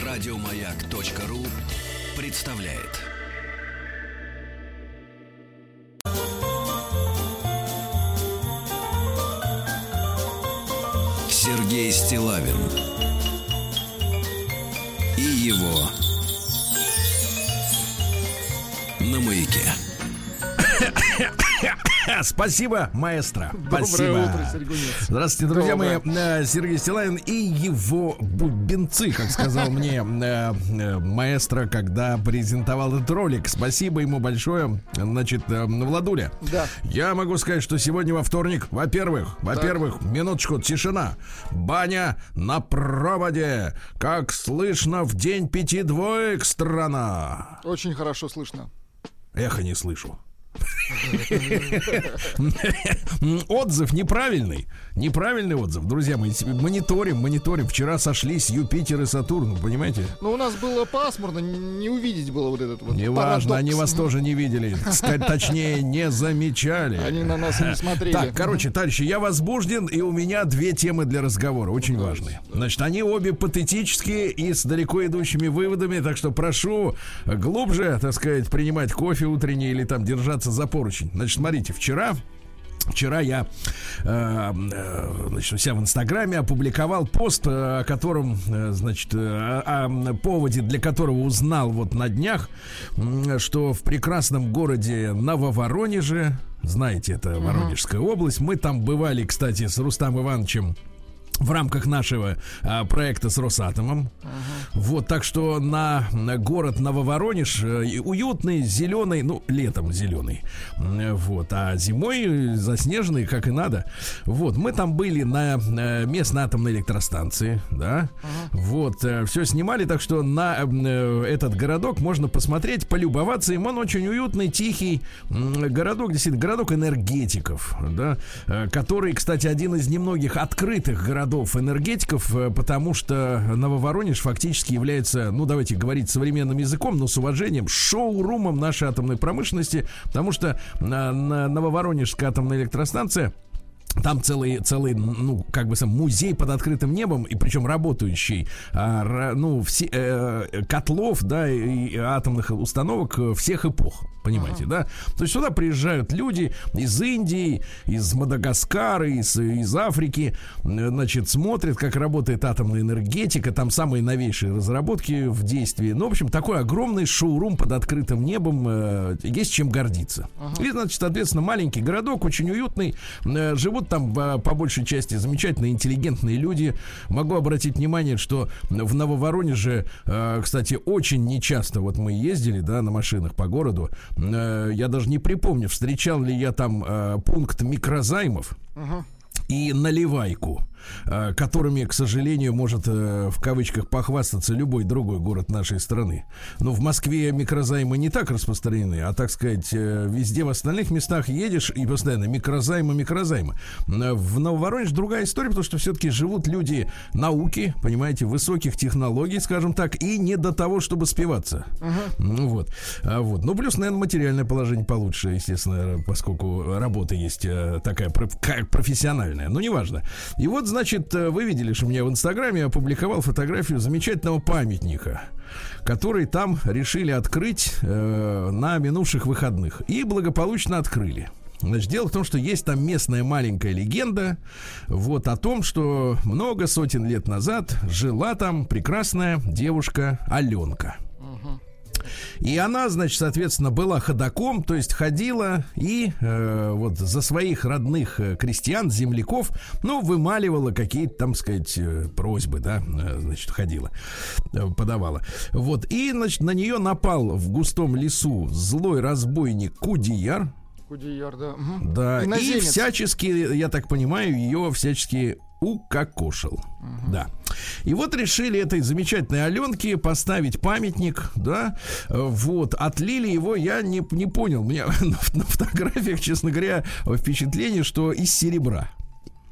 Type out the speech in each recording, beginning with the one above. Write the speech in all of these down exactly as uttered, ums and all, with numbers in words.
Радиомаяк.ру представляет. Сергей Стиллавин и его на Маяке. Спасибо, маэстро. Доброе Спасибо. утро, Сергунец. Здравствуйте, друзья Доброе. мои. Сергей Стиллавин и его бубенцы, как сказал мне маэстро, когда презентовал этот ролик. Спасибо ему большое. Значит, Владуля, Да. я могу сказать, что сегодня во вторник, во-первых, во-первых, минуточку, тишина. Баня на проводе. Как слышно в день пяти двоек, страна. Очень хорошо слышно. Эхо не слышу. Отзыв неправильный. Неправильный отзыв. Друзья мои, мониторим, мониторим. Вчера сошлись Юпитер и Сатурн, понимаете? Но у нас было пасмурно, не увидеть было вот этот вот Неважно, парадокс. они вас тоже не видели. Сказать точнее, не замечали. Они на нас и не смотрели. Так, короче, товарищи, я возбужден, и у меня две темы для разговора, очень важные. Значит, они обе патетические и с далеко идущими выводами, так что прошу глубже, так сказать, принимать кофе утренний или там держаться за поручень. Значит, смотрите, вчера Вчера я э, э, значит, у себя в Инстаграме опубликовал пост, о котором, э, значит, о, о поводе, для которого узнал вот на днях, э, что в прекрасном городе Нововоронеже, знаете, это Воронежская область, мы там бывали, кстати, с Рустамом Ивановичем в рамках нашего а, проекта с Росатомом. Uh-huh. Вот, так что на, на город Нововоронеж а, уютный, зеленый, ну, летом зеленый, а, вот, а зимой заснеженный, как и надо. Вот, мы там были на, на местной атомной электростанции, да, uh-huh. вот, а, все снимали, так что на а, этот городок можно посмотреть, полюбоваться им. Он очень уютный, тихий м, городок, действительно, городок энергетиков, да, а, который, кстати, один из немногих открытых городов энергетиков, потому что Нововоронеж фактически является, ну давайте говорить современным языком, но с уважением, шоурумом нашей атомной промышленности, потому что Нововоронежская атомная электростанция, там целый, целый, ну, как бы сам музей под открытым небом, и причем работающий, а, ну, все, э, котлов, да, и, и атомных установок всех эпох, понимаете, uh-huh. да? То есть сюда приезжают люди из Индии, из Мадагаскара, из, из Африки, значит, смотрят, как работает атомная энергетика, там самые новейшие разработки в действии. Ну, в общем, такой огромный шоурум под открытым небом, э, есть чем гордиться. Uh-huh. И, значит, соответственно, маленький городок, очень уютный, э, живут там по большей части замечательные, интеллигентные люди. Могу обратить внимание, что в Нововоронеже, кстати, очень нечасто вот мы ездили, да, на машинах по городу. Я даже не припомню, встречал ли я там пункт микрозаймов uh-huh. и наливайку, которыми, к сожалению, может в кавычках похвастаться любой другой город нашей страны. Но в Москве микрозаймы не так распространены, а, так сказать, везде в остальных местах едешь и постоянно микрозаймы, микрозаймы. В Нововоронеже другая история, потому что все-таки живут люди науки, понимаете, высоких технологий, скажем так, и не до того, чтобы спиваться. Uh-huh. Ну вот. А вот. Ну, плюс, наверное, материальное положение получше, естественно, поскольку работа есть такая профессиональная. Но неважно. И вот, значит, вы видели, что я в Инстаграме опубликовал фотографию замечательного памятника, который там решили открыть э, на минувших выходных. И благополучно открыли. Значит, дело в том, что есть там местная маленькая легенда вот о том, что много сотен лет назад жила там прекрасная девушка Аленка. И она, значит, соответственно, была ходоком, то есть ходила и э, вот за своих родных крестьян, земляков, ну, вымаливала какие-то, там, сказать, просьбы, да, значит, ходила, подавала. Вот, и, значит, на нее напал в густом лесу злой разбойник Кудияр. Кудияр, да. Угу. Да, и всячески, я так понимаю, ее всячески укокошил. Uh-huh. Да. И вот решили этой замечательной Аленке поставить памятник, да, вот, отлили его, я не, не понял, у меня на, на фотографиях, честно говоря, впечатление, что из серебра.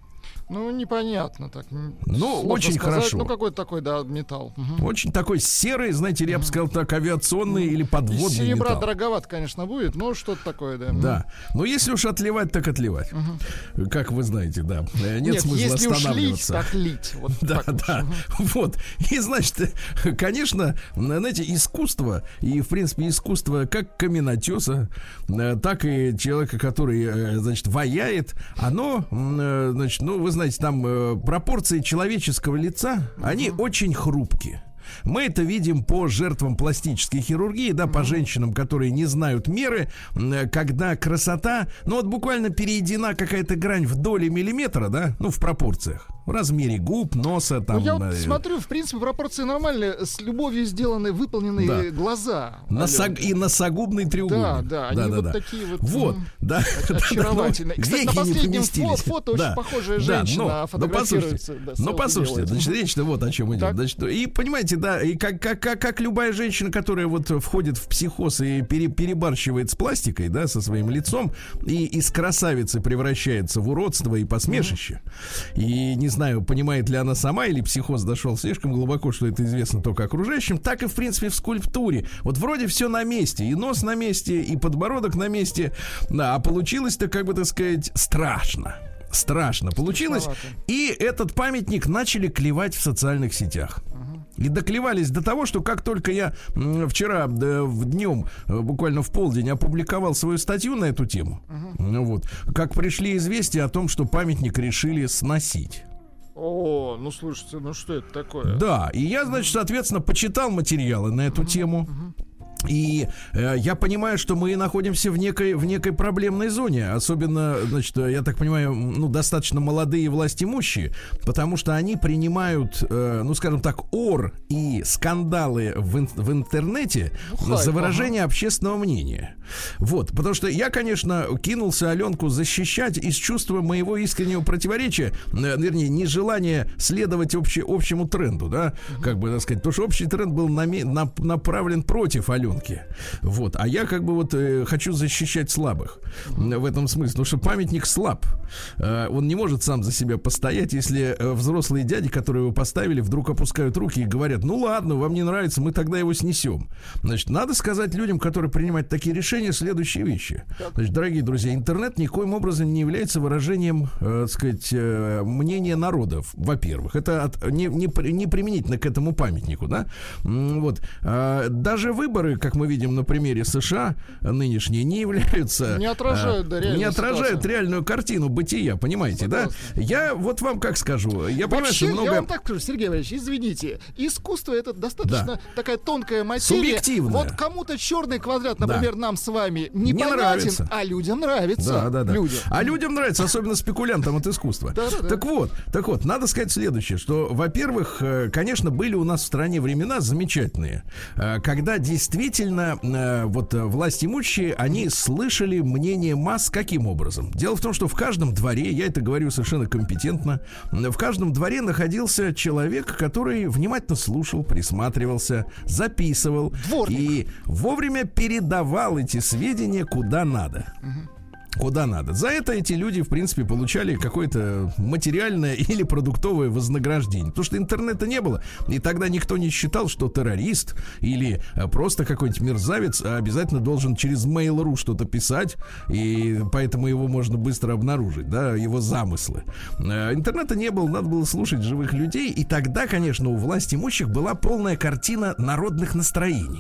Ну, непонятно так. Ну, Сложно очень сказать. хорошо. Ну, какой-то такой, да, металл. Угу. Очень такой серый, знаете, я бы сказал так, авиационный или подводный Из серебра металл. дороговато, конечно, будет, но что-то такое, да. Да. Но если уж отливать, так отливать. Угу. Как вы знаете, да. Нет, Нет, смысла если уж лить, останавливаться. так лить. Вот Да, так да. уж. Вот. И, значит, конечно, знаете, искусство, и, в принципе, искусство как каменотеса, э, так и человека, который, э, значит, ваяет, оно, э, значит, ну, вы знаете, там э, пропорции человеческого лица, они очень хрупкие. Мы это видим по жертвам пластической хирургии, да, по женщинам, которые не знают меры, когда красота, ну вот буквально перейдена какая-то грань в доли миллиметра, да, ну в пропорциях, в размере губ, носа, там. Ну, я вот э, смотрю, в принципе, пропорции нормальные, с любовью сделаны, выполненные Да. глаза. носог- и носогубный Да, треугольник. да, они вот такие вот. Вот, м, да. очаровательные. Да, Кстати, веки на не последнем поместились. фо- фото очень Да. похожая Да, женщина но- но фотографируется. послушайте, да, ну, селфи послушайте, делает. значит, речь-то вот о чем идет. Так. Значит, и понимаете, да, и как, как, как, как любая женщина, которая вот входит в психоз и пере, перебарщивает с пластикой, да, со своим лицом, и из красавицы превращается в уродство и посмешище. И не знаю, понимает ли она сама, или психоз дошел слишком глубоко, что это известно только окружающим, так и, в принципе, в скульптуре. Вот вроде все на месте, и нос на месте, и подбородок на месте, да, а получилось-то, как бы, так сказать, страшно. Страшно получилось. Страшновато. И этот памятник начали клевать в социальных сетях. И доклевались до того, что как только я м, вчера да, в днем, э, буквально в полдень, опубликовал свою статью на эту тему, ну вот, как пришли известия о том, что памятник решили сносить. О, ну слушайте, ну что это такое? Да, и я, значит, соответственно, почитал материалы на эту тему. И э, я понимаю, что мы находимся в некой, в некой проблемной зоне. Особенно, значит, я так понимаю, ну, достаточно молодые властимущие, потому что они принимают, э, ну, скажем так, ор и скандалы в, ин- в интернете Ну, за хайп, выражение общественного мнения. Вот, потому что я, конечно, кинулся Аленку защищать из чувства моего искреннего противоречия, э, вернее, нежелания следовать обще- общему тренду, да, как бы, так сказать, потому что общий тренд был наме- на- направлен против Аленки. Вот, а я как бы вот э, хочу защищать слабых в этом смысле, потому что памятник слаб. Э, он не может сам за себя постоять, если э, взрослые дяди, которые его поставили, вдруг опускают руки и говорят: ну ладно, вам не нравится, мы тогда его снесем. Значит, надо сказать людям, которые принимают такие решения, следующие вещи. Значит, дорогие друзья, интернет никоим образом не является выражением, э, так сказать, э, мнения народов, во-первых. Это от, не, не, при- не применительно к этому памятнику, да? М, вот. А, даже выборы, как мы видим на примере США, нынешние, не являются... Не отражают, а, да, реальную не отражают ситуацию. реальную картину бытия, понимаете, Согласен. да? Я вот вам как скажу, я понимаю, Вообще, что много... я вам так скажу, Сергей Валерьевич, извините, искусство — это достаточно Да. такая тонкая материя. Субъективная. Вот кому-то черный квадрат, например, Да. нам с вами Не непонятен, нравится. а людям нравится. Да, да, да. Людям. А людям нравится, особенно спекулянтам от искусства. Да, да, да. Так вот, так вот, надо сказать следующее, что, во-первых, э, конечно, были у нас в стране времена замечательные, э, когда действительно э, вот э, власть имущие, они слышали мнение масс каким образом? Дело в том, что в каждом дворе, я это говорю совершенно компетентно, в каждом дворе находился человек, который внимательно слушал, присматривался, записывал Дворник. и вовремя передавал эти сведения куда надо. Куда надо. За это эти люди, в принципе, получали какое-то материальное или продуктовое вознаграждение. Потому что интернета не было. И тогда никто не считал, что террорист или а, просто какой-нибудь мерзавец обязательно должен через Mail.ru что-то писать. И поэтому его можно быстро обнаружить, да, его замыслы. А, интернета не было, надо было слушать живых людей. И тогда, конечно, у власть имущих была полная картина народных настроений.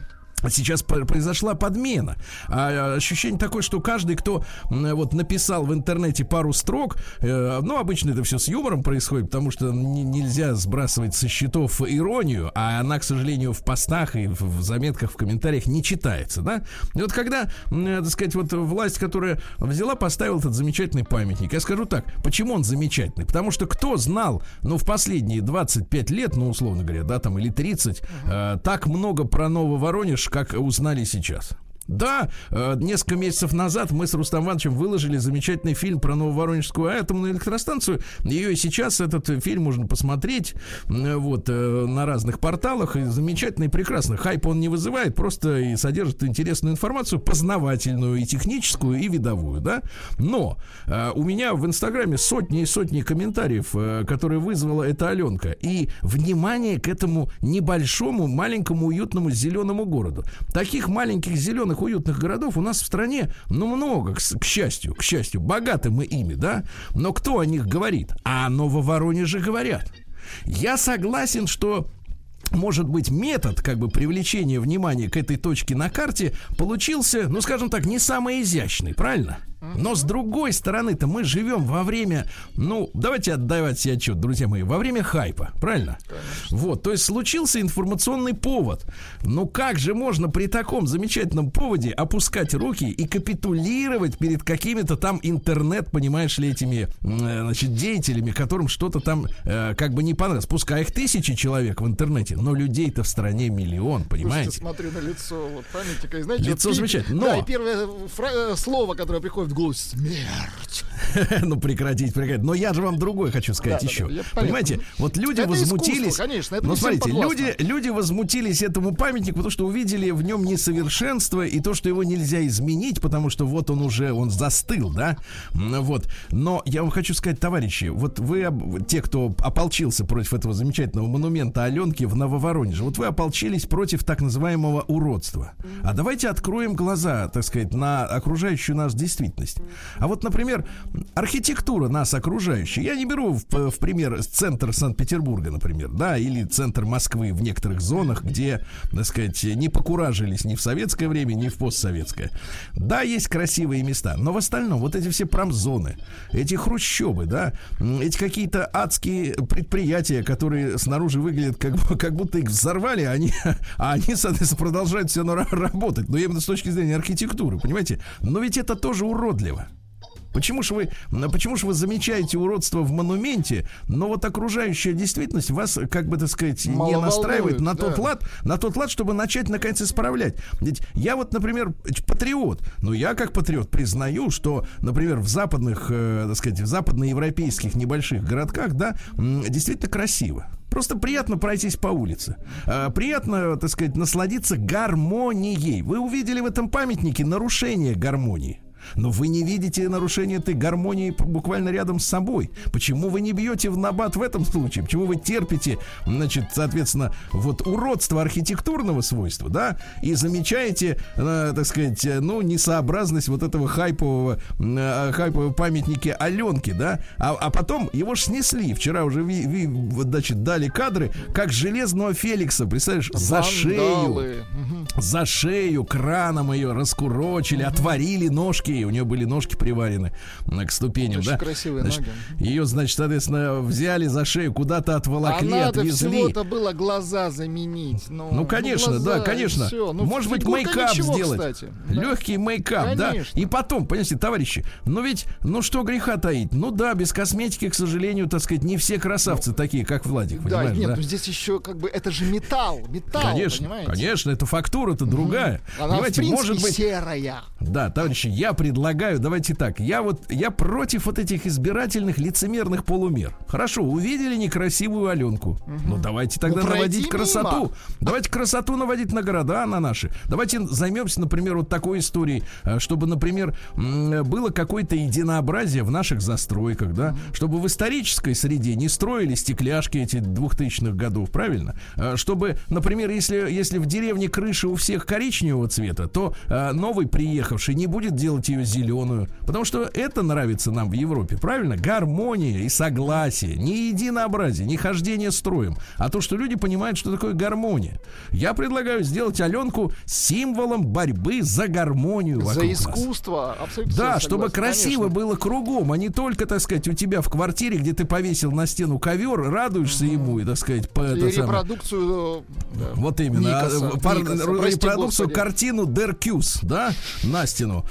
Сейчас произошла подмена. А, ощущение такое, что каждый, кто м, вот написал в интернете пару строк, э, ну, обычно это все с юмором происходит, потому что не, нельзя сбрасывать со счетов иронию, а она, к сожалению, в постах и в, в заметках, в комментариях не читается, да? И вот когда, м, так сказать, вот власть, которая взяла, поставила этот замечательный памятник, я скажу так, почему он замечательный? Потому что кто знал, ну, в последние двадцать пять лет, ну, условно говоря, да, там, или тридцать, э, так много про Нововоронеж, как узнали сейчас. Да, э, несколько месяцев назад мы с Рустам Ивановичем выложили замечательный фильм про Нововоронежскую атомную электростанцию. Ее и сейчас, этот фильм, можно посмотреть э, вот, э, на разных порталах. И замечательно и прекрасно. Хайп он не вызывает, просто и содержит интересную информацию, познавательную и техническую, и видовую, да. Но э, у меня в Инстаграме сотни и сотни комментариев, э, которые вызвала эта Аленка. И внимание к этому небольшому, маленькому, уютному зеленому городу. Таких маленьких зеленых уютных городов у нас в стране, ну, много, к, к счастью, к счастью, богаты мы ими, да, но кто о них говорит? А о Нововоронеже говорят. Я согласен, что, может быть, метод, как бы, привлечения внимания к этой точке на карте получился, ну, скажем так, не самый изящный, правильно? Но с другой стороны-то мы живем во время, ну, давайте отдавать себе отчет, друзья мои, во время хайпа, правильно? Конечно. Вот, то есть случился информационный повод. Ну как же можно при таком замечательном поводе опускать руки и капитулировать перед какими-то там интернет, понимаешь ли, этими, значит, деятелями, которым что-то там э, как бы не понравилось. Пускай их тысячи человек в интернете, но людей-то в стране миллион, понимаете? Слушайте, смотрю на лицо вот памятника, и знаете, лицо вот, замечательно. Но... Да, и первое фра- слово, которое приходит в голову — смерть. Ну, прекратить, прекратить. Но я же вам другое хочу сказать, да, еще. Да, да, понимаете, вот люди это возмутились. Конечно, это ну, смотрите, люди, люди возмутились этому памятнику, потому что увидели в нем несовершенство и то, что его нельзя изменить, потому что вот он уже, он застыл, да? Вот. Но я вам хочу сказать, товарищи, вот вы, те, кто ополчился против этого замечательного монумента Аленки в Нововоронеже, вот вы ополчились против так называемого уродства. А давайте откроем глаза, так сказать, на окружающую нас действительность. А вот, например, архитектура нас окружающая. Я не беру в, в пример центр Санкт-Петербурга, например, да, или центр Москвы в некоторых зонах, где, так сказать, не покуражились ни в советское время, ни в постсоветское. Да, есть красивые места, но в остальном вот эти все промзоны, эти хрущебы, да, эти какие-то адские предприятия, которые снаружи выглядят как, как будто их взорвали, а они, а они, соответственно, продолжают все равно работать. Но именно с точки зрения архитектуры, понимаете? Но ведь это тоже уродливо. Почему же вы, почему же вы замечаете уродство в монументе, но вот окружающая действительность вас, как бы, так сказать, мало не настраивает волнует, на да. тот лад, на тот лад, чтобы начать наконец исправлять. Ведь я вот, например, патриот, но я как патриот признаю, что, например, в западных, э, так сказать, в западноевропейских небольших городках, да, действительно красиво. Просто приятно пройтись по улице. А, приятно, так сказать, насладиться гармонией. Вы увидели в этом памятнике нарушение гармонии. Но вы не видите нарушения этой гармонии буквально рядом с собой. Почему вы не бьете в набат в этом случае? Почему вы терпите, значит, соответственно, вот уродство архитектурного свойства, да, и замечаете, э, так сказать, ну, несообразность вот этого хайпового, э, хайпового памятника Аленки, да, а, а потом его ж снесли. Вчера уже, ви, ви, значит, дали кадры, как железного Феликса, представляешь, за шею, за шею краном ее раскурочили, отварили ножки. У нее были ножки приварены к ступеням. Очень да? красивые значит, ноги. Ее, значит, соответственно, взяли за шею, куда-то отволокли, а отвезли. Надо всего-то было глаза заменить. Но, ну, конечно, ну, глаза, да, конечно. Ну, может быть, мейкап ничего, сделать. Кстати. Легкий мейкап, конечно. Да. И потом, понимаете, товарищи, ну ведь, ну что греха таить? Ну да, без косметики, к сожалению, так сказать, не все красавцы ну, такие, как Владик, да, понимаешь? Нет, да? ну здесь еще как бы, это же металл, металл, конечно, понимаете? Конечно, это фактура-то mm-hmm. другая. Она, понимаете, в принципе, может быть, серая. Да, товарищи, я предлагаю, давайте так, я вот, я против вот этих избирательных лицемерных полумер. Хорошо, увидели некрасивую Аленку. Угу. Ну, давайте тогда ну, наводить красоту. Мимо. Давайте красоту наводить на города, на наши. Давайте займемся, например, вот такой историей, чтобы, например, было какое-то единообразие в наших застройках, да, угу. чтобы в исторической среде не строили стекляшки эти двухтысячных годов, правильно? Чтобы, например, если, если в деревне крыша у всех коричневого цвета, то новый приехавший не будет делать ее зеленую. Потому что это нравится нам в Европе, правильно? Гармония и согласие, не единообразие, не хождение строем, а то, что люди понимают, что такое гармония. Я предлагаю сделать Аленку символом борьбы за гармонию вокруг за искусство, нас. Абсолютно. Да, согласен, чтобы красиво конечно. Было кругом, а не только, так сказать, у тебя в квартире, где ты повесил на стену ковер, радуешься угу. ему и, так сказать, по, и репродукцию да. вот именно Никаса, пар, Никаса, репродукцию Господи. картину Деркюс, да, на стену дешевую.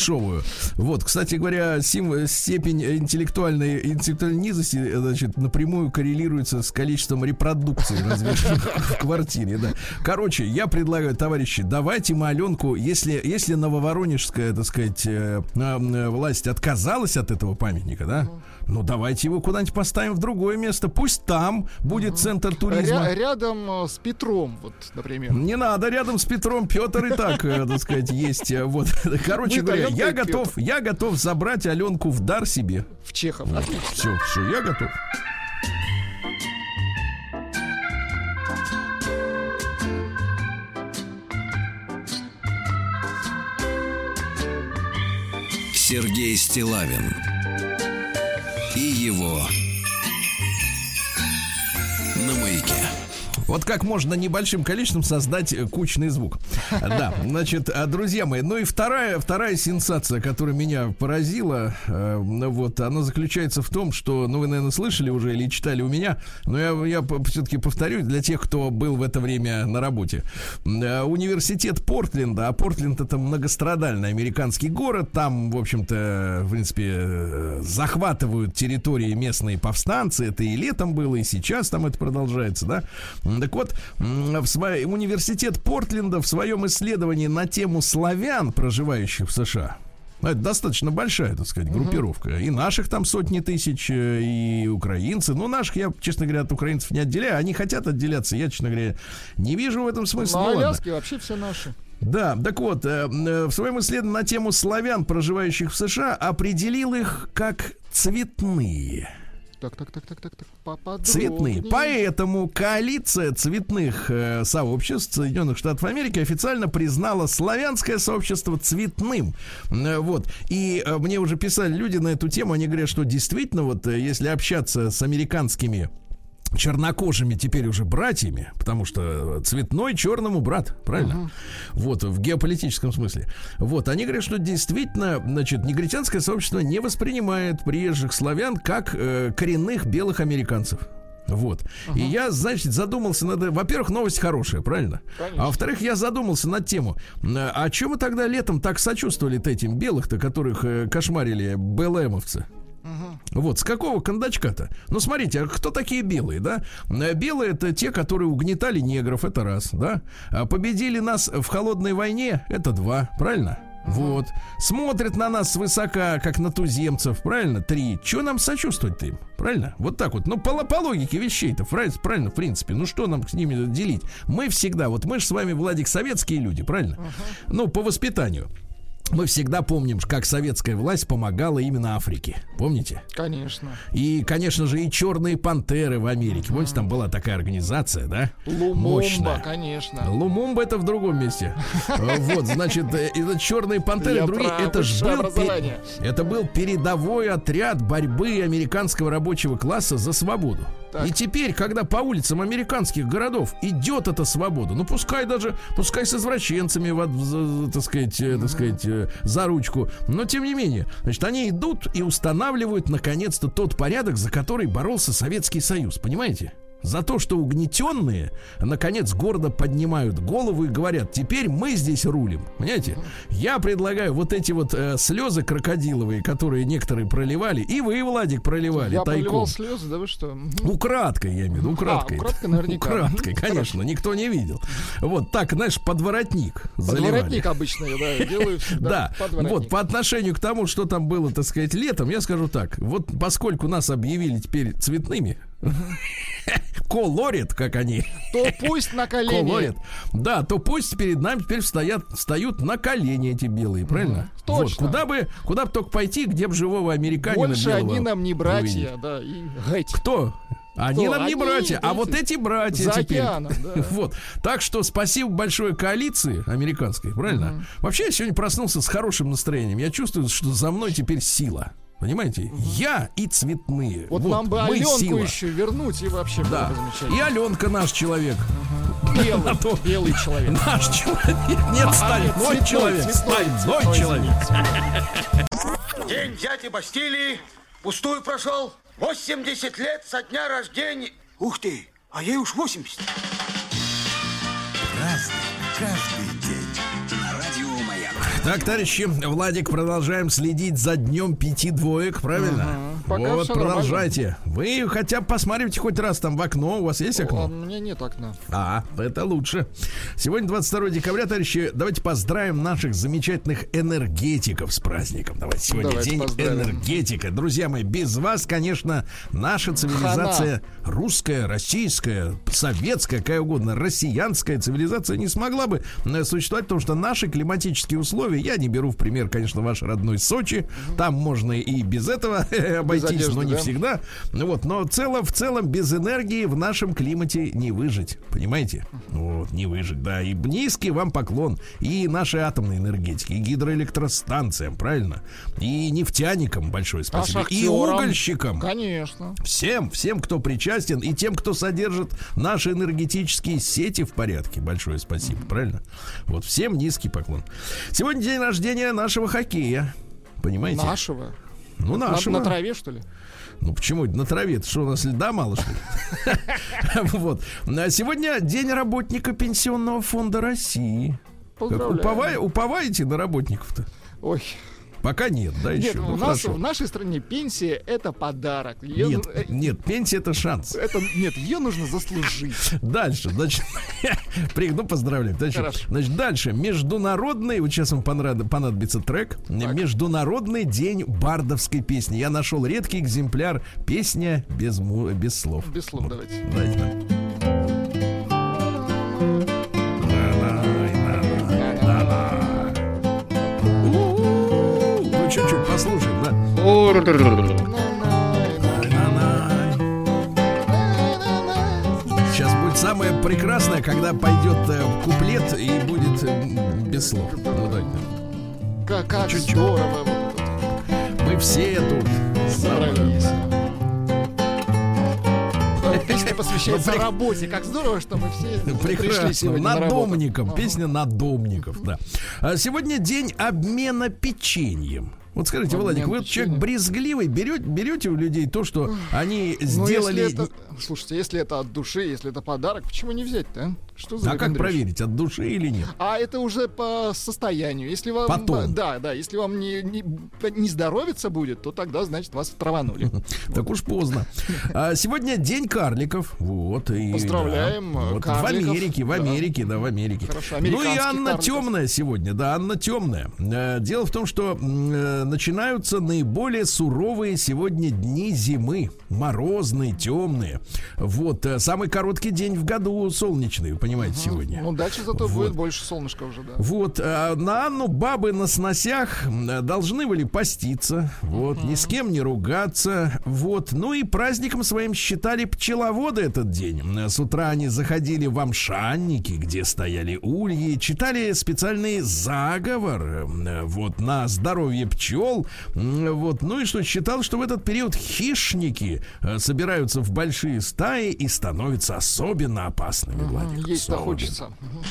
дешевую. Вот, кстати говоря, сим, степень интеллектуальной, интеллектуальной низости, значит, напрямую коррелируется с количеством репродукций в квартире, да. Короче, я предлагаю, товарищи, давайте мы Аленку, если, если нововоронежская, так сказать, власть отказалась от этого памятника, да, ну давайте его куда-нибудь поставим в другое место. Пусть там будет центр туризма. Ря- рядом с Петром, вот, например. Не надо рядом с Петром, Петр и так, так сказать, есть. Вот. Короче Мы говоря, я Петр. готов, я готов забрать Аленку в дар себе. В Чехов. Вот. Все, все, я готов. Сергей Стиллавин и его «На маяке». Вот как можно небольшим количеством создать кучный звук. Да, значит, друзья мои, ну и вторая, вторая сенсация, которая меня поразила, э, вот, она заключается в том, что, ну, вы, наверное, слышали уже или читали у меня, но я, я все-таки повторюсь для тех, кто был в это время на работе. Э, университет Портленда, а Портленд — это многострадальный американский город, там, в общем-то, в принципе, захватывают территории местные повстанцы, это и летом было, и сейчас там это продолжается, да. Так вот, в свой, университет Портленда в своем исследовании на тему славян, проживающих в США, это достаточно большая, так сказать, группировка. Uh-huh. И наших там сотни тысяч, и украинцы. Но наших я, честно говоря, от украинцев не отделяю. Они хотят отделяться. Я, честно говоря, не вижу в этом смысла. На Аляске вообще все наши. Да, так вот, в своем исследовании на тему славян, проживающих в США, определил их как цветные. Так, так, так, так, так, так. Поподробнее. Цветные. Поэтому коалиция цветных э, сообществ Соединенных Штатов Америки официально признала славянское сообщество цветным. Э, вот. И э, мне уже писали люди на эту тему. Они говорят, что действительно, вот э, если общаться с американскими чернокожими теперь уже братьями, потому что цветной черному брат, правильно? Uh-huh. Вот, в геополитическом смысле. Вот, они говорят, что действительно, значит, негритянское сообщество не воспринимает приезжих славян как э, коренных белых американцев. Вот. Uh-huh. И я, значит, задумался над... Во-первых, новость хорошая, правильно? Конечно. А во-вторых, я задумался над тему. А чего мы тогда летом так сочувствовали-то этим белых-то, которых э, кошмарили БЛМовцы? Угу. Вот, с какого кондачка-то? Ну, смотрите, а кто такие белые, да? Белые — это те, которые угнетали негров, это раз, да? А победили нас в холодной войне, это два, правильно? Угу. Вот. Смотрят на нас свысока, как на туземцев, правильно? Три. Чего нам сочувствовать-то им? Правильно? Вот так вот. Ну, по, по логике вещей-то, правильно, в принципе. Ну, что нам с ними делить? Мы всегда, вот мы же с вами, Владик, советские люди, правильно? Угу. Ну, по воспитанию. Мы всегда помним, как советская власть помогала именно Африке. Помните? Конечно. И, конечно же, и черные пантеры в Америке. Uh-huh. Помните, там была такая организация, да? Лумумба, конечно. Лумумба — это в другом месте. Вот, значит, черные пантеры, другие. Это же был, это был передовой отряд борьбы американского рабочего класса за свободу. Так. И теперь, когда по улицам американских городов идет эта свобода, ну пускай даже, пускай с извращенцами, вот, так сказать, mm-hmm. так сказать, за ручку, но тем не менее, значит, они идут и устанавливают наконец-то тот порядок, за который боролся Советский Союз, понимаете? За то, что угнетенные, наконец, гордо поднимают голову и говорят: теперь мы здесь рулим. Понимаете? Я предлагаю вот эти вот э, слезы крокодиловые, которые некоторые проливали, и вы, Владик, проливали я тайком. проливал слезы, да вы что? Украдкой, я имею в виду, украдкой. А, украдкой наверняка. Украдкой, конечно, Хорошо. Никто не видел. Вот так, знаешь, под воротник заливали. Под воротник обычно, да, делаю всегда. Да, под воротник. Вот по отношению к тому, что там было, так сказать, летом, я скажу так. Вот поскольку нас объявили теперь цветными, колорит, как они, то пусть на колени. Колорит. Да, то пусть перед нами теперь встоят, встают на колени эти белые, правильно? Mm, точно. Вот, куда бы, куда бы только пойти, где бы живого американина больше белого они нам не братья, увидеть. Да, и гать. Кто? Они Кто? нам не Они, братья, эти, а вот эти братья за теперь. океаном, да. Вот. Так что спасибо большое коалиции американской, правильно? Mm-hmm. Вообще я сегодня проснулся с хорошим настроением. Я чувствую, что за мной теперь сила. Понимаете? Угу. Я и цветные. Вот, вот нам бы Аленку сила. Еще вернуть, и вообще да. было бы замечательно. И Аленка наш человек. Угу. Белый, а то... белый человек. Наш человек. Нет, а, стальной а, человек. Цветной, стальной цветной человек. День дяди Бастилии пустую прошел. восемьдесят лет со дня рождения. Ух ты, а ей уж восемьдесят. Разный каждый день. Радио Маяк. Так, товарищи, Владик, продолжаем следить за днем пяти двоек, правильно? Пока Вот, всё продолжайте. Вы хотя бы посмотрите хоть раз там в окно. У вас есть А окно? у меня нет окна. А, это лучше. Сегодня двадцать второе декабря, товарищи. Давайте поздравим наших замечательных энергетиков с праздником. Давайте сегодня Давайте день поздравим. энергетика. Друзья мои, без вас, конечно, наша цивилизация русская, российская, советская, какая угодно, россиянская цивилизация не смогла бы э, существовать, потому что наши климатические условия, я не беру в пример, конечно, ваш родной Сочи, там можно и без этого обойтись, одежды, но не да? всегда. Ну вот, но в целом, в целом без энергии в нашем климате не выжить, понимаете? Вот, не выжить, да. И низкий вам поклон и нашей атомной энергетике, и гидроэлектростанциям, правильно? И нефтяникам большое спасибо, и шахтерам? угольщикам. Конечно. Всем, всем, кто причастен, и тем, кто содержит наши энергетические сети в порядке. Большое спасибо, правильно? Вот, всем низкий поклон. Сегодня день рождения нашего хоккея. Понимаете? Нашего. Ну, На, нашего. на траве, что ли? Ну, почему это на траве? Это что, у нас льда мало, что ли? Вот. А сегодня день работника Пенсионного фонда России. Как, Поздравляю. уповай- уповаете на работников-то? Ой. Пока нет, да, еще? Нет, Ну, у нас хорошо. в нашей стране пенсия — это подарок. Её Нет, ну- э, нет, пенсия — это шанс. это нет, ее нужно заслужить. Дальше, значит, при- ну, поздравляем. Дальше, Хорошо. значит, дальше. Международный, вот сейчас вам понрад- понадобится трек. Международный день бардовской песни. Я нашел редкий экземпляр. Песня без, му- без слов. Без слов давайте. Давайте, да. У-у-у. Ну, чуть-чуть послушаем, да? Сейчас будет самое прекрасное, когда пойдет э, куплет и будет э, без слов. Ну, да. Как, как Чуть-чуть. здорово вот это. Мы все тут Собрались. Песня посвящается Ну, прек- работе. Как здорово, что мы все пришли Прекрасно. сегодня на работу. Надомником. Ага. Песня надомников, да. А сегодня день обмена печеньем. Вот скажите, Обмен Владик, вы вот человек печеньем. брезгливый, берете, берете у людей то, что они Ну, сделали... если это, слушайте, если это от души, если это подарок, почему не взять-то, а? Что за А как выпендрёж? проверить, от души или нет? А это уже по состоянию. Если вам, Потом. да, да, если вам не, не, не здоровится будет, то тогда, значит, вас траванули. Так уж поздно. А сегодня день карликов. Вот. И, Поздравляем, да, вот, в карликов. Америке, в Да. Америке, да, в Америке. Хорошо, Ну и американских Анна карликов. Темная сегодня, да, Анна Темная. Э, Дело в том, что э, начинаются наиболее суровые сегодня дни зимы. Морозные, темные. Вот. э, Самый короткий день в году солнечный, вы понимаете, сегодня. Ну, дальше зато Вот. будет больше солнышка уже, да. Вот, а, на Анну бабы на сносях м, должны были поститься, вот, ни с кем не ругаться, вот. Ну и праздником своим считали пчеловоды этот день. С утра они заходили в амшанники, где стояли ульи, читали специальный заговор, м, вот, на здоровье пчел, м, вот. Ну и что, считал, что в этот период хищники э, собираются в большие стаи и становятся особенно опасными, Владик. Есть-то Особенно. хочется.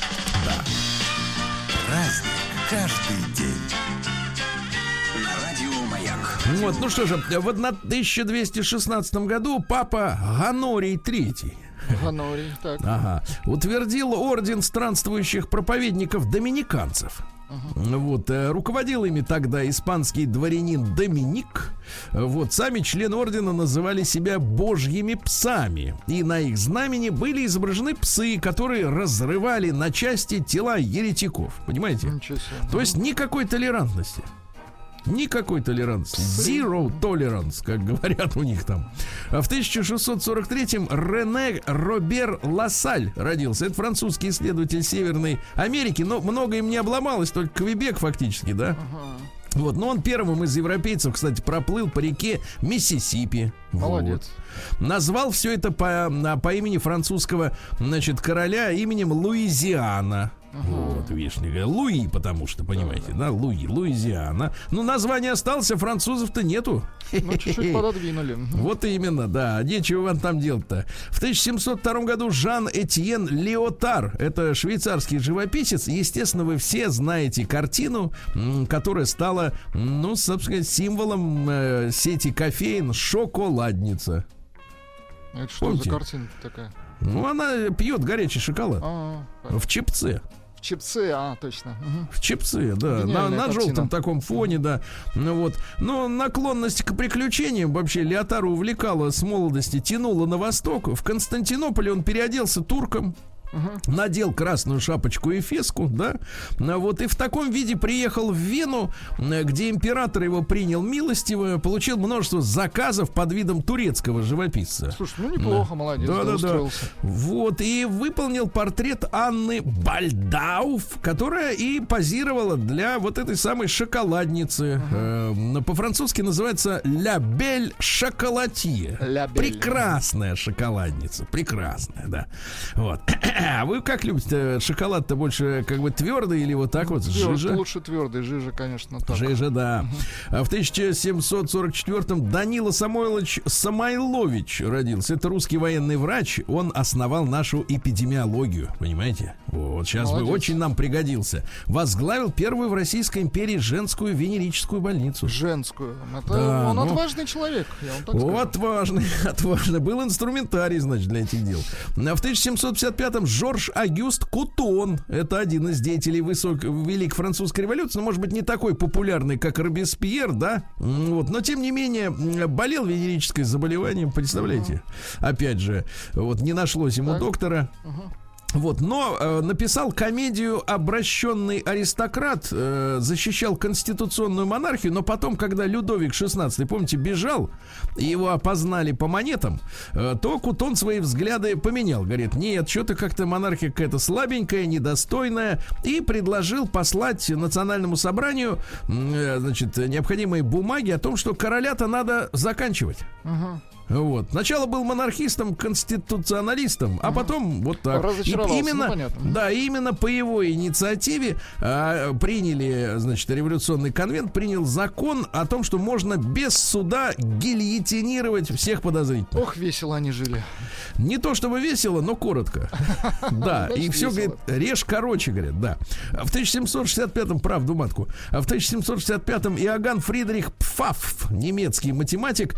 Праздник каждый день. На радио Маяк. Вот, ну что же, в тысяча двести шестнадцатом году папа Ганорий третий, Ганорий, так. ага, утвердил орден странствующих проповедников доминиканцев. Вот, э, руководил ими тогда испанский дворянин Доминик. Вот, сами члены ордена называли себя божьими псами. И на их знамени были изображены псы, которые разрывали на части тела еретиков. Понимаете? Ничего себе. То есть никакой толерантности. Никакой толерантности. Zero tolerance, как говорят у них там. А в тысяча шестьсот сорок третьем Рене Робер Лассаль родился. Это французский исследователь Северной Америки. Но много им не обломалось, только Квебек фактически, да? Вот, но он первым из европейцев, кстати, проплыл по реке Миссисипи. Молодец. Вот. Назвал все это по, на- по имени французского, значит, короля именем Луизиана. Вот, видишь, Луи, потому что, понимаете, да, Луи, Луизиана. Ну, название остался, французов-то нету. Ну, чуть-чуть пододвинули. Вот именно, да. Нечего вам там делать-то. В тысяча семьсот втором году Жан-Этьен Леотар, это швейцарский живописец. Естественно, вы все знаете картину, м, которая стала, ну, собственно, символом э, сети кофеин «Шоколадница». Это что Помните? за картина такая? Ну, она пьет горячий шоколад А, в чепце. Чипсы, а, точно. Угу. В чипсы, да, на, на желтом таком фоне, да. Ну, вот. Но наклонность к приключениям вообще Леотару увлекала с молодости, тянула на восток. В Константинополе он переоделся турком. Uh-huh. Надел красную шапочку и феску, да, вот, и в таком виде приехал в Вену, где император его принял милостиво, получил множество заказов под видом турецкого живописца. Слушай, ну неплохо, да. Молодец, да, да, да. Вот, и выполнил портрет Анны Бальдауф, которая и позировала для вот этой самой шоколадницы. Uh-huh. Э, по-французски называется «La Belle Chocolatier». La Belle. Прекрасная шоколадница, прекрасная, да. Вот. А вы как любите? Шоколад-то больше как бы твердый или вот так вот? Тверд, жижа? Лучше твердый, жижа, конечно, так. Жижа, да. Uh-huh. В тысяча семьсот сорок четвёртом Данила Самойлович Самойлович родился. Это русский военный врач. Он основал нашу эпидемиологию, понимаете? Вот, сейчас Молодец. бы очень нам пригодился. Возглавил первую в Российской империи женскую венерическую больницу. Женскую? Это да, он ну, отважный человек, я вам так скажу. Отважный, отважный. Был инструментарий, значит, для этих дел. В тысяча семьсот пятьдесят пятом Жорж Агюст Кутон. Это один из деятелей высок... Великой Французской революции. Но, может быть, не такой популярный, как Робеспьер, да? Вот. Но, тем не менее, болел венерическим заболеванием, представляете? Uh-huh. Опять же, вот не нашлось ему так. доктора. Uh-huh. Вот, но э, написал комедию «Обращенный аристократ», э, защищал конституционную монархию, но потом, когда Людовик шестнадцатый, помните, бежал, и его опознали по монетам, э, то Кутон свои взгляды поменял. Говорит, нет, что-то как-то монархия какая-то слабенькая, недостойная, и предложил послать Национальному собранию э, значит, необходимые бумаги о том, что короля-то надо заканчивать. Угу. Вот. Сначала был монархистом, конституционалистом, а потом вот так. И именно, ну, да, именно по его инициативе а, приняли, значит, революционный конвент принял закон о том, что можно без суда гильотинировать всех подозрительных. Ох, весело они жили. Не то чтобы весело, но коротко. Да, и все, говорит, режь короче, говорят, да. В тысяча семьсот шестьдесят пятом, правду матку, в тысяча семьсот шестьдесят пятом Иоганн Фридрих Пфафф, немецкий математик,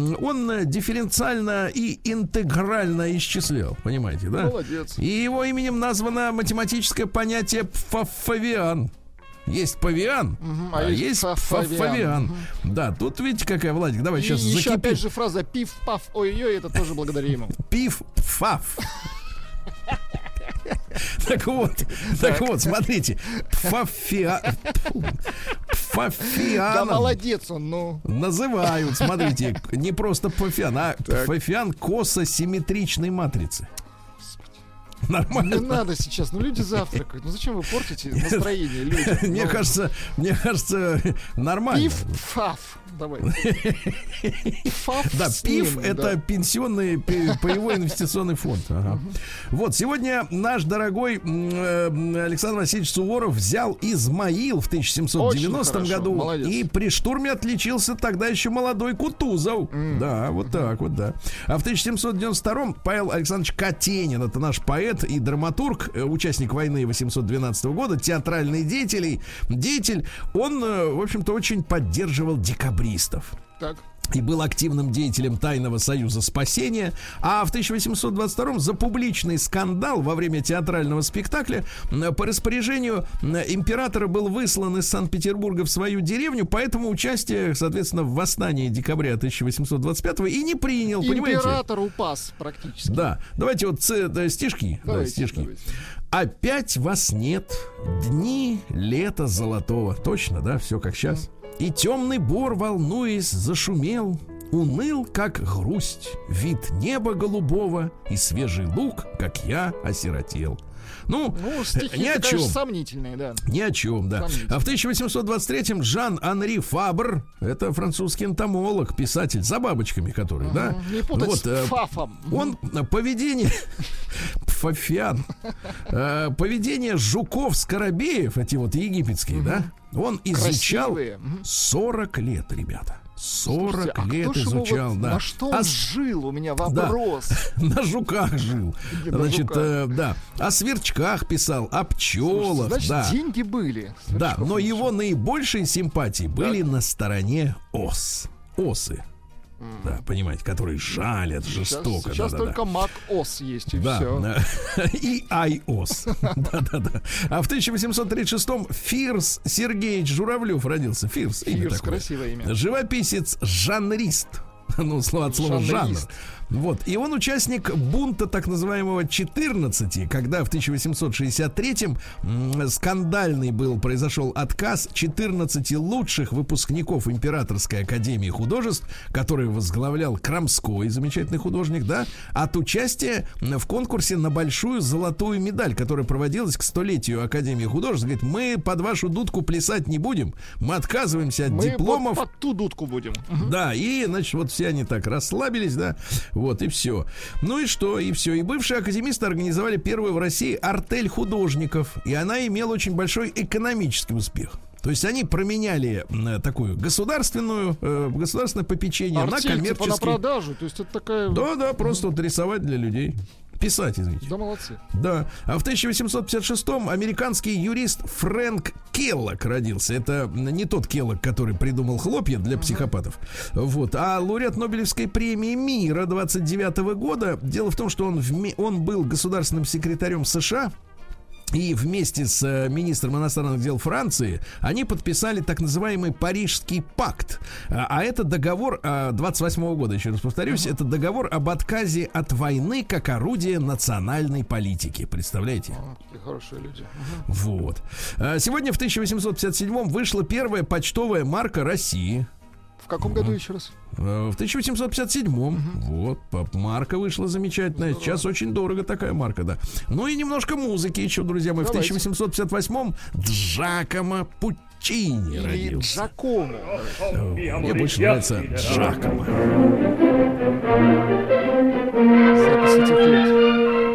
он дифференциально и интегрально исчислял, понимаете, да? Молодец. И его именем названо математическое понятие пфаффавиан. Есть павиан, угу, а, а есть пфаффавиан. Угу. Да, тут видите, какая, Владик, давай и сейчас еще закипим. Опять же фраза пиф-паф, ой-ой, это тоже благодаря ему. Пиф-пфаф. Так вот, так вот, смотрите, Пфафиан. Пфафиан. Да молодец он, ну. Называют, смотрите, не просто Пфафиан, а Пфафиан кососимметричной матрицы. Нормально. Не надо сейчас, ну люди завтракают. Ну зачем вы портите настроение людям? Мне ну, кажется, мне кажется, нормально. Пиф-фаф. Давай. Да, ПИФ — это пенсионный паевой инвестиционный фонд. Ага. Вот, сегодня наш дорогой Александр Васильевич Суворов взял Измаил в тысяча семьсот девяностом году. Молодец. И при штурме отличился тогда еще молодой Кутузов. Mm. Да, вот так вот, да. А в тысяча семьсот девяносто втором Павел Александрович Катенин, это наш поэт и драматург, участник войны восемьсот двенадцатого года, театральный деятель, деятель, он, в общем-то, очень поддерживал декабристов. Так. И был активным деятелем Тайного союза спасения. А в тысяча восемьсот двадцать втором за публичный скандал во время театрального спектакля по распоряжению императора был выслан из Санкт-Петербурга в свою деревню, поэтому участие, соответственно, в восстании декабря тысяча восемьсот двадцать пятого и не принял, понимаете? Император упас практически. Да, давайте вот да, стишки. Давайте, да, стишки. Давайте. Опять вас нет, дни лета золотого. Точно, да, все как сейчас. И темный бор, волнуясь, зашумел, уныл, как грусть, вид неба голубого, и свежий луг, как я, осиротел. Ну, ну стихи, ни о чем. Конечно, сомнительные, да. Ни о чем, да. А в тысяча восемьсот двадцать третьем Жан-Анри Фабр, это французский энтомолог, писатель, за бабочками который, uh-huh. да. Не путать вот, с Пфафом. Он поведение Пфафиан, поведение жуков-скоробеев, эти вот египетские, uh-huh. да, он изучал красивые. сорок лет, ребята. сорок Слушайте, лет а изучал, вот, да. На что он а, жил? У меня вопрос. Да, на жуках жил. На Значит, жуках. Э, да. О сверчках писал, о пчелах. Слушайте, значит, да. деньги были. Да, но его наибольшие симпатии были да. на стороне ос. Осы. Да, понимаете, которые жалят жестоко. Сейчас, сейчас да, только да, да. Mac о эс есть, и да, все. и iOS. Да-да-да. А в тысяча восемьсот тридцать шестом Фирс Сергеевич Журавлев родился. Фирс, имя Фирс, такое. красивое имя. Живописец, жанрист. Ну, слово от слова жанр. Вот. И он участник бунта так называемого четырнадцати, когда в тысяча восемьсот шестьдесят третьем м, скандальный был, произошел отказ четырнадцати лучших выпускников Императорской академии художеств, который возглавлял Крамской, замечательный художник, да, от участия в конкурсе на большую золотую медаль, которая проводилась к столетию Академии художеств. Говорит, мы под вашу дудку плясать не будем, мы отказываемся от мы дипломов. Мы под, под ту дудку будем. Да, и, значит, вот все они так расслабились, да, вот, и все. Ну и что, и все. И бывшие академисты организовали первую в России артель художников, и она имела очень большой экономический успех. То есть они променяли э, такую государственную, э, государственное попечение Артель, на коммерческий. Типа на продажу, то есть это такая... Да, да, просто вот рисовать для людей. Писать, извините. Да, молодцы. Да. А в тысяча восемьсот пятьдесят шестом американский юрист Фрэнк Келлок родился. Это не тот Келлок, который придумал хлопья для психопатов. Вот. А лауреат Нобелевской премии мира двадцать девятого года. Дело в том, что он, вме- он был государственным секретарем США. И вместе с э, министром иностранных дел Франции они подписали так называемый Парижский пакт. А, а это договор э, двадцать восьмого года, еще раз повторюсь, uh-huh. это договор об отказе от войны как орудия национальной политики. Представляете? А, какие хорошие люди. Uh-huh. Вот. А, сегодня в тысяча восемьсот пятьдесят седьмом вышла первая почтовая марка России. В каком году еще раз? В тысяча восемьсот пятьдесят седьмом. Uh-huh. Вот, марка вышла замечательная. Здорово. Сейчас очень дорого такая марка, да. Ну и немножко музыки еще, друзья мои. Давайте. В тысяча восемьсот пятьдесят восьмом Джакомо Пуччини Или родился. Джакомо. Мне больше нравится Джакомо. Запись этих лет.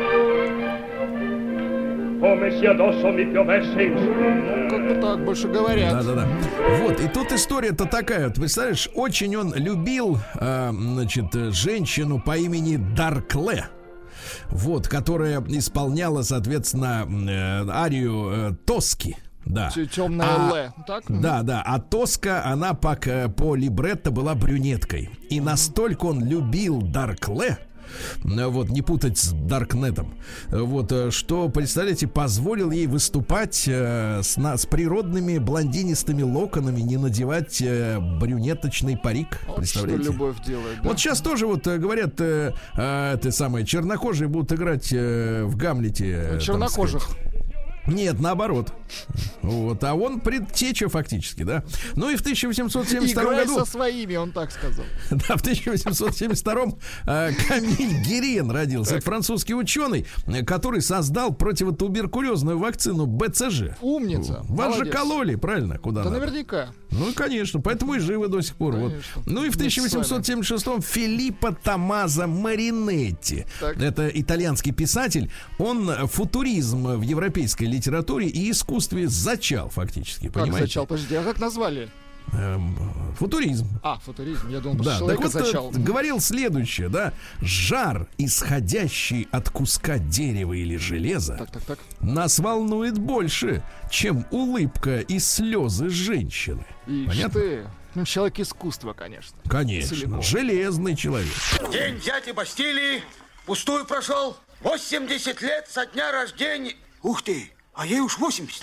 Ну, как бы так больше говорят. Да-да-да. Вот, и тут история-то такая. Вот, представляешь, очень он любил, э, значит, женщину по имени Даркле. Вот, которая исполняла, соответственно, э, арию э, Тоски. Да. Темная а, Л, так? Да, да. А Тоска, она по, по либретто была брюнеткой. И настолько он любил Даркле, вот, не путать с Даркнетом, вот, что, представляете, позволил ей выступать э, с, на, с природными блондинистыми локонами, не надевать э, брюнеточный парик. Вот представляете? Что любовь делает, да? Вот сейчас тоже вот говорят, э, э, это самое, чернокожие будут играть э, в Гамлете. Чернокожих. Нет, наоборот. Вот, а он предтеча фактически, да. Ну и в тысяча восемьсот семьдесят втором Играй году... со своими, он так сказал. Да, в тысяча восемьсот семьдесят втором э, Камиль Герен родился. Так. Это французский ученый, который создал противотуберкулезную вакцину бэ цэ жэ. Умница. Вас молодец. Же кололи, правильно? Куда да надо? Наверняка. Ну, конечно, поэтому и живы до сих пор. Вот. Ну и в тысяча восемьсот семьдесят шестом Филиппо Томмазо Маринетти. Так. Это итальянский писатель. Он футуризм в европейской литературе и искусстве зачал фактически. Как понимаете? зачал? Подожди, а как назвали? Эм, футуризм. А, футуризм. Я думал, да, человека так вот, зачал. Говорил следующее, да. Жар, исходящий от куска дерева или железа, так, так, так. нас волнует больше, чем улыбка и слезы женщины. Ишь понятно? Ты. Ну, человек искусства, конечно. Конечно. Целиком. Железный человек. День дяди Бастилии пустую прошел. восемьдесят лет со дня рождения. Ух ты, а ей уж восемьдесят.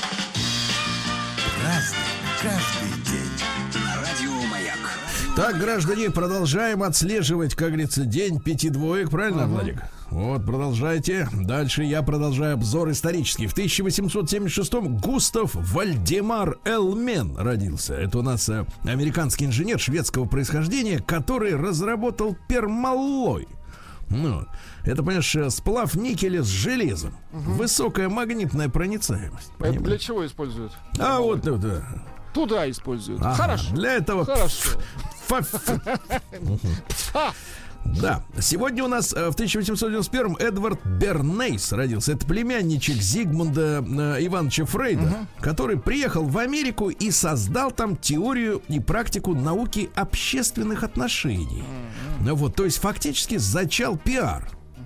Разный, каждый день. На радио Маяк. Так, граждане, продолжаем отслеживать, как говорится, день пяти двоек, правильно, uh-huh. Владик? Вот, продолжайте. Дальше я продолжаю обзор исторический. В тысяча восемьсот семьдесят шестом Густав Вальдемар Элмен родился. Это у нас э, американский инженер шведского происхождения, который разработал пермаллой. Ну, это, понимаешь, сплав никеля с железом. Угу. Высокая магнитная проницаемость. Это для чего используют? А вот, да, да. Туда используют. Ага, хорошо. Для этого. Хорошо. Да, сегодня у нас в тысяча восемьсот девяносто первом Эдвард Бернейс родился. Это племянничек Зигмунда э, Ивановича Фрейда, uh-huh. который приехал в Америку и создал там теорию и практику науки общественных отношений. Uh-huh. Вот, то есть фактически зачал пиар.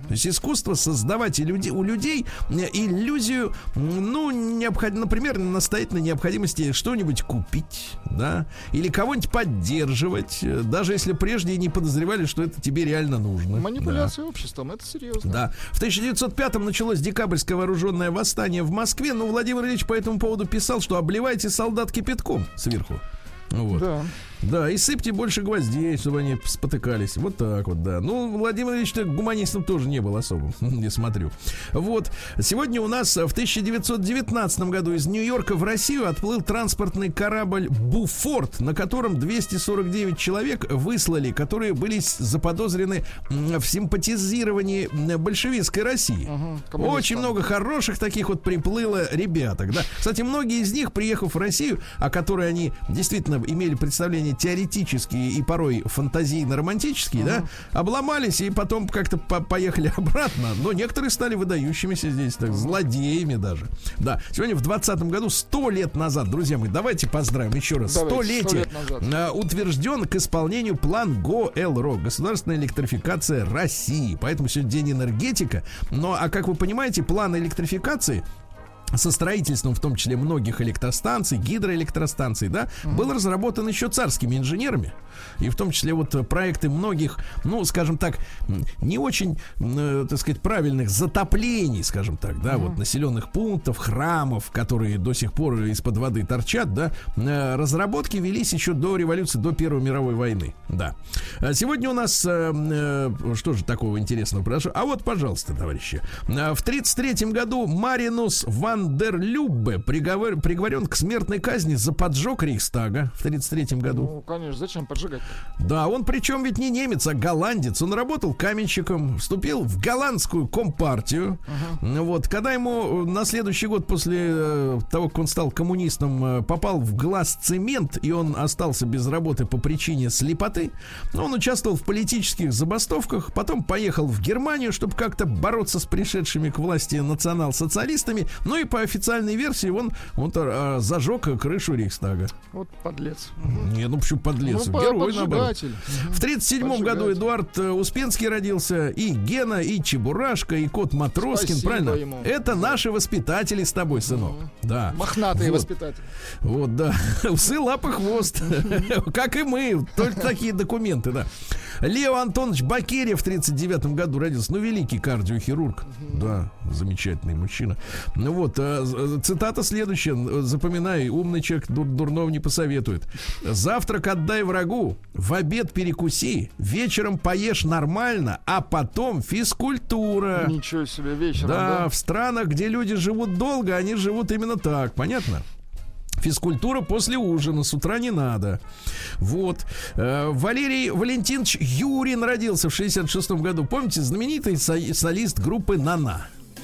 То есть искусство создавать у людей, у людей иллюзию, ну, необход... например, настоятельной необходимости что-нибудь купить, да, или кого-нибудь поддерживать, даже если прежде не подозревали, что это тебе реально нужно. Манипуляция да. обществом, это серьезно. Да. В тысяча девятьсот пятом началось декабрьское вооруженное восстание в Москве, но Владимир Ильич по этому поводу писал, что обливайте солдат кипятком сверху. Вот. Да. Да, и сыпьте больше гвоздей, чтобы они спотыкались. Вот так вот, да. Ну, Владимир Ильич гуманистом тоже не был особым, не смотрю. Вот. Сегодня у нас в тысяча девятьсот девятнадцатом году из Нью-Йорка в Россию отплыл транспортный корабль «Буфорт», на котором двести сорок девять человек выслали, которые были заподозрены в симпатизировании большевистской России. Угу, очень много хороших таких вот приплыло ребяток, да. Кстати, многие из них, приехав в Россию, о которой они действительно имели представление теоретические и порой фантазийно-романтические, uh-huh. да, обломались и потом как-то по- поехали обратно. Но некоторые стали выдающимися здесь, так, злодеями даже. Да, сегодня в двадцатом году, сто лет назад, друзья мои, давайте поздравим еще раз. Столетие uh, утвержден к исполнению план ГОЭЛРО, государственная электрификация России. Поэтому сегодня день энергетика. Но, а как вы понимаете, план электрификации со строительством, в том числе многих электростанций, гидроэлектростанций, да, mm-hmm. был разработан еще царскими инженерами. И в том числе вот проекты многих, ну, скажем так, не очень, э, так сказать, правильных затоплений, скажем так, да, mm-hmm. вот населенных пунктов, храмов, которые до сих пор из-под воды торчат, да, э, разработки велись еще до революции, до Первой мировой войны, да. А сегодня у нас, э, э, что же такого интересного произошло? А вот, пожалуйста, товарищи, э, в тридцать третьем году Маринус ван дер Люббе приговор, приговорен к смертной казни за поджог Рейхстага в тридцать третьем году. Ну, конечно, зачем поджигать-то? Да, он причем ведь не немец, а голландец. Он работал каменщиком, вступил в голландскую компартию. Uh-huh. Вот, когда ему на следующий год после того, как он стал коммунистом, попал в глаз цемент, и он остался без работы по причине слепоты, он участвовал в политических забастовках, потом поехал в Германию, чтобы как-то бороться с пришедшими к власти национал-социалистами. Ну и по официальной версии он, он а, зажег крышу Рейхстага. Вот подлец. Не, ну почему подлец? Ну, Герой, наоборот. Угу. В тридцать седьмом году Эдуард Успенский родился, и Гена, и Чебурашка, и кот Матроскин. Спасибо, правильно? Ему. Это наши воспитатели с тобой, сынок. Угу. Да. Мохнатые вот. Воспитатели. Вот, да. Усы, лапы, хвост. Как и мы. Только такие документы, да. Лео Антонович Бакерьев в тридцать девятом году родился. Ну, великий кардиохирург. Да, замечательный мужчина. Ну вот, цитата следующая. Запоминай, умный человек дур- дурного не посоветует. Завтрак отдай врагу, в обед перекуси, вечером поешь нормально, а потом физкультура. Ничего себе, вечером, да, да? В странах, где люди живут долго, они живут именно так, понятно? Физкультура после ужина, с утра не надо. Вот. Валерий Валентинович Юрин родился в шестьдесят шестом году. Помните, знаменитый солист группы «Нана»?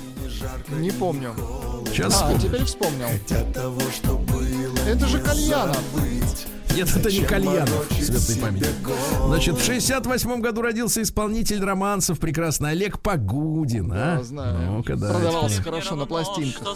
Не помню. Сейчас а, вспомню. теперь вспомнил. Это же Кальянов. Нет, это не Кальянов, светлой памяти. Значит, в шестьдесят восьмом году родился исполнитель романсов прекрасный Олег Погудин. А? Да, знаю. Ну-ка, да. Продавался хорошо на пластинках.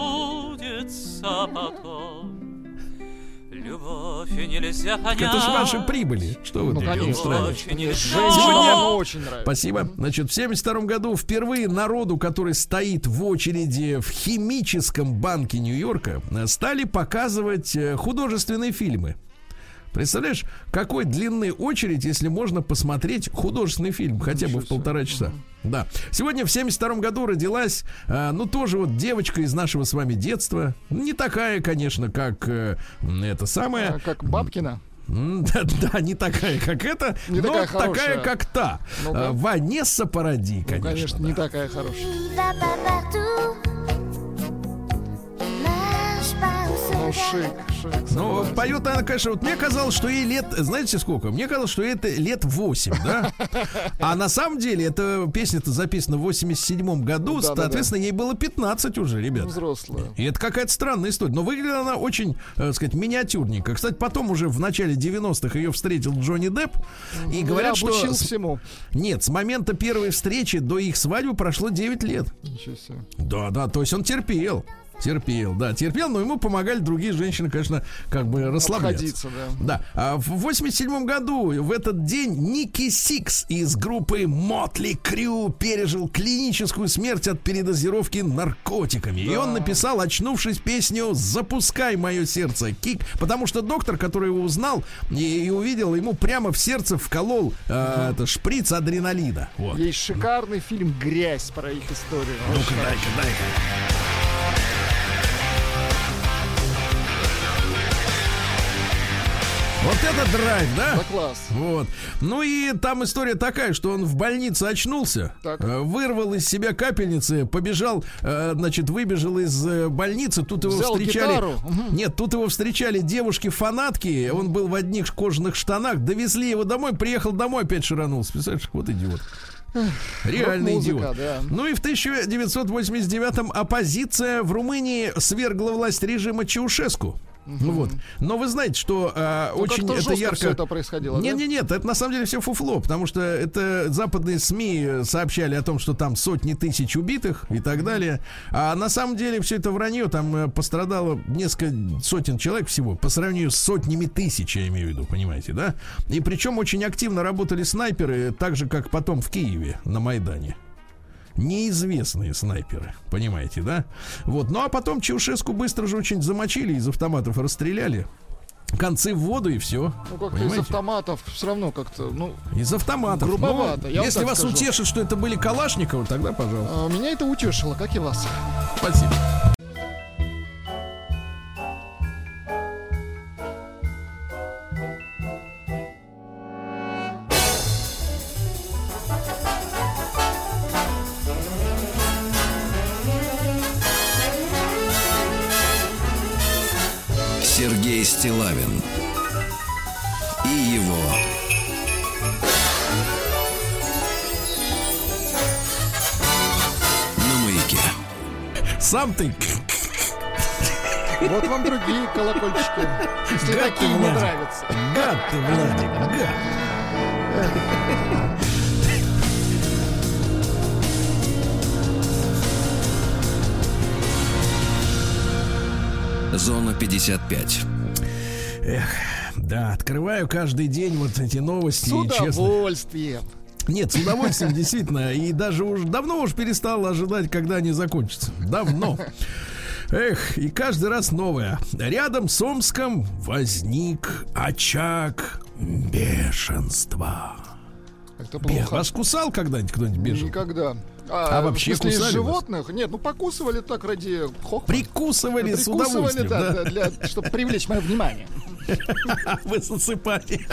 Любовь нельзя понять. Это ж ваши прибыли. Что вы ну, тут устраиваете? Сегодня очень нравится. Спасибо. Значит, в семьдесят втором году впервые народу, который стоит в очереди в химическом банке Нью-Йорка, стали показывать художественные фильмы. Представляешь, какой длинной очередь, если можно посмотреть художественный фильм, хотя бы в полтора часа. Да. Сегодня в семьдесят втором году родилась, э, ну, тоже вот девочка из нашего с вами детства. Не такая, конечно, как э, это самое... А, как Бабкина? Да, да, не такая, как эта, не но такая, такая, как та. Ну-ка. Ванесса Паради, конечно. Ну, конечно, да. не такая хорошая. Ну, шик, шик. Ну, поет она, конечно, вот мне казалось, что ей лет, знаете сколько? Мне казалось, что ей это лет восемь, да? А на самом деле, эта песня-то записана в восемьдесят седьмом году, да, соответственно, да, да. ей было пятнадцать уже, ребят. Взрослая. И это какая-то странная история. Но выглядела она очень, так сказать, миниатюрненько. Кстати, потом уже в начале девяностых ее встретил Джонни Депп. И ну, говорят, я обучил что... всему. Нет, с момента первой встречи до их свадьбы прошло девять лет. Ничего себе. Да, да, то есть он терпел. Терпел, да, терпел, но ему помогали другие женщины, конечно, как бы расслабляться. Да. Да. А в восемьдесят седьмом году в этот день Ники Сикс из группы Motley Crue пережил клиническую смерть от передозировки наркотиками. Да. И он написал, очнувшись, песню «Запускай мое сердце, кик», потому что доктор, который его узнал и, и увидел, ему прямо в сердце вколол э, это, шприц адреналина. Вот. Есть шикарный фильм «Грязь» про их историю. Ну-ка, дай-ка, дай-ка. Вот это драйв, да? Да, класс. Вот. Ну и там история такая, что он в больнице очнулся, так. вырвал из себя капельницы, побежал, значит, выбежал из больницы. Тут его Взял встречали. Гитару. Нет, тут его встречали девушки-фанатки. Он был в одних кожаных штанах. Довезли его домой, приехал домой, опять шаранулся. Представляешь, вот идиот. Реальный идиот. Да. Ну и в тысяча девятьсот восемьдесят девятом оппозиция в Румынии свергла власть режима Чаушеску. Ну вот. Но вы знаете, что а, ну, очень это ярко. Все это происходило. Нет, да? нет, нет, это на самом деле все фуфло, потому что это западные СМИ сообщали о том, что там сотни тысяч убитых и так далее. А на самом деле все это вранье. Там пострадало несколько сотен человек всего по сравнению с сотнями тысяч, я имею в виду, понимаете, да? И причем очень активно работали снайперы, так же как потом в Киеве на Майдане. Неизвестные снайперы, понимаете, да? Вот, ну а потом Чаушеску быстро же очень замочили, из автоматов расстреляли. Концы в воду и все. Ну как-то из автоматов все равно как-то, ну... Из автоматов. Грубовато, я Если вас скажу. утешит, что это были Калашниковы, тогда пожалуйста. А, меня это утешило, как и вас. Спасибо. Сергей Стиллавин и его на Маяке. Сам ты. Вот вам другие колокольчики. Если Гад такие ты, не Владик. нравятся. Гад ты, Владик, гад. Зона пятьдесят пять. Эх, да, открываю каждый день вот эти новости. С удовольствием. Честно, нет, с удовольствием, действительно. И даже уже давно уж перестал ожидать, когда они закончатся. Давно. Эх, и каждый раз новое. Рядом с Омском возник очаг бешенства. Это Бе- плохо. Вас кусал когда-нибудь кто-нибудь бешен? Никогда. А, а вообще в смысле, из кусали животных? Нет, ну покусывали так ради хохма. Прикусывали, с Прикусывали, удовольствием, да, да? да, для, чтобы привлечь мое внимание. Вы засыпали.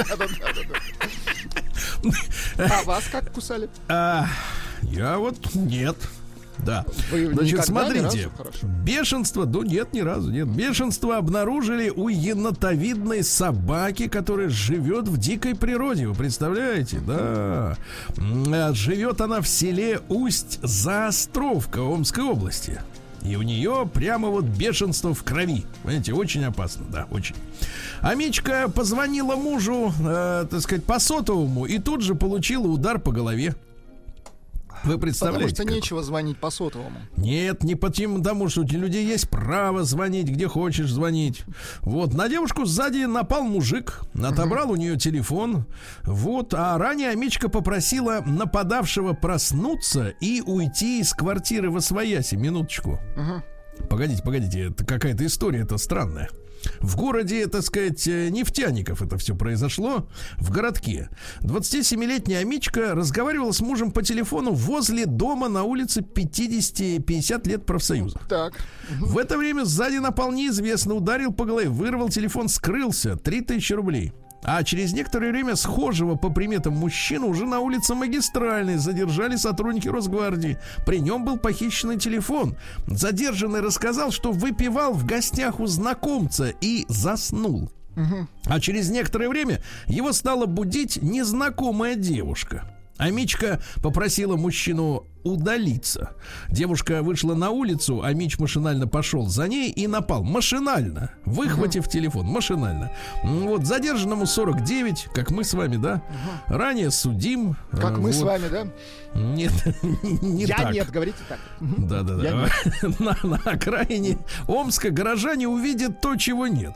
А вас как кусали? А, я вот нет. Да. Вы Значит, никогда, смотрите. ни разу? Хорошо. Бешенство, ну нет, ни разу нет. Бешенство обнаружили у енотовидной собаки, которая живет в дикой природе. Вы представляете? Да. М, Живет она в селе Усть-Заостровка Омской области. И у нее прямо вот бешенство в крови. Понимаете, очень опасно, да, очень. Амичка позвонила мужу, э, так сказать, по сотовому, и тут же получила удар по голове. Вы представляете? Потому что как? нечего звонить по сотовому. Нет, не потому, что у людей есть право звонить, где хочешь звонить. Вот, на девушку сзади напал мужик, отобрал uh-huh. у нее телефон. Вот, а ранее Амичка попросила нападавшего проснуться и уйти из квартиры восвояси. Минуточку. Uh-huh. Погодите, погодите, это какая-то история-то странная. В городе, так сказать, нефтяников это все произошло. В городке двадцатисемилетняя Амичка разговаривала с мужем по телефону возле дома на улице пятьдесят лет профсоюза. Так. В это время сзади напал неизвестный, ударил по голове, вырвал телефон, скрылся. Три тысячи рублей. А через некоторое время схожего по приметам мужчину уже на улице Магистральной задержали сотрудники Росгвардии. При нем был похищенный телефон. Задержанный рассказал, что выпивал в гостях у знакомца и заснул. Угу. А через некоторое время его стала будить незнакомая девушка. Амичка попросила мужчину удалиться. Девушка вышла на улицу, а Мич машинально пошел за ней и напал. Машинально, выхватив uh-huh. телефон. Машинально. Вот, задержанному сорок девять, как мы с вами, да? Uh-huh. Ранее судим. Как мы вот. С вами, да? Нет, не Я так. нет, говорите так. Да-да-да. На, на окраине Омска горожане увидят то, чего нет.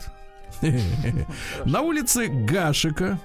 На улице Гашика,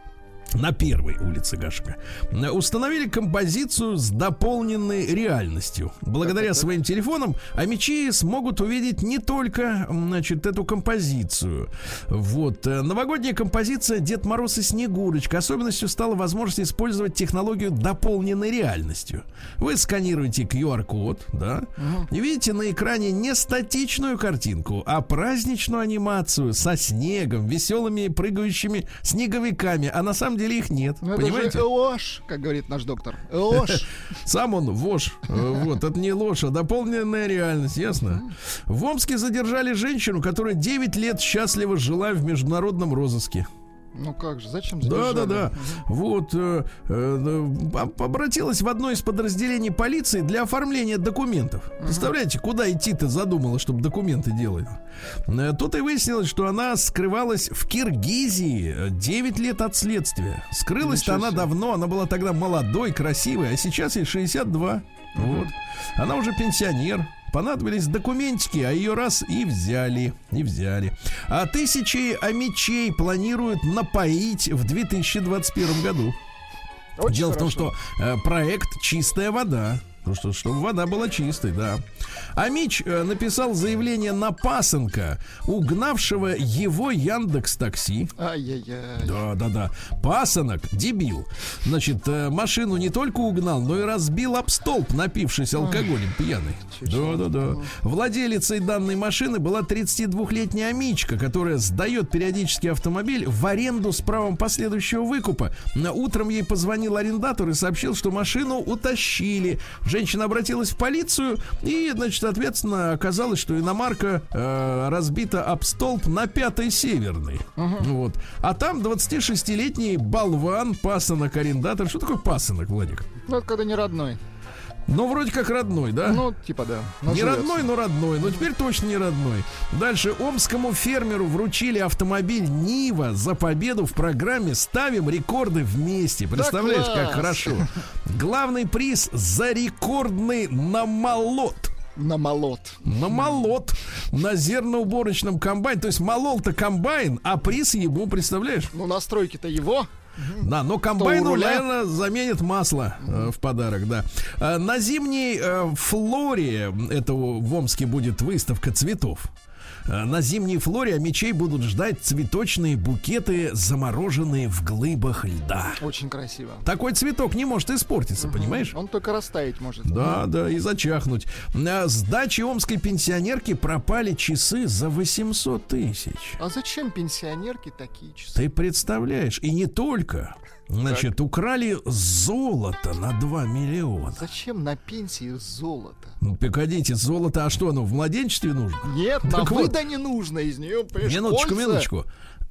на первой улице Гашика, установили композицию с дополненной реальностью. Благодаря своим телефонам омичи смогут увидеть не только, значит, эту композицию. Вот. Новогодняя композиция «Дед Мороз и Снегурочка». Особенностью стала возможность использовать технологию дополненной реальностью. Вы сканируете ку ар-код, да, и видите на экране не статичную картинку, а праздничную анимацию со снегом, веселыми прыгающими снеговиками. А на самом деле их нет. Ну, понимаете? Это же ложь, как говорит наш доктор. Ложь. Сам он вошь. Вот, это не ложь, а дополненная реальность, ясно? В Омске задержали женщину, которая девять лет счастливо жила в международном розыске. Ну как же, зачем задержали? Да, да, да. Угу. Вот э, э, обратилась в одно из подразделений полиции для оформления документов. Угу. Представляете, куда идти-то задумала, чтобы документы делать? Э, тут и выяснилось, что она скрывалась в Киргизии девять лет от следствия. Скрылась-то она давно, она была тогда молодой, красивой, а сейчас ей шестьдесят два. Угу. Вот. Она уже пенсионер. Понадобились документики, а ее раз и взяли, и взяли. А тысячи омичей планируют напоить в две тысячи двадцать первом году. Очень Дело хорошо. В том, что э, проект «Чистая вода». Ну что, чтобы вода была чистой, да. Амич э, написал заявление на пасынка, угнавшего его Яндекс.Такси. Ай-яй-яй. Да, да, да. Пасынок, дебил. Значит, э, машину не только угнал, но и разбил об столб, напившись алкоголем пьяный. Да, да, да. Владелицей данной машины была тридцатидвухлетняя амичка, которая сдает периодически автомобиль в аренду с правом последующего выкупа. Утром ей позвонил арендатор и сообщил, что машину утащили. Женщина обратилась в полицию и, значит, ответственно оказалось, что иномарка э, разбита об столб на Пятой Северной. Uh-huh. Вот. А там двадцатишестилетний болван, пасынок-арендатор. Что такое пасынок, Владик? Ну, это когда не родной. Ну, вроде как родной, да? Ну, типа, да. Но не родной, но родной. Но теперь точно не родной. Дальше. Омскому фермеру вручили автомобиль Нива за победу в программе «Ставим рекорды вместе». Представляешь, да, как хорошо. Главный приз за рекордный намолот. Намолот. Намолот на зерноуборочном комбайне. То есть молол-то комбайн, а приз ему, представляешь? Ну, настройки-то его. Да, но комбайну, наверное, заменит масло э, в подарок, да. Э, на зимней э, флоре этого в Омске будет выставка цветов. Э, на зимней флоре омичей будут ждать цветочные букеты, замороженные в глыбах льда. Очень красиво. Такой цветок не может испортиться, угу. Понимаешь? Он только растаять может. Да, да, и зачахнуть. Э, с дачи омской пенсионерки пропали часы за восемьсот тысяч. А зачем пенсионерке такие часы? Ты представляешь, и не только. Значит, так. Украли золото на два миллиона. Зачем на пенсии золото? Ну, погодите, золото, а что оно, в младенчестве нужно? Нет, так на вот. Выда не нужно, из нее, понимаешь, минуточку, польза. минуточку.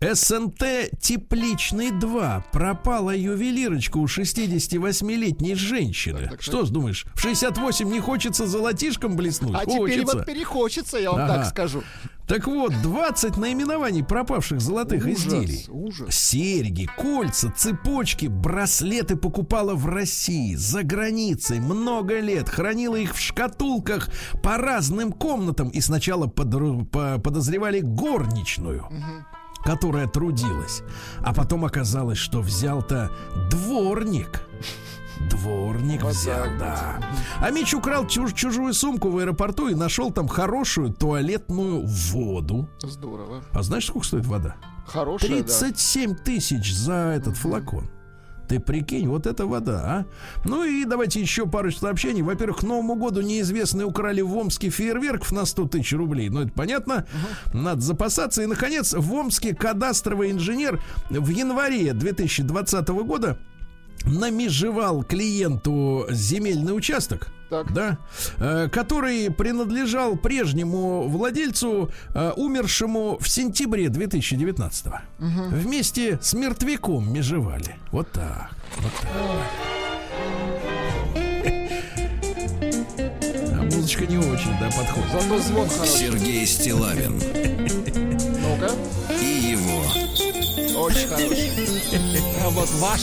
СНТ Тепличный два. Пропала ювелирочка у шестидесятивосьмилетней женщины. Так, так, что ж думаешь, в шестьдесят восемь не хочется золотишком блеснуть? А хочется. Теперь вот перехочется, я вам ага. так скажу. Так вот, двадцать наименований пропавших золотых ужас, изделий. Ужас. Серьги, кольца, цепочки, браслеты покупала в России, за границей, много лет. Хранила их в шкатулках по разным комнатам. И сначала подр- по- подозревали горничную, угу. которая трудилась. А потом оказалось, что взял-то дворник. Дворник вот взял, да. А Мич украл чуж- чужую сумку в аэропорту и нашел там хорошую туалетную воду. Здорово. А знаешь, сколько стоит вода? Хорошая, тридцать семь да. тысяч за этот флакон. Ты прикинь, вот это вода, а? Ну и давайте еще пару сообщений. Во-первых, к Новому году неизвестные украли в Омске фейерверков на сто тысяч рублей. Ну, это понятно. Uh-huh. Надо запасаться. И, наконец, в Омске кадастровый инженер в январе две тысячи двадцатого года намежевал клиенту земельный участок, так. да, э, который принадлежал прежнему владельцу, э, умершему в сентябре две тысячи девятнадцатого. Угу. Вместе с мертвяком межевали. Вот так. Вот так. музычка не очень, да, подходит. Зато звон хороший. Сергей Стиллавин Ну-ка. и его Очень хороший. А вот ваш.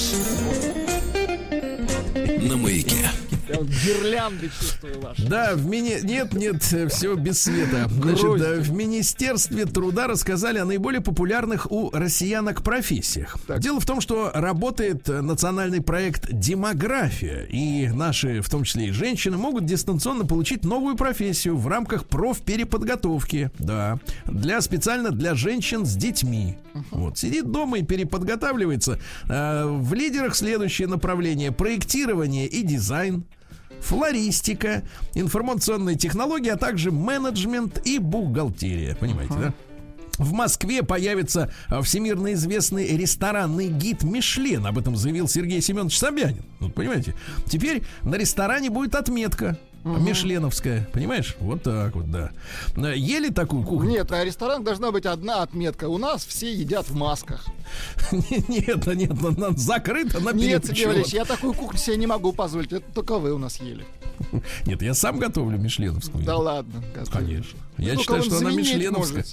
на Маяке. Я вот гирлянды чувствую ваши. Да, в мини... Нет, нет, все без света. Значит, да, в Министерстве труда рассказали о наиболее популярных у россиянок профессиях. Так. Дело в том, что работает национальный проект «Демография», и наши, в том числе и женщины, могут дистанционно получить новую профессию в рамках профпереподготовки. Да, для специально для женщин с детьми. Uh-huh. Вот, сидит дома и переподготавливается. А, в лидерах следующие направления: проектирование и дизайн, флористика, информационные технологии, а также менеджмент и бухгалтерия. Понимаете, uh-huh. да? В Москве появится всемирно известный ресторанный гид «Мишлен». Об этом заявил Сергей Семенович Собянин. Вот, понимаете? Теперь на ресторане будет отметка угу. мишленовская. Понимаешь? Вот так вот, да. Ели такую кухню? Нет, на ресторанах должна быть одна отметка. У нас все едят в масках. Нет, нет, она закрыта наперед. Нет, Сергей Валерьевич, я такую кухню себе не могу позволить. Это только вы у нас ели. Нет, я сам готовлю мишленовскую. Да ладно. Конечно. Я считаю, что она мишленовская.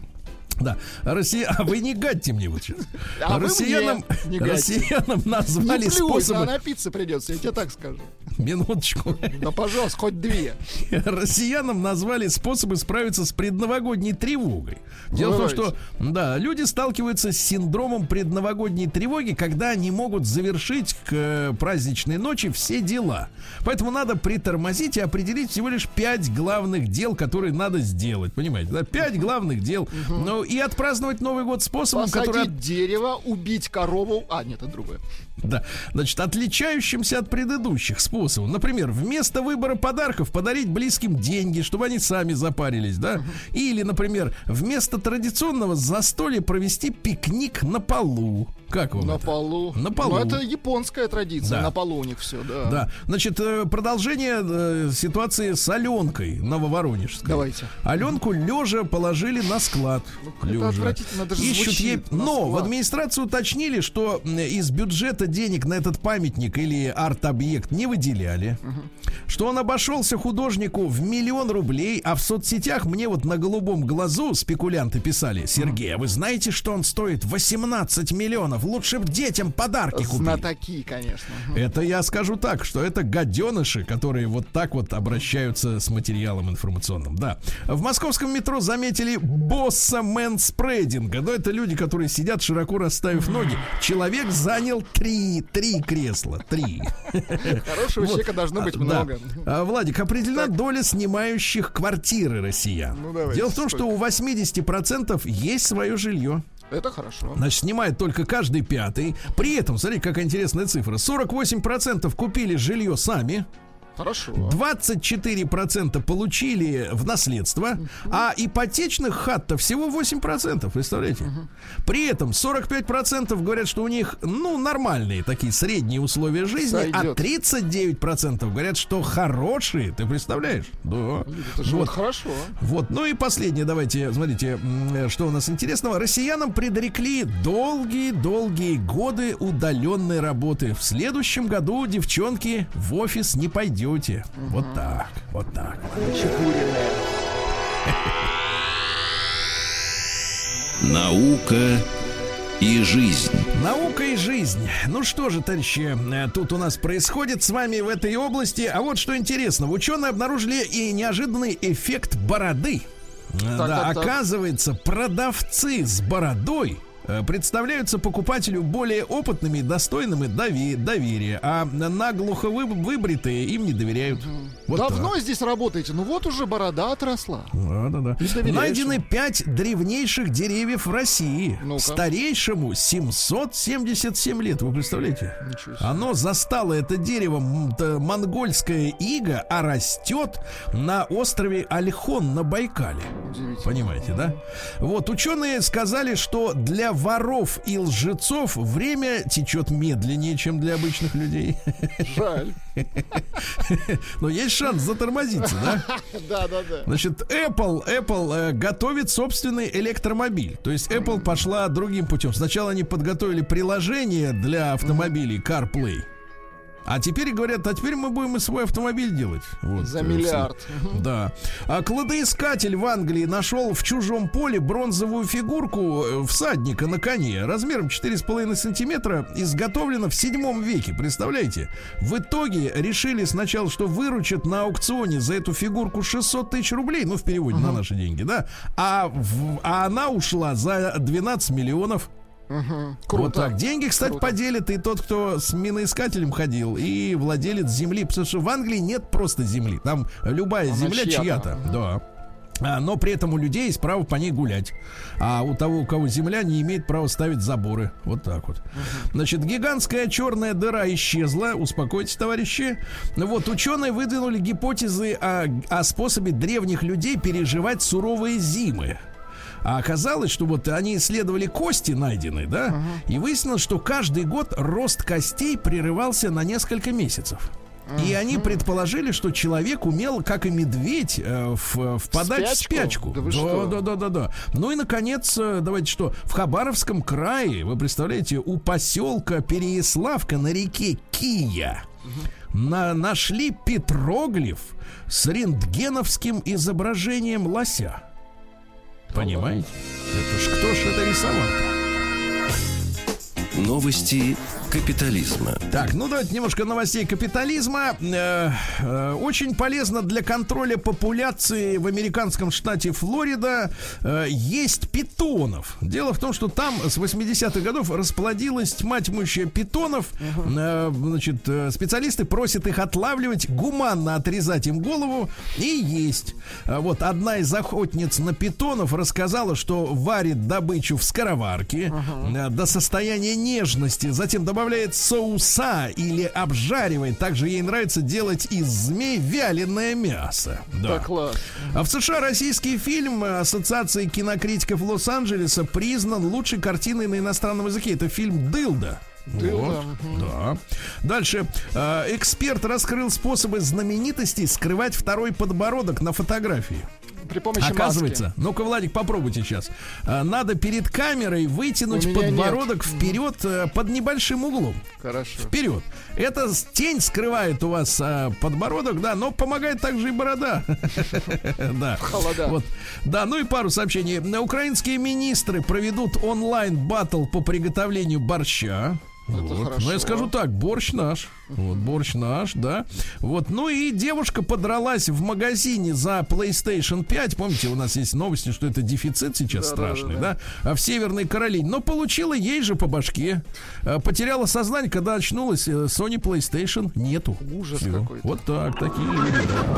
Да, Россия, а вы не гадьте мне вот сейчас. А россиянам, не россиянам назвали не плюй, способы. А напиться придется, я тебе так скажу. Минуточку. Да, пожалуйста, хоть две. Россиянам назвали способы справиться с предновогодней тревогой. Дело в том, что да, люди сталкиваются с синдромом предновогодней тревоги, когда они могут завершить к праздничной ночи все дела. Поэтому надо притормозить и определить всего лишь пять главных дел, которые надо сделать. Понимаете, да? Пять главных дел. Угу. Ну и отпраздновать Новый год способом, посадить который... дерево, убить корову. А, нет, это другое. Да, значит, отличающимся от предыдущих способов. Например, вместо выбора подарков подарить близким деньги, чтобы они сами запарились, да? Uh-huh. Или, например, вместо традиционного застолья провести пикник на полу. Как вам на это? полу. На полу. Ну, это японская традиция. Да. На полу у них все, да. Да. Значит, продолжение ситуации с Аленкой Нововоронежской. Давайте. Аленку лежа положили на склад. Ну, это отвратительно, даже Ищут звучит. ей... Но в администрацию уточнили, что из бюджета денег на этот памятник или арт-объект не выделяли. Угу. Что он обошелся художнику в миллион рублей, а в соцсетях мне вот на голубом глазу спекулянты писали: Сергей, а вы знаете, что он стоит восемнадцать миллионов? Лучше б детям подарки купили. Знатоки, конечно. Это я скажу так, что это гаденыши, которые вот так вот обращаются с материалом информационным. Да. В московском метро заметили босса мэнспрейдинга. Но это люди, которые сидят, широко расставив ноги. Человек занял три, три кресла. Три. Хорошего человека должно быть много. Владик, определена доля снимающих квартиры россиян. Дело в том, что у восемьдесят процентов есть свое жилье. Это хорошо. Значит, снимает только каждый пятый. При этом, смотрите, какая интересная цифра. сорок восемь процентов купили жилье сами. Хорошо. двадцать четыре процента получили в наследство, uh-huh. а ипотечных хат-то всего восемь процентов, представляете? Uh-huh. При этом сорок пять процентов говорят, что у них, ну, нормальные такие средние условия жизни, сойдет. А тридцать девять процентов говорят, что хорошие, ты представляешь? Да. Это же вот. Хорошо. Вот, ну и последнее, давайте, смотрите, что у нас интересного. Россиянам предрекли долгие-долгие годы удаленной работы. В следующем году девчонки в офис не пойдут. Угу. Вот так, вот так. Наука и жизнь. Наука и жизнь. Ну что же, товарищи, тут у нас происходит с вами в этой области. А вот что интересно. Ученые обнаружили и неожиданный эффект бороды. Так, да, так, оказывается, так. продавцы с бородой представляются покупателю более опытными и достойными дови- доверия, а наглухо вы- выбритые им не доверяют. Вот давно так. Здесь работаете? Ну вот уже борода отросла. Да, да, да. Найдены пять древнейших деревьев в России. Ну-ка. Старейшему семьсот семьдесят семь лет. Вы представляете? Оно застало, это дерево, монгольская ига, а растет на острове Ольхон на Байкале. Понимаете, да? Вот, ученые сказали, что для воров и лжецов время течет медленнее, чем для обычных людей. Жаль. Но есть шанс затормозиться, да? Да, да, да. Значит, Apple, Apple э, готовит собственный электромобиль. То есть Apple пошла другим путем. Сначала они подготовили приложение для автомобилей CarPlay. А теперь говорят, а теперь мы будем и свой автомобиль делать. Вот, За миллиард. Да. А кладоискатель в Англии нашел в чужом поле бронзовую фигурку всадника на коне размером четыре с половиной сантиметра, изготовлена в седьмом веке. Представляете? В итоге решили сначала, что выручат на аукционе за эту фигурку шестьсот тысяч рублей, ну, в переводе uh-huh. на наши деньги, да? А, в, а она ушла за двенадцать миллионов. Угу. Круто. Вот так. Деньги, кстати, Круто. поделят и тот, кто с миноискателем ходил, и владелец земли. Потому что в Англии нет просто земли. Там любая Она земля чья-то. чья-то. Да. А, но при этом у людей есть право по ней гулять. А у того, у кого земля, не имеет права ставить заборы. Вот так вот. Uh-huh. Значит, гигантская черная дыра исчезла. Успокойтесь, товарищи. Вот, ученые выдвинули гипотезы о, о способе древних людей переживать суровые зимы. А оказалось, что вот они исследовали кости найденные, да, uh-huh. и выяснилось, что каждый год рост костей прерывался на несколько месяцев. Uh-huh. И они предположили, что человек умел, как и медведь, э, в, впадать спячку? в спячку. Да, вы да, что? да, да, да, да. Ну и, наконец, давайте что, в Хабаровском крае, вы представляете, у поселка Переяславка на реке Кия uh-huh. на, нашли петроглиф с рентгеновским изображением лося. Понимаете? Это ж кто ж это рисовал-то? Новости капитализма. Так, ну давайте немножко новостей капитализма. Э, э, очень полезно для контроля популяции в американском штате Флорида э, есть питонов. Дело в том, что там с восьмидесятых годов расплодилась тьма тьмущая питонов. Uh-huh. Э, значит, э, специалисты просят их отлавливать, гуманно отрезать им голову и есть. Э, вот одна из охотниц на питонов рассказала, что варит добычу в скороварке uh-huh. э, до состояния нежности, затем добавляет соуса или обжаривает. Также ей нравится делать из змей вяленое мясо. Да. Да, класс. А в США российский фильм Ассоциации кинокритиков Лос-Анджелеса признан лучшей картиной на иностранном языке. Это фильм «Дылда». Вот, да. Дальше. Э, эксперт раскрыл способы знаменитостей скрывать второй подбородок на фотографии. При помощи Оказывается, маски. ну-ка, Владик, попробуйте сейчас. А, надо перед камерой вытянуть подбородок нет. вперед а, под небольшим углом. Хорошо. Вперед. Эта тень скрывает у вас а, подбородок, да, но помогает также и борода. Да. Холода. Вот. Да, ну и пару сообщений. Украинские министры проведут онлайн-баттл по приготовлению борща. Вот. Ну, я скажу так, борщ наш. Вот, борщ наш, да. Вот, ну и девушка подралась в магазине за PlayStation пять. Помните, у нас есть новости, что это дефицит сейчас да, страшный, да, да, да. да, в Северной Каролине. Но получила ей же по башке. Потеряла сознание, когда очнулась. Sony PlayStation нету. Ужас Всё. какой-то. Вот так, такие люди, да.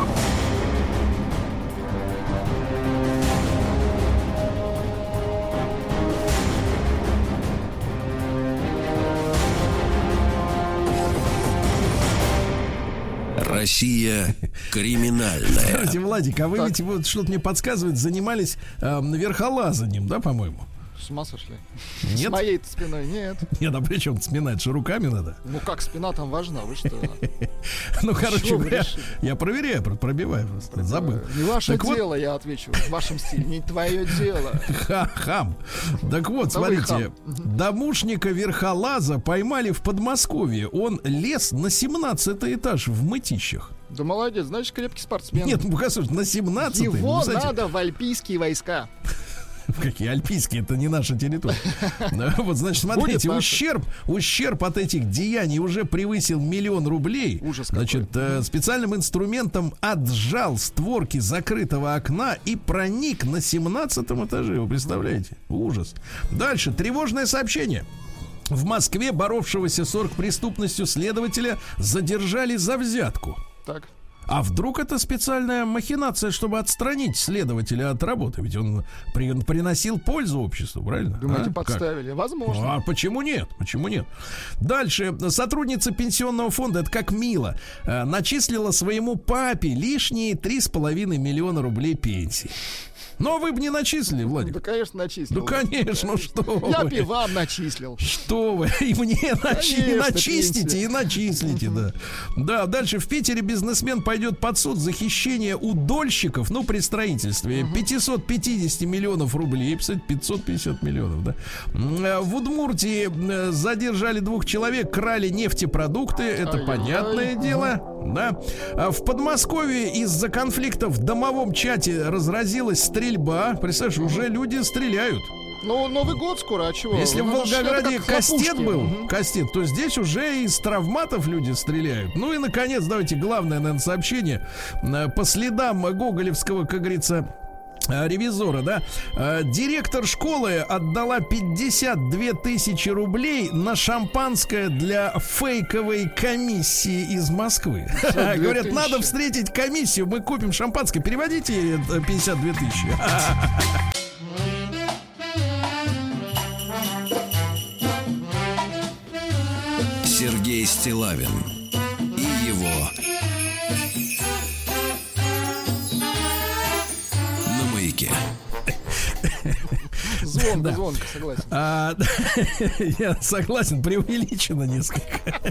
Россия криминальная. Кстати, Владик, а вы так. ведь вот что-то мне подсказывает, занимались э, верхолазанием, да, по-моему? С ума сошли? Нет? С моей спиной нет. Нет, а при чем спина? Это же руками надо. Ну как, спина там важна, вы что? Ну, короче говоря, я проверяю, пробиваю просто, забыл. Не ваше дело, я отвечу, в вашем стиле, не твое дело. Ха-хам. Так вот, смотрите, домушника верхолаза поймали в Подмосковье. Он лез на семнадцатый этаж в Мытищах. Да молодец, значит, крепкий спортсмен. Нет, ну, послушай, на семнадцатый. Его надо в альпийские войска. Какие альпийские, это не наша территория. Да, вот, значит, смотрите, ущерб, ущерб от этих деяний уже превысил миллион рублей. Ужас какой. Значит, э, специальным инструментом отжал створки закрытого окна и проник на семнадцатом этаже. Вы представляете? Ужас. Дальше, тревожное сообщение. В Москве боровшегося с оргпреступностью следователя задержали за взятку. Так. А вдруг это специальная махинация, чтобы отстранить следователя от работы? Ведь он при, приносил пользу обществу, правильно? Думаете, а? подставили? Как? Возможно. А почему нет? Почему нет? Дальше. Сотрудница пенсионного фонда, это как мило, начислила своему папе лишние три с половиной миллиона рублей пенсии. Но вы бы не начислили, Владик. Да, конечно, начислил. Ну, конечно, ну что Я вы. бы и вам начислил. Что вы? И мне начи... Конечно, начистите пенсия. и начислите, да. Да, дальше в Питере бизнесмен пойдет под суд за хищение у дольщиков, ну, при строительстве, пятьсот пятьдесят миллионов рублей, пятьсот пятьдесят миллионов, да. В Удмуртии задержали двух человек, крали нефтепродукты, это Ай-яй-яй. понятное дело, да. В Подмосковье из-за конфликта в домовом чате разразилась стрельба. Представляешь, уже люди стреляют. Ну, Новый год скоро, а чего? Если ну, в Волгограде кастет был, угу. кастет, то здесь уже из травматов люди стреляют. Ну и, наконец, давайте главное, наверное, сообщение. По следам гоголевского, как говорится, ревизора, да, директор школы отдала пятьдесят две тысячи рублей на шампанское для фейковой комиссии из Москвы. Говорят, надо встретить комиссию, мы купим шампанское. Переводите пятьдесят две тысячи. Сергей Стиллавин и его на Маяке. Звонко, да. звонко, согласен. А, я согласен, преувеличено несколько.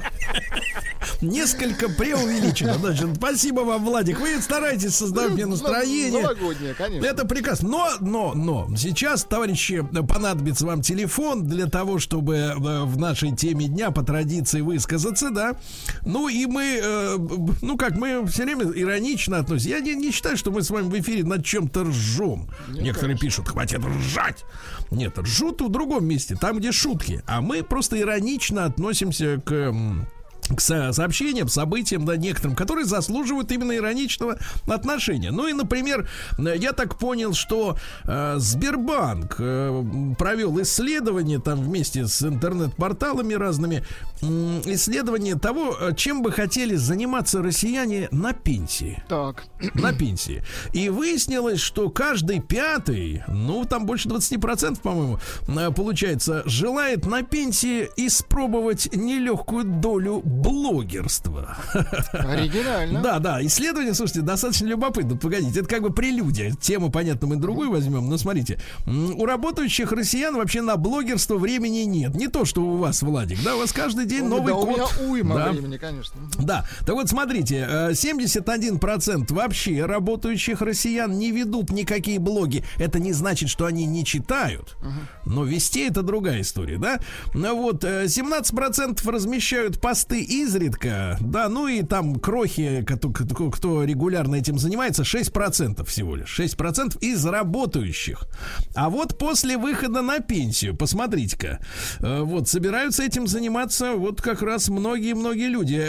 Несколько преувеличено. Значит, спасибо вам, Владик. Вы стараетесь создавать мне настроение. Новогоднее, конечно. Это прекрасно. Но, но, но сейчас, товарищи, понадобится вам телефон для того, чтобы в нашей теме дня по традиции высказаться, да. Ну и мы, э, ну как, мы все время иронично относимся. Я не, не считаю, что мы с вами в эфире над чем-то ржем. Нет, некоторые конечно. Пишут, хватит ржать. Нет, ржут в другом месте, там, где шутки. А мы просто иронично относимся к... к сообщениям, событиям, да, некоторым, которые заслуживают именно ироничного отношения. Ну и, например, я так понял, что э, Сбербанк э, провел исследование там вместе с интернет-порталами разными, э, исследование того, чем бы хотели заниматься россияне на пенсии. Так. На пенсии. И выяснилось, что каждый пятый, ну там больше двадцать процентов, по-моему, получается, желает на пенсии испробовать нелегкую долю блогерства. Оригинально. Да, да, исследование, слушайте, достаточно любопытно. Погодите, это как бы прелюдия. Тему, понятно, мы другую возьмем. Но смотрите, у работающих россиян вообще на блогерство времени нет. Не то, что у вас, Владик, да, у вас каждый день ну, новый да, код. У меня уйма да. времени, конечно. Да, так вот, смотрите, семьдесят один процент вообще работающих россиян не ведут никакие блоги. Это не значит, что они не читают. Uh-huh. Но вести это другая история, да? Ну вот, семнадцать процентов размещают посты изредка, да, ну и там крохи, кто, кто, кто регулярно этим занимается, шесть процентов всего лишь, шесть процентов из работающих. А вот после выхода на пенсию, посмотрите-ка, вот, собираются этим заниматься вот как раз многие-многие люди.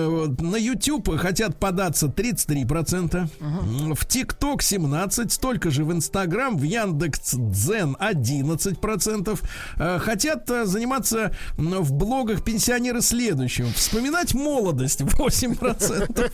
На YouTube хотят податься тридцать три процента, uh-huh. в TikTok семнадцать процентов, столько же в Instagram, в Яндекс.Дзен одиннадцать процентов. Хотят заниматься в блогах пенсионеры следующим. Вспоминать молодость восемь процентов.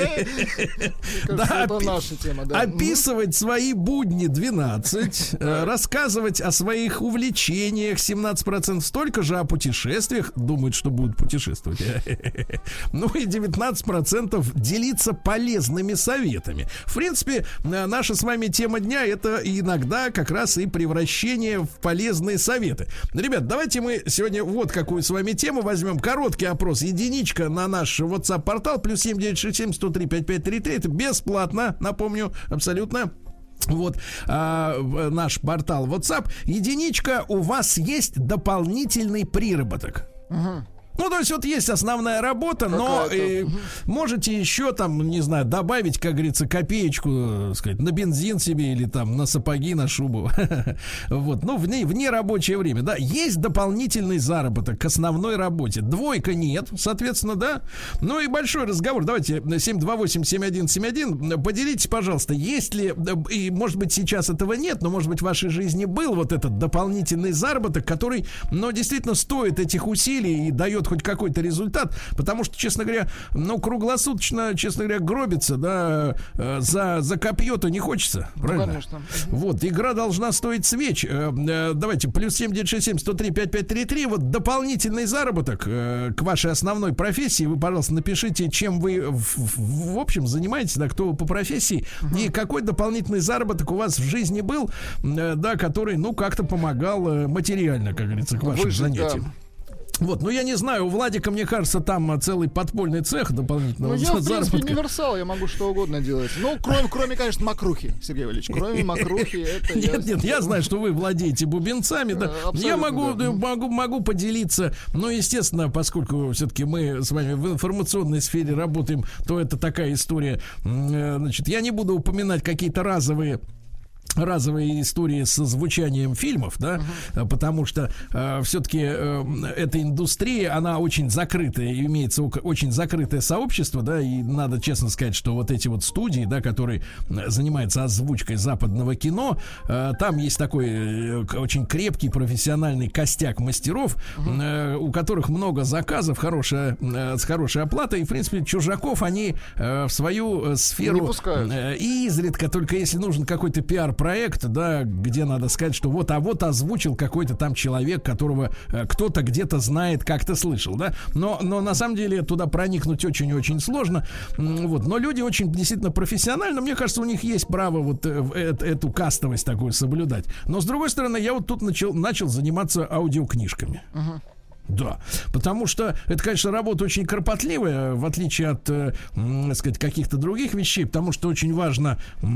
Это наша тема, да. Описывать свои будни двенадцать процентов. Рассказывать о своих увлечениях семнадцать процентов. Столько же о путешествиях. Думают, что будут путешествовать. Ну и девятнадцать процентов делиться полезными советами. В принципе, наша с вами тема дня — это иногда как раз и превращение в полезные советы. Ребят, давайте мы сегодня вот какую с вами тему возьмем. Короткий опрос. Единичка на наш WhatsApp-портал. Плюс семь девять шесть семь сто три пять пять три три. Это бесплатно, напомню, абсолютно. Вот а, наш портал WhatsApp. Единичка, у вас есть дополнительный приработок. Угу. Ну, то есть вот есть основная работа, но э, можете еще там, не знаю, добавить, как говорится, копеечку, так сказать, на бензин себе или там на сапоги, на шубу. Вот, ну, вне, вне рабочее время, да. Есть дополнительный заработок к основной работе. Двойка нет, соответственно, да. Ну и большой разговор. Давайте семь два восемь семь один семь один. Поделитесь, пожалуйста, есть ли, и может быть сейчас этого нет, но может быть в вашей жизни был вот этот дополнительный заработок, который, ну, действительно стоит этих усилий и дает хоть какой-то результат, потому что, честно говоря, ну, круглосуточно, честно говоря, гробиться, да, за, за копье-то не хочется, правильно? Ну, конечно. Вот, игра должна стоить свеч. Давайте, плюс семь девять шесть семь сто три пять пять три три, вот дополнительный заработок к вашей основной профессии. Вы, пожалуйста, напишите, чем вы в, в, в общем занимаетесь, да, кто вы по профессии, uh-huh. и какой дополнительный заработок у вас в жизни был, да, который, ну, как-то помогал материально, как говорится, к вашим Выжить, занятиям. Да. Вот, ну я не знаю, у Владика, мне кажется, там целый подпольный цех дополнительного Ну, я, в принципе, заработка. универсал, я могу что угодно делать. Ну, кроме, кроме, конечно, мокрухи, Сергей Валерьевич. Кроме мокрухи, это я... Нет, нет, я знаю, что вы владеете бубенцами, да. Абсолютно, Я могу, да. могу, могу поделиться. Но, естественно, поскольку все-таки мы с вами в информационной сфере работаем, то это такая история. Значит, я не буду упоминать какие-то разовые разовые истории со звучанием фильмов, да, uh-huh. потому что э, все-таки э, эта индустрия, она очень закрытая, имеется очень закрытое сообщество, да, и надо честно сказать, что вот эти вот студии, да, которые занимаются озвучкой западного кино, э, там есть такой э, очень крепкий профессиональный костяк мастеров, uh-huh. э, у которых много заказов, хорошая, э, с хорошей оплатой, и, в принципе, чужаков они э, в свою сферу э, изредка, только если нужен какой-то пиар проект, да, где надо сказать, что вот, а вот озвучил какой-то там человек, которого э, кто-то где-то знает, как-то слышал, да, но, но на самом деле туда проникнуть очень-очень сложно, вот, но люди очень действительно профессионально, мне кажется, у них есть право вот э, э, эту кастовость такую соблюдать, но с другой стороны, я вот тут начал, начал заниматься аудиокнижками. Uh-huh. Да, потому что это, конечно, работа очень кропотливая, в отличие от, э, так сказать, каких-то других вещей, потому что очень важно,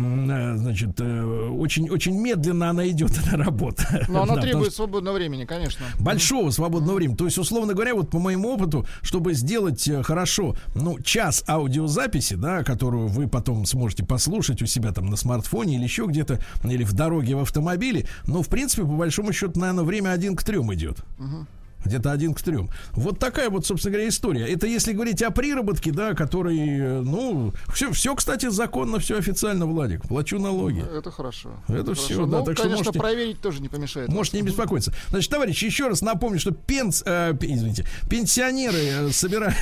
э, значит, э, очень, очень медленно она идет, эта работа. Но она да, требует свободного времени, конечно. Большого свободного времени. То есть, условно говоря, вот по моему опыту, чтобы сделать хорошо, ну, час аудиозаписи, да, которую вы потом сможете послушать у себя там на смартфоне или еще где-то, или в дороге в автомобиле, ну, в принципе, по большому счету, наверное, время один к трем идет. Угу. Где-то один к трем. Вот такая вот, собственно говоря, история. Это если говорить о приработке, да, который, ну, все, все, кстати, законно, все официально, Владик. Плачу налоги. Это хорошо. Это, это все, хорошо. да. Ну, так конечно, что можете, проверить тоже не помешает. Можете не беспокоиться. Значит, товарищи, еще раз напомню, что пенс, э, извините, пенсионеры собирают,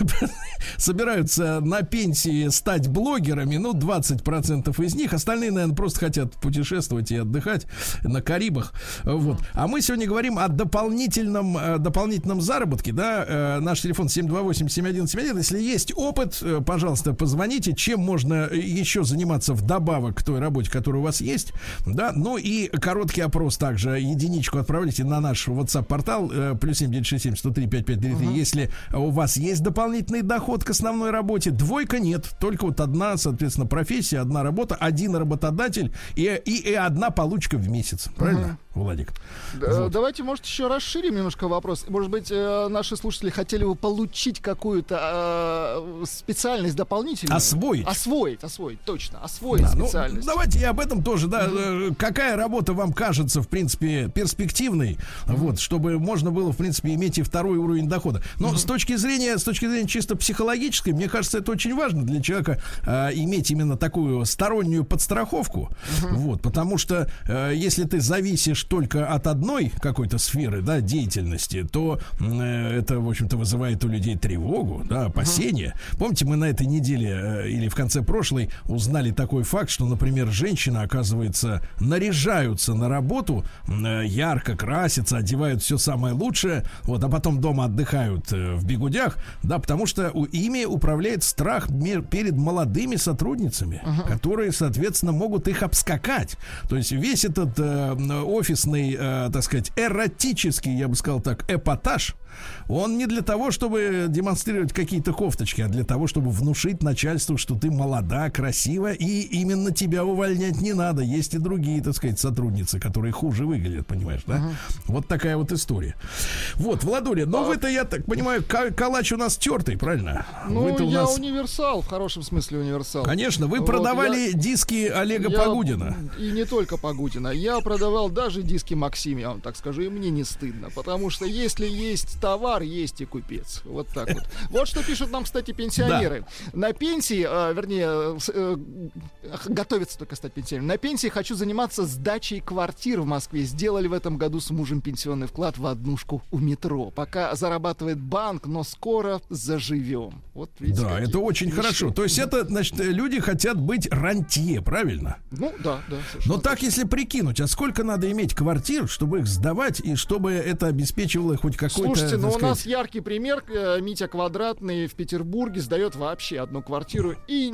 собираются на пенсии стать блогерами, ну, двадцать процентов из них. Остальные, наверное, просто хотят путешествовать и отдыхать на Карибах. Вот. А мы сегодня говорим о дополнительном, дополнительном заработке. Да, э, наш телефон семь два восемь семь один семь один. Если есть опыт, э, пожалуйста, позвоните. Чем можно еще заниматься вдобавок к той работе, которая у вас есть. Да, ну и короткий опрос также. Единичку отправляйте на наш WhatsApp-портал э, плюс семь девять шесть семь сто три пять пять три три. Uh-huh. Если у вас есть дополнительный доход к основной работе, двойка нет. Только вот одна, соответственно, профессия, одна работа, один работодатель и, и, и одна получка в месяц. Правильно, uh-huh. Владик? Да, вот. Давайте, может, еще расширим немножко вопрос. Может быть, наши слушатели хотели бы получить какую-то э, специальность дополнительную. Освоить. Освоить, освоить, точно. Освоить да, специальность. Ну, давайте и об этом тоже, да. Mm-hmm. Какая работа вам кажется, в принципе, перспективной, mm-hmm. вот, чтобы можно было, в принципе, иметь и второй уровень дохода. Но mm-hmm. с точки зрения, с точки зрения чисто психологической, мне кажется, это очень важно для человека э, иметь именно такую стороннюю подстраховку. Mm-hmm. Вот, потому что э, если ты зависишь только от одной какой-то сферы, да, деятельности, то э, это, в общем-то, вызывает у людей тревогу, да, опасения. Uh-huh. Помните, мы на этой неделе э, или в конце прошлой узнали такой факт, что, например, женщины, оказывается, наряжаются на работу, э, ярко красятся, одевают все самое лучшее, вот, а потом дома отдыхают э, в бигудях, да, потому что у, ими управляет страх мер, перед молодыми сотрудницами, uh-huh. которые, соответственно, могут их обскакать. То есть весь этот э, офисный, э, так сказать, эротический, я бы сказал так, эпатаж, он не для того, чтобы демонстрировать какие-то кофточки, а для того, чтобы внушить начальству, что ты молода, красива, и именно тебя увольнять не надо. Есть и другие, так сказать, сотрудницы, которые хуже выглядят, понимаешь, да? Uh-huh. Вот такая вот история. Вот, Владуля, но а... вы-то, я так понимаю, калач у нас тертый, правильно? Ну, вы-то я нас... универсал, в хорошем смысле универсал. Конечно, вы вот, продавали я... диски Олега я... Погудина. И не только Погудина. Я продавал даже диски Максиме, я вам так скажу, и мне не стыдно, потому что если есть товар, есть и купец. Вот так вот. Вот что пишут нам, кстати, пенсионеры. Да. На пенсии, э, вернее, э, готовятся только стать пенсионерами. На пенсии хочу заниматься сдачей квартир в Москве. Сделали в этом году с мужем пенсионный вклад в однушку у метро. Пока зарабатывает банк, но скоро заживем. Вот видите, да, это очень вещи. Хорошо. То есть это, значит, люди хотят быть рантье, правильно? Ну, да, да. Но так, если прикинуть, а сколько надо иметь квартир, чтобы их сдавать и чтобы это обеспечивало хоть какой-то... Слушайте, ну сказать... у нас яркий пример. Митя Квадратный в Петербурге сдает вообще одну квартиру и не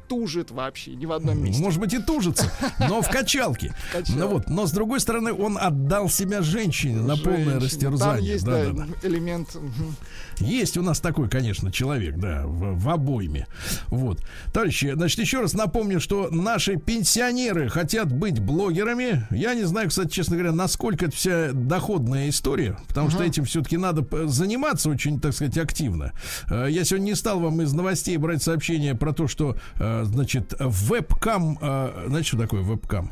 тужит вообще ни в одном месте. Может быть, и тужится, но в качалке. Ну вот, но с другой стороны, он отдал себя женщине на полное растерзание. Там есть, да, да, да, элемент. Есть у нас такой, конечно, человек, да, в, в обойме. Вот. Товарищи, значит, еще раз напомню, что наши пенсионеры хотят быть блогерами. Я не знаю, кстати, честно говоря, насколько это вся доходная история, потому uh-huh. что этим все-таки надо заниматься очень, так сказать, активно. Я сегодня не стал вам из новостей брать сообщение про то, что, значит, вебкам, значит, что такое вебкам?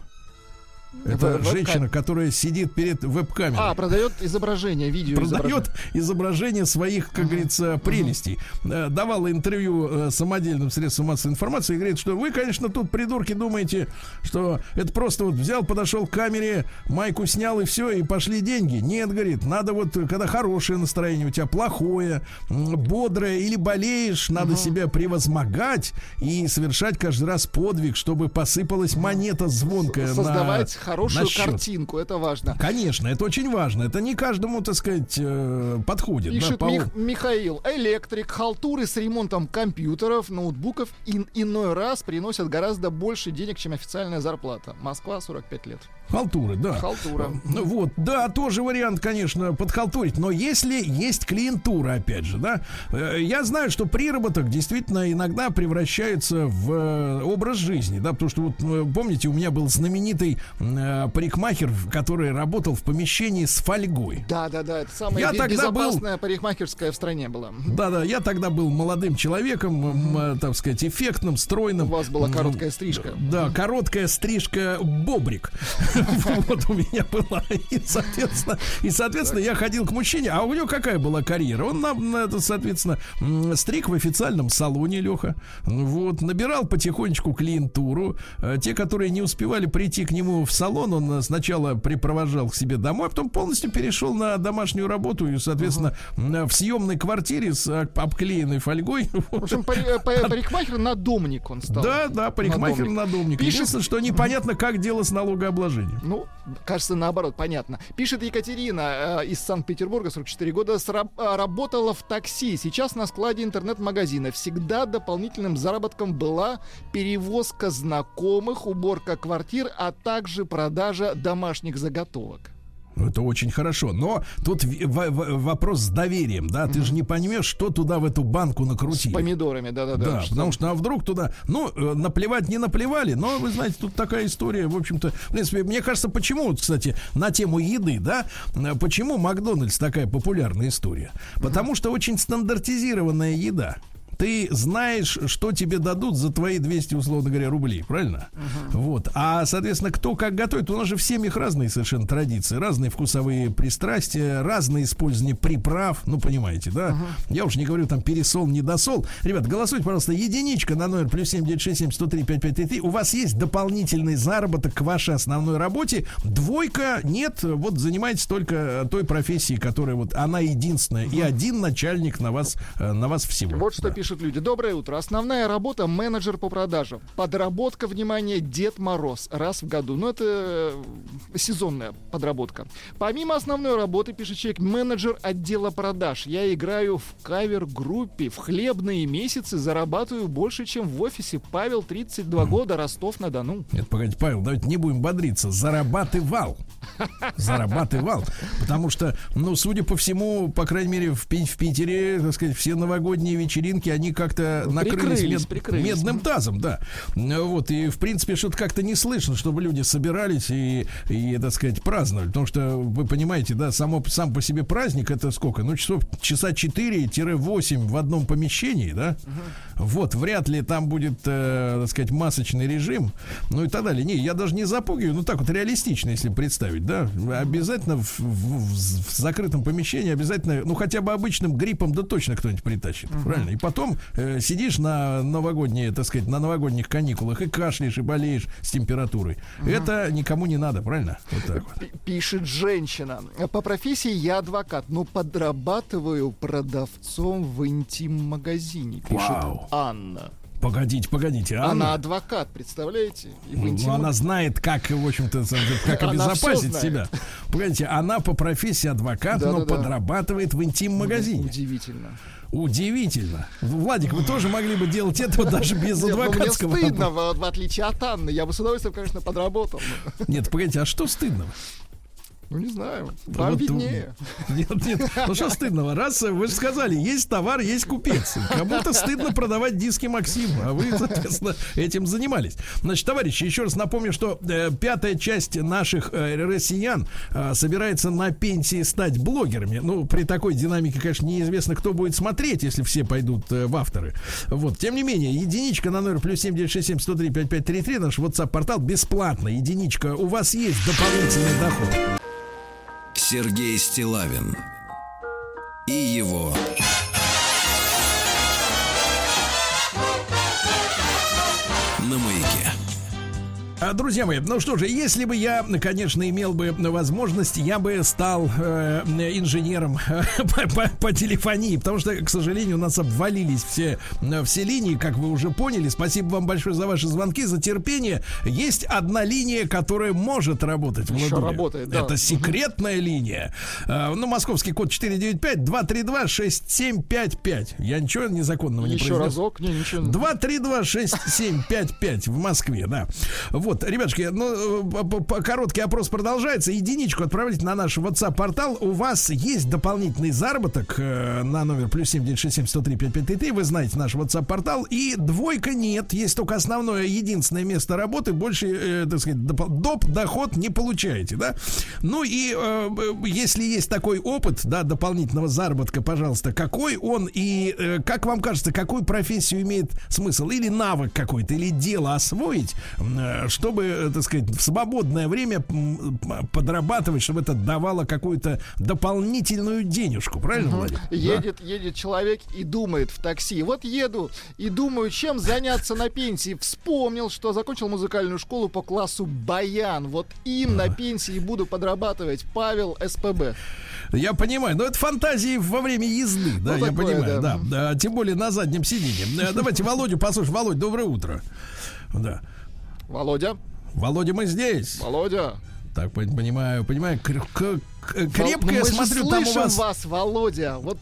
Это веб- женщина, веб- которая сидит перед веб-камерой. А, продает изображение, видео Продает изображение своих, как uh-huh. говорится, прелестей. Uh-huh. Давала интервью самодельным средствам массовой информации и говорит, что вы, конечно, тут, придурки, думаете, что это просто вот взял, подошел к камере, майку снял и все, и пошли деньги. Нет, говорит, надо вот, когда хорошее настроение, у тебя плохое, бодрое или болеешь, надо uh-huh. себя превозмогать и совершать каждый раз подвиг, чтобы посыпалась монета звонкая. Создавать на... хорошую картинку, это важно. Конечно, это очень важно. Это не каждому, так сказать, подходит. Пишет да, Мих- Михаил. Электрик, халтуры с ремонтом компьютеров, ноутбуков ин- иной раз приносят гораздо больше денег, чем официальная зарплата. Москва, сорок пять лет. Халтуры, да. Халтура. Вот, да, тоже вариант, конечно, подхалтурить. Но если есть клиентура, опять же, да, я знаю, что приработок действительно иногда превращается в образ жизни, да, потому что вот, помните, у меня был знаменитый э, парикмахер, который работал в помещении с фольгой. Да, да, да, это самая я бе- безопасная был... парикмахерская в стране была. Да, да, я тогда был молодым человеком, mm-hmm. э, так сказать, эффектным, стройным. У вас была короткая стрижка. Да, короткая стрижка бобрик. Вот у меня была. И, соответственно, и, соответственно я ходил к мужчине. А у него какая была карьера? Он, соответственно, стриг в официальном салоне, Леха. Вот, набирал потихонечку клиентуру. Те, которые не успевали прийти к нему в салон, он сначала припровожал к себе домой, а потом полностью перешел на домашнюю работу. И, соответственно, uh-huh. в съемной квартире с обклеенной фольгой. В общем, парикмахер-надомник он стал. Да, да, парикмахер-надомник. Пишет... Единственное, что непонятно, как дело с налогообложением. Ну, кажется, наоборот, понятно. Пишет Екатерина э, из Санкт-Петербурга, сорок четыре года, сра- работала в такси. Сейчас на складе интернет-магазина. Всегда дополнительным заработком была перевозка знакомых, уборка квартир, а также продажа домашних заготовок. Это очень хорошо. Но тут в- в- вопрос с доверием, да? Ты же не поймешь, что туда в эту банку накрутили. С помидорами, да-да-да. Да, что? потому что а вдруг туда, ну, наплевать не наплевали, но, вы знаете, тут такая история, в общем-то, в принципе, мне кажется, почему, кстати, на тему еды, да, почему Макдональдс такая популярная история? Потому что очень стандартизированная еда. Ты знаешь, что тебе дадут за твои двести, условно говоря, рублей, правильно? Uh-huh. Вот. А, соответственно, кто как готовит, у нас же в семьях разные совершенно традиции, разные вкусовые пристрастия, разное использование приправ, ну, понимаете, да? Uh-huh. Я уж не говорю там пересол, недосол. Ребят, голосуйте, пожалуйста, единичка на номер плюс семь девять шесть семь сто три пять пять три три. У вас есть дополнительный заработок к вашей основной работе. Двойка нет, вот занимайтесь только той профессией, которая вот, она единственная, uh-huh. и один начальник на вас, на вас всего. Вот что да. пишут люди. Доброе утро. Основная работа — менеджер по продажам. Подработка, внимание, Дед Мороз раз в году. Ну, это сезонная подработка. Помимо основной работы, пишет человек, менеджер отдела продаж. Я играю в кавер-группе. В хлебные месяцы зарабатываю больше, чем в офисе. Павел, тридцать два года, Ростов-на-Дону. Нет, погодите, Павел, давайте не будем бодриться. Зарабатывал. Зарабатывал. Потому что, ну, судя по всему, по крайней мере, в, Пи- в Питере, так сказать, все новогодние вечеринки, они как-то накрылись мед, прикрылись. медным тазом, да. Вот, и, в принципе, что-то как-то не слышно, чтобы люди собирались и, и, так сказать, праздновали. Потому что, вы понимаете, да, само, сам по себе праздник, это сколько? Ну, часов, часа четыре-восемь в одном помещении, да? Uh-huh. Вот, вряд ли там будет, э, так сказать, масочный режим, ну и так далее. Не, я даже не запугиваю, ну так вот реалистично, если представить, да? Обязательно в, в, в закрытом помещении, обязательно, ну, хотя бы обычным гриппом, да точно кто-нибудь притащит, uh-huh. правильно? И потом э, сидишь на новогодние, так сказать, на новогодних каникулах и кашляешь, и болеешь с температурой. Uh-huh. Это никому не надо, правильно? Вот так вот. Пишет женщина. По профессии я адвокат, но подрабатываю продавцом в интим-магазине. Пишет Вау. Анна. Погодите, погодите. Она Анна, адвокат, представляете? И в ну, интимном- она знает, как, в общем-то, как Она обезопасить всё себя. Погодите, она по профессии адвокат, но Да-да-да. подрабатывает в интим-магазине. Удивительно. Удивительно. Владик, вы тоже могли бы делать этого даже без Нет, ну, мне адвокатского. стыдно, в, в отличие от Анны. Я бы с удовольствием, конечно, подработал. но- Нет, погодите, а что стыдного? Ну, не знаю. Вам Вот, виднее. Нет, нет, ну что стыдного? Раз вы же сказали, есть товар, есть купец. Кому-то стыдно продавать диски Максим, а вы, соответственно, этим занимались. Значит, товарищи, еще раз напомню, что э, пятая часть наших э, россиян э, собирается на пенсии стать блогерами. Ну, при такой динамике, конечно, неизвестно, кто будет смотреть, если все пойдут э, в авторы. Вот, тем не менее, единичка на номер плюс семь девять шесть семь сто три пять пять три три, наш WhatsApp-портал бесплатно. Единичка, у вас есть дополнительный доход. Сергей Стиллавин и его на Маяке. А, друзья мои, ну что же, если бы я, конечно, имел бы возможность, я бы стал э, инженером э, по, по, по телефонии, потому что, к сожалению, у нас обвалились все, все линии, как вы уже поняли. Спасибо вам большое за ваши звонки, за терпение. Есть одна линия, которая может работать. Еще Владуля. работает, да. Это секретная линия. Э, ну, московский код четыре девять пять два три два шесть семь пять пять. Я ничего незаконного не Еще произнес. разок. Не, ничего. два три два шесть семь пять пять в Москве, да. Вот, ребятушки, ну, короткий опрос продолжается. Единичку отправляйте на наш WhatsApp-портал. У вас есть дополнительный заработок э, на номер плюс семь девять шесть семь сто три пять пять три три. Вы знаете наш WhatsApp-портал. И двойка нет. Есть только основное, единственное место работы. Больше, э, так сказать, доп, доп доход не получаете, да. Ну и э, если есть такой опыт, да, дополнительного заработка, пожалуйста, какой он и, э, как вам кажется, какую профессию имеет смысл? Или навык какой-то, или дело освоить, э, чтобы, так сказать, в свободное время подрабатывать, чтобы это давало какую-то дополнительную денежку. Правильно, угу. Владимир? Едет, да? едет человек и думает в такси. Вот еду и думаю, чем заняться на пенсии. Вспомнил, что закончил музыкальную школу по классу баян. Вот им а. на пенсии буду подрабатывать. Павел, СПБ. Я понимаю, но это фантазии во время езды, да, ну, я такое, понимаю, да. Да, да, тем более на заднем сиденье. Давайте Володю послушаем. Володь, доброе утро. Да. Володя. Володя, мы здесь. Володя. Так, понимаю, понимаю. Крепко я смотрю, мы там же у вас... вас, Володя. Вот...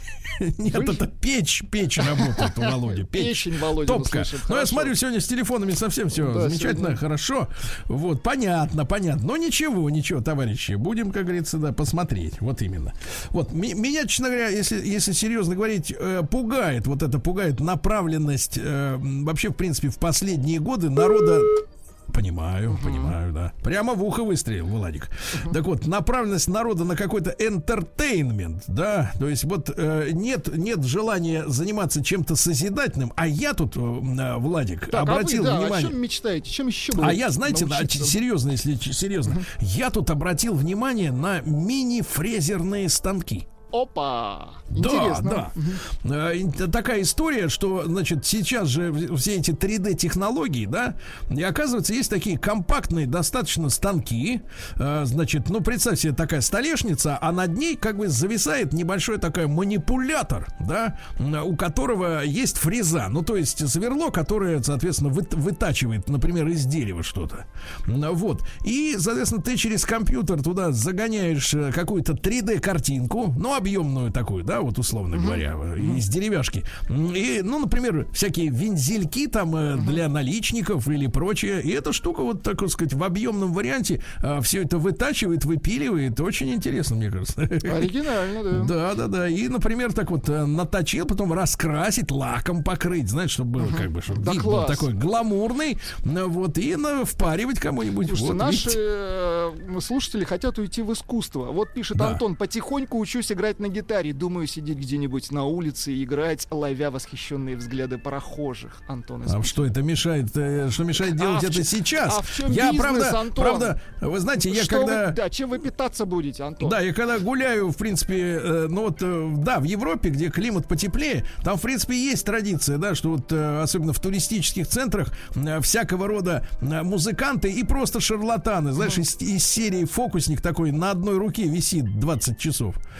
Нет, Вы... это печь, печь работает у Володи. Печь. Печень Володя. Топка. Ну, я смотрю, сегодня с телефонами совсем все да, замечательно, сегодня... хорошо. Вот, понятно, понятно. Но ничего, ничего, товарищи. Будем, как говорится, да, посмотреть. Вот именно. Вот, меня, честно говоря, если, если серьезно говорить, э, пугает, вот это пугает направленность э, вообще, в принципе, в последние годы народа. Понимаю, uh-huh. понимаю, да. Прямо в ухо выстрелил, Владик. Uh-huh. Так вот, направленность народа на какой-то entertainment, да, то есть вот э, нет, нет желания заниматься чем-то созидательным, а я тут, э, Владик, так, обратил а вы, да, внимание... о чем мечтаете? Чем еще А я, знаете, да, серьезно, если серьезно, uh-huh. я тут обратил внимание на мини-фрезерные станки. Опа! Интересно. Да, да. Угу. Такая история, что, значит, сейчас же все эти три дэ-технологии, да, и оказывается, есть такие компактные достаточно станки, значит, ну, представь себе, такая столешница, а над ней как бы зависает небольшой такой манипулятор, да, у которого есть фреза, ну, то есть сверло, которое, соответственно, вы, вытачивает, например, из дерева что-то. Вот. И, соответственно, ты через компьютер туда загоняешь какую-то три дэ-картинку, ну, объемную такую, да, вот условно uh-huh. говоря, uh-huh. из деревяшки. И, ну, например, всякие вензельки там uh-huh. для наличников или прочее. И эта штука, вот, так сказать, в объемном варианте а, все это вытачивает, выпиливает. Очень интересно, мне кажется. Оригинально, да. Да, да, да. И, например, так вот наточил, потом раскрасить, лаком покрыть, знаешь, чтобы было uh-huh. как бы, чтобы да, вид класс. был такой гламурный. Вот, и на, впаривать кому-нибудь. Слушайте, вот, наши видите? слушатели хотят уйти в искусство. Вот пишет да. Антон, потихоньку учусь играть на гитаре. Думаю, сидеть где-нибудь на улице и играть, ловя восхищенные взгляды прохожих. Антон из... А что это мешает? Что мешает делать а это в... сейчас? А в чем я, бизнес, правда, Антон? правда, вы знаете, я что когда... Вы, да, чем вы питаться будете, Антон? Да, я когда гуляю, в принципе, э, ну вот, э, да, в Европе, где климат потеплее, там, в принципе, есть традиция, да, что вот, э, особенно в туристических центрах, э, всякого рода э, музыканты и просто шарлатаны, знаешь, mm-hmm. из, из серии фокусник такой на одной руке висит двадцать часов. Э,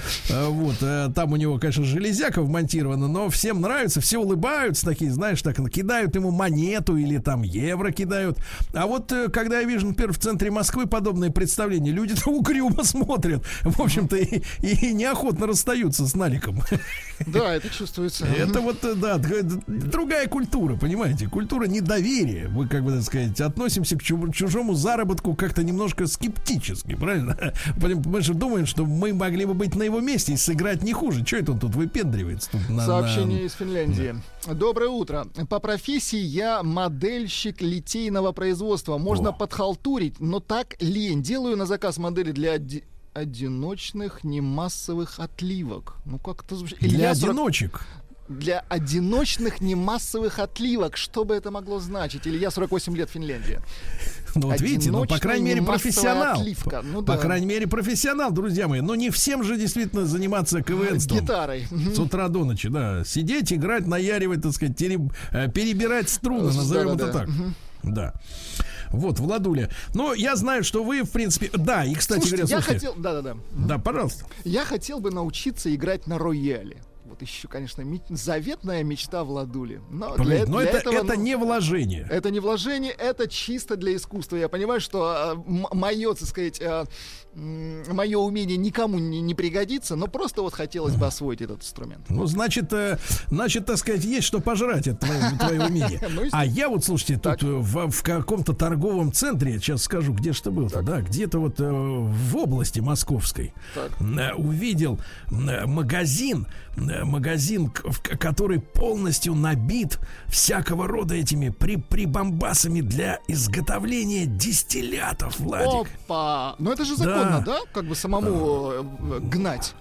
Вот, там у него, конечно, железяка вмонтирована, но всем нравится, все улыбаются такие, знаешь, так кидают ему монету или там евро кидают. А вот когда я вижу, например, в центре Москвы подобные представления, люди-то угрюмо смотрят, в общем-то, и, и неохотно расстаются с наликом. Да, это чувствуется. Это вот, да, другая культура, понимаете, культура недоверия. Мы, как бы, так сказать, относимся к чужому заработку как-то немножко скептически, правильно? Мы же думаем, что мы могли бы быть на его месте и сыграть не хуже. Что это он тут выпендривается? Тут на, Сообщение на... из Финляндии. Да. Доброе утро. По профессии я модельщик литейного производства. Можно О. подхалтурить, но так лень. Делаю на заказ модели для оди... одиночных немассовых отливок. Ну как это звучит? Для Илья одиночек? сорок... Для одиночных немассовых отливок. Что бы это могло значить? Илья, сорок восемь лет, Финляндия. Ну вот видите, ну по крайней мере профессионал. Ну, по да. крайней мере профессионал, друзья мои. Но не всем же действительно заниматься КВНством. Гитарой. С утра до ночи, да. Сидеть, играть, наяривать, так сказать, тереб... перебирать струны, назовем да, это да. так. Угу. Да. Вот, Владуля. Но я знаю, что вы, в принципе... Да, и, кстати слушайте, говоря, я слушайте... хотел... Да-да-да. Да, пожалуйста. Я хотел бы научиться играть на рояле. Вот еще, конечно, ме- заветная мечта Владули. Но, Погоди, для, но для это, этого, это ну, не вложение. Это не вложение, это чисто для искусства. Я понимаю, что э, м- мое, так сказать, э, м- мое умение никому не, не пригодится, но просто вот хотелось бы освоить этот инструмент. Ну, значит, э, значит, так сказать, есть что пожрать, это твое, твое умение. А я вот, слушайте, тут в, в каком-то торговом центре, сейчас скажу, где же это было-то, да, где-то вот э, в области московской э, увидел э, магазин, э, магазин, который полностью набит всякого рода этими при, прибамбасами для изготовления дистиллятов, Владик. Опа! Ну это же законно, да? да? Как бы самому э, гнать.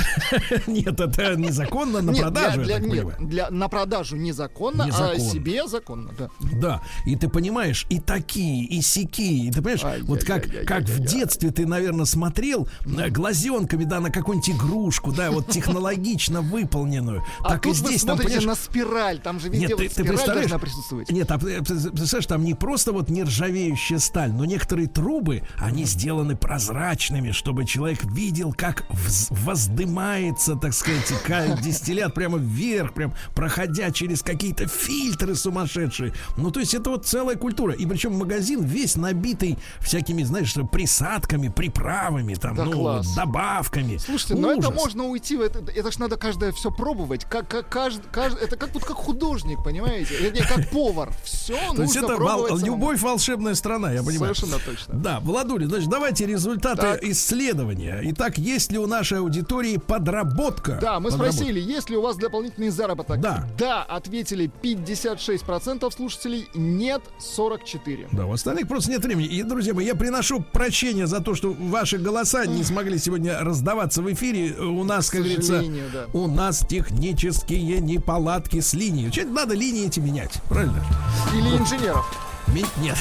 Нет, это незаконно, на нет, продажу. Для, для, нет, для, на продажу незаконно, незаконно, а себе законно, да. Да, и ты понимаешь, и такие, и сякие, и ты понимаешь, ай, вот как, я, я, как я, я, в детстве я. ты, наверное, смотрел глазенками, да, на какую-нибудь игрушку, да, вот технологично выполненную. А так тут и здесь, вы там, смотрите на спираль, там же везде нет, вот ты, спираль ты должна присутствовать. Нет, а, представляешь, там не просто вот нержавеющая сталь, но некоторые трубы, они сделаны прозрачными, чтобы человек видел, как воздымается, так сказать, дистиллят прямо вверх, прям проходя через какие-то фильтры сумасшедшие. Ну, то есть это вот целая культура. И причем магазин весь набитый всякими, знаешь, присадками, приправами, там, да, ну, добавками. Слушайте, но это можно уйти, это, это ж надо каждое все пробовать. Как, как, кажд, кажд, это как вот как художник, понимаете? Это как повар. Все нужно то есть это пробовать. Вол, любовь волшебная страна, я понимаю. Совершенно точно. Да, Владуля, значит, давайте результаты так. исследования. Итак, есть ли у нашей аудитории подработка? Да, мы подработка. спросили, есть ли у вас дополнительный заработок. Да. Да, ответили пятьдесят шесть процентов слушателей, нет сорок четыре процента. Да, у остальных просто нет времени. И, друзья мои, я приношу прощение за то, что ваши голоса не смогли сегодня раздаваться в эфире. У нас, как говорится, да. у нас технические неполадки с линией. Че надо линии эти менять, правильно? Или инженеров. Ми- нет.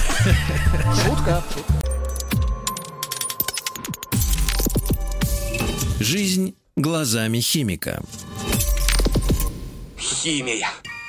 Шутка. Жизнь глазами химика. Химия.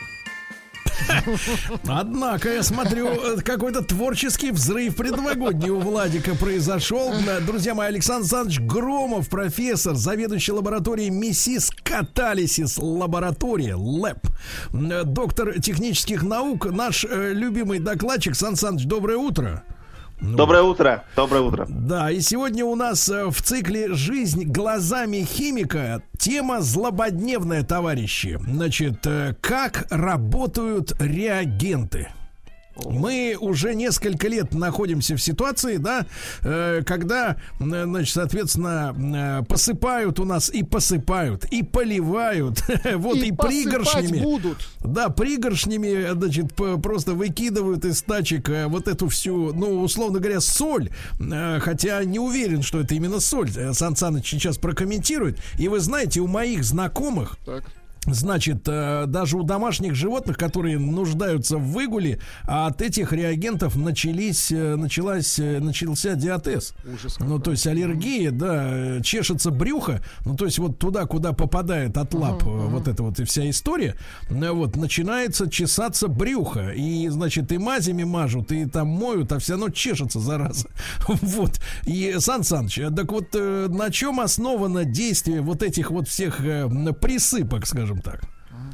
Однако, я смотрю, какой-то творческий взрыв предновогодний у Владика произошел. Друзья мои, Александр Александрович Громов, профессор, заведующий лабораторией Миссис Каталисис лаборатория, ЛЭП, доктор технических наук, наш э, любимый докладчик. Сан Саныч, доброе утро. Ну, доброе утро, доброе утро. Да, и сегодня у нас в цикле «Жизнь глазами химика» тема злободневная, товарищи. Значит, как работают реагенты? Мы уже несколько лет находимся в ситуации, да, когда, значит, соответственно, посыпают у нас и посыпают, и поливают, вот, и, и пригоршнями. Будут. Да, пригоршнями, значит, просто выкидывают из тачек вот эту всю, ну, условно говоря, соль, хотя не уверен, что это именно соль. Сан Саныч сейчас прокомментирует. И вы знаете, у моих знакомых... Так. Значит, даже у домашних животных, которые нуждаются в выгуле, от этих реагентов начались, началась, начался диатез. Ужас, ну, то есть аллергия, да, чешется брюхо, ну, то есть вот туда, куда попадает от лап uh-huh, вот uh-huh. эта вот и вся история, вот, начинается чесаться брюхо, и, значит, и мазями мажут, и там моют, а все равно чешется, зараза. Вот. И, Сан Саныч, так вот, на чем основано действие вот этих вот всех присыпок, скажем так?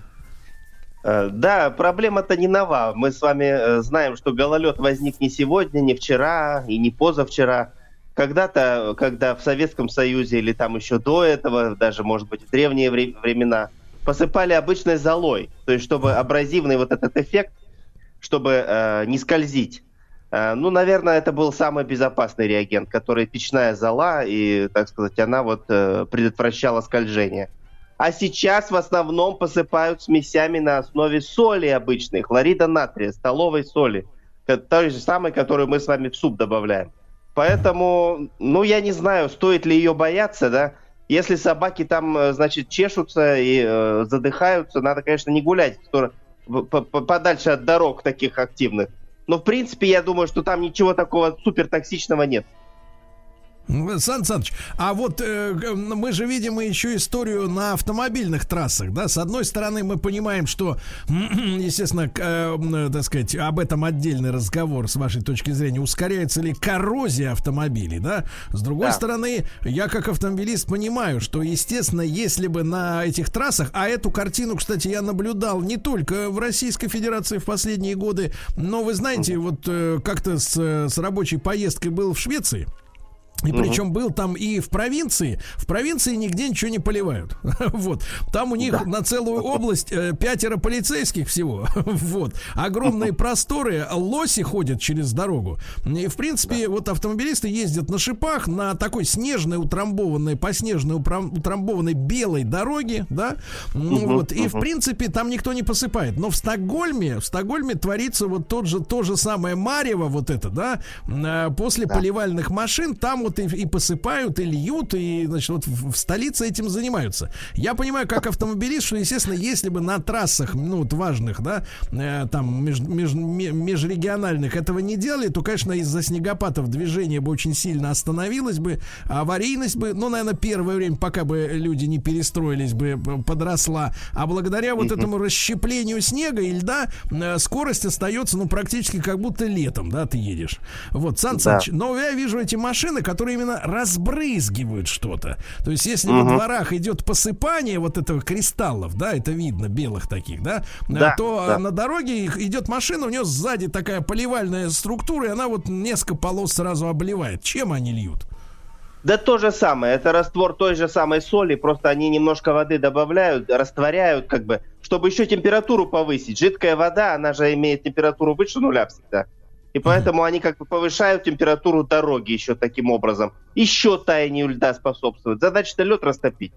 Да, проблема-то не нова. Мы с вами знаем, что гололед возник не сегодня, не вчера и не позавчера. Когда-то, когда в Советском Союзе или там еще до этого, даже, может быть, в древние времена, посыпали обычной золой. То есть, чтобы абразивный вот этот эффект, чтобы э, не скользить. Э, ну, наверное, это был самый безопасный реагент, который печная зола, и, так сказать, она вот э, предотвращала скольжение. А сейчас в основном посыпают смесями на основе соли обычной, хлорида натрия, столовой соли. Той же самой, которую мы с вами в суп добавляем. Поэтому, ну, я не знаю, стоит ли ее бояться, да. Если собаки там, значит, чешутся и э, задыхаются, надо, конечно, не гулять подальше от дорог таких активных. Но, в принципе, я думаю, что там ничего такого супертоксичного нет. Сан Саныч, а вот э, мы же видим еще историю на автомобильных трассах, да, с одной стороны мы понимаем, что, естественно, э, так сказать, об этом отдельный разговор с вашей точки зрения, ускоряется ли коррозия автомобилей, да, с другой да. стороны, я как автомобилист понимаю, что, естественно, если бы на этих трассах, а эту картину, кстати, я наблюдал не только в Российской Федерации в последние годы, но вы знаете, вот э, как-то с, с рабочей поездкой был в Швеции. И uh-huh. причем был там и в провинции. В провинции нигде ничего не поливают. Вот. Там у них да. на целую область э, пятеро полицейских всего. Вот. Огромные просторы, лоси ходят через дорогу. И, в принципе, да. вот автомобилисты ездят на шипах на такой снежной, утрамбованной, по снежной утрамбованной белой дороге, да. Uh-huh. Вот. И, uh-huh. в принципе, там никто не посыпает. Но в Стокгольме, в Стокгольме творится вот тот же, то же самое марево, вот это, да, после да. поливальных машин, там вот и, и посыпают, и льют, и, значит, вот в, в столице этим занимаются. Я понимаю, как автомобилист, что, естественно, если бы на трассах, ну, вот важных, да, э, там, меж, меж, межрегиональных этого не делали, то, конечно, из-за снегопадов движение бы очень сильно остановилось бы, аварийность бы, ну, наверное, первое время, пока бы люди не перестроились бы, подросла. А благодаря вот этому расщеплению снега и льда э, скорость остается, ну, практически как будто летом, да, ты едешь. Вот, Сан Саныч, да. но я вижу эти машины, которые которые именно разбрызгивают что-то. То есть, если uh-huh. во дворах идет посыпание вот этого кристаллов, да, это видно, белых таких, да, да то да. на дороге идет машина, у нее сзади такая поливальная структура, и она вот несколько полос сразу обливает. Чем они льют? Да то же самое, это раствор той же самой соли, просто они немножко воды добавляют, растворяют, как бы, чтобы еще температуру повысить. Жидкая вода, она же имеет температуру выше нуля всегда. И поэтому они как бы повышают температуру дороги еще таким образом. Еще таянию льда способствует. Задача-то лед растопить.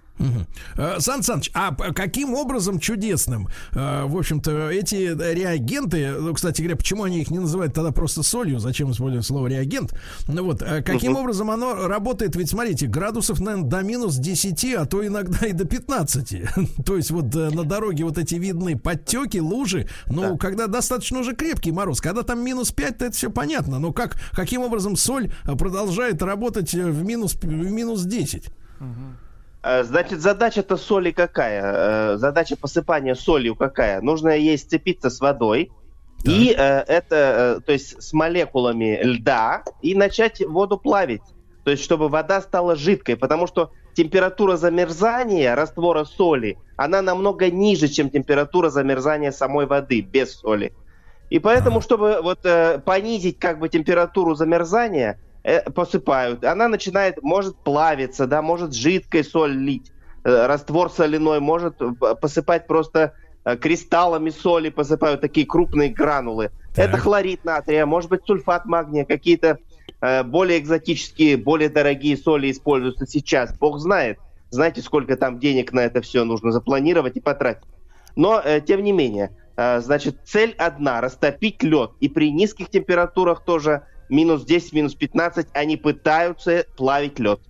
Угу. Сан Саныч, а каким образом чудесным, в общем-то, эти реагенты, ну, кстати говоря, почему они их не называют тогда просто солью, зачем использовать слово реагент, ну вот, каким угу. образом оно работает, ведь смотрите, градусов, наверное, до минус десяти, а то иногда и до пятнадцати, то есть вот на дороге вот эти видны подтеки, лужи, ну, да. когда достаточно уже крепкий мороз, когда там минус пять, то это все понятно, но как, каким образом соль продолжает работать в минус, в минус десять? Угу. Значит, задача-то соли какая? Задача посыпания солью какая? Нужно ей сцепиться с водой, да. и э, это, э, то есть с молекулами льда, и начать воду плавить. То есть, чтобы вода стала жидкой, потому что температура замерзания раствора соли, она намного ниже, чем температура замерзания самой воды без соли. И поэтому, чтобы вот э, понизить как бы температуру замерзания, посыпают, она начинает, может плавиться, да, может жидкой соль лить, раствор соляной, может посыпать просто кристаллами соли, посыпают такие крупные гранулы. Так. Это хлорид натрия, может быть сульфат магния, какие-то э, более экзотические, более дорогие соли используются сейчас. Бог знает, знаете, сколько там денег на это все нужно запланировать и потратить. Но, э, тем не менее, э, значит, цель одна — растопить лед. И при низких температурах тоже минус десять, минус пятнадцать, они пытаются плавить лед.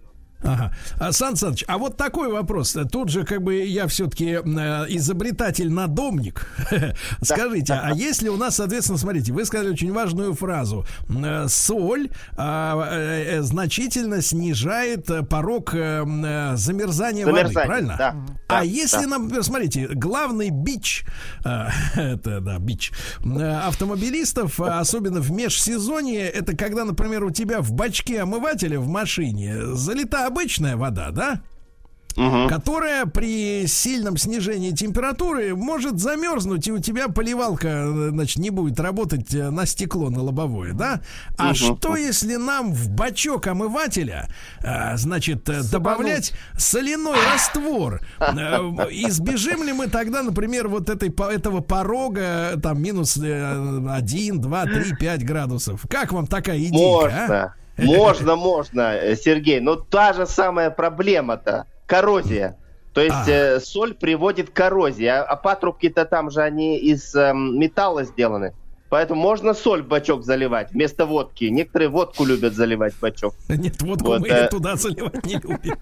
Ага. А, Сан Саныч, а вот такой вопрос. Тут же как бы я все-таки э, изобретатель-надомник. Скажите, а если у нас, соответственно, смотрите, вы сказали очень важную фразу. Э, соль э, э, значительно снижает порог э, замерзания, замерзания воды, правильно? Да. А да, если да. нам, например, смотрите, главный бич, э, это, да, бич э, автомобилистов, особенно в межсезонье, это когда, например, у тебя в бачке омывателя в машине залита обычная вода, да? Угу. Которая при сильном снижении температуры может замерзнуть, и у тебя поливалка, значит, не будет работать на стекло, на лобовое, да? А угу. что, если нам в бачок омывателя, значит, Сыпануть. добавлять соляной раствор? Избежим ли мы тогда, например, вот этой, этого порога, там, минус один, два, три, пять градусов? Как вам такая идея? Можно. А? Можно, можно, Сергей, но та же самая проблема-то, коррозия. То есть а. э, соль приводит к коррозии, а, а патрубки-то там же они из э, металла сделаны. Поэтому можно соль в бачок заливать вместо водки. Некоторые водку любят заливать в бачок. Нет, водку вот, мы э... туда заливать не любим.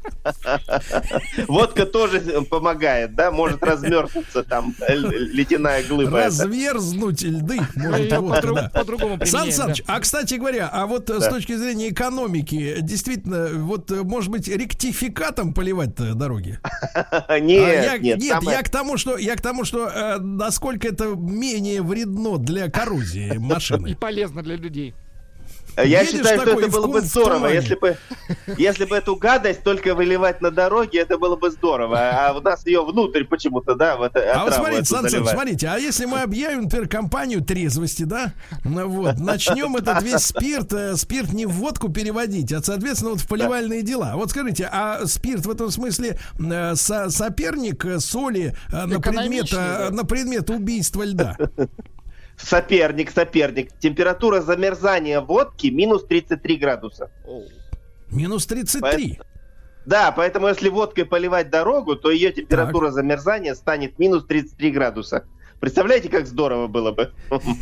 Водка тоже помогает, да? Может размерзнуться там ледяная глыба. Разверзнуть льды. По-другому применяем. Сан Саныч, а, кстати говоря, а вот с точки зрения экономики, действительно, вот, может быть, ректификатом поливать дороги? Нет, нет. Нет, я к тому, что я к тому, что насколько это менее вредно для коррозии машины. И полезно для людей. Я Едешь считаю, что это было бы здорово, если бы, если бы эту гадость только выливать на дороге, это было бы здорово. А у нас ее внутрь почему-то, да, вот. А вот смотрите, Сан Саныч, смотрите, а если мы объявим, например, компанию трезвости, да, ну, вот, начнем этот весь спирт, спирт не в водку переводить, а, соответственно, вот в поливальные да. дела. Вот скажите, а спирт в этом смысле со- соперник соли на предмет, да. на предмет убийства льда? Соперник, соперник. Температура замерзания водки минус тридцать три градуса. Минус тридцать три? Поэтому, да, поэтому если водкой поливать дорогу, то ее температура так. замерзания станет минус тридцать три градуса. Представляете, как здорово было бы?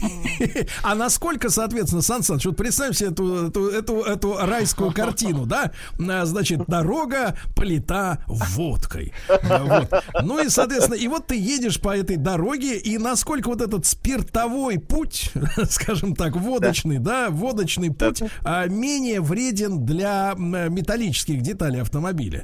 А насколько, соответственно, Сан Саныч, вот представим себе эту, эту, эту, эту райскую картину, да? Значит, дорога полита водкой. Вот. Ну и, соответственно, и вот ты едешь по этой дороге, и насколько вот этот спиртовой путь, скажем так, водочный, да, да водочный путь, да. менее вреден для металлических деталей автомобиля?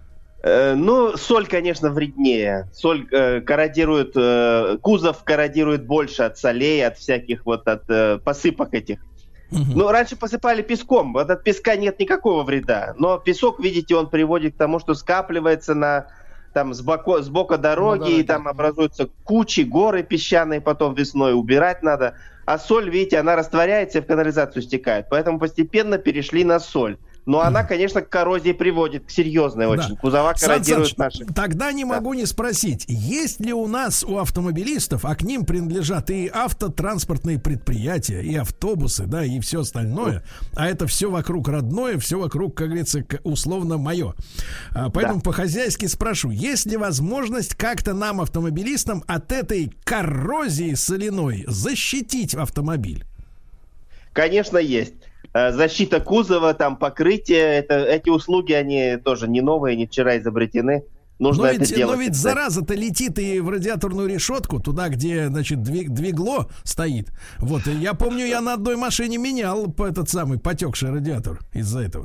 Ну, соль, конечно, вреднее. Соль э, корродирует, э, кузов корродирует больше от солей, от всяких вот от э, посыпок этих. Uh-huh. Ну, раньше посыпали песком. Вот от песка нет никакого вреда. Но песок, видите, он приводит к тому, что скапливается на, там, с, боку, с бока дороги, ну, да, и там да. образуются кучи, горы песчаные, потом весной убирать надо. А соль, видите, она растворяется и в канализацию стекает. Поэтому постепенно перешли на соль. Но она, конечно, к коррозии приводит, к серьезной очень. Да. Кузова корродируют наши. Тогда не да. могу не спросить, есть ли у нас, у автомобилистов, а к ним принадлежат и автотранспортные предприятия, и автобусы, да, и все остальное, а это все вокруг родное, все вокруг, как говорится, условно мое. Поэтому да. по-хозяйски спрошу, есть ли возможность как-то нам, автомобилистам, от этой коррозии соляной защитить автомобиль? Конечно, есть. Защита кузова, там покрытие, это, эти услуги, они тоже не новые, не вчера изобретены. Нужно но это ведь, делать. Но ведь зараза-то летит и в радиаторную решетку, туда, где, значит, двигло стоит. Вот, и я помню, я на одной машине менял этот самый потекший радиатор из-за этого.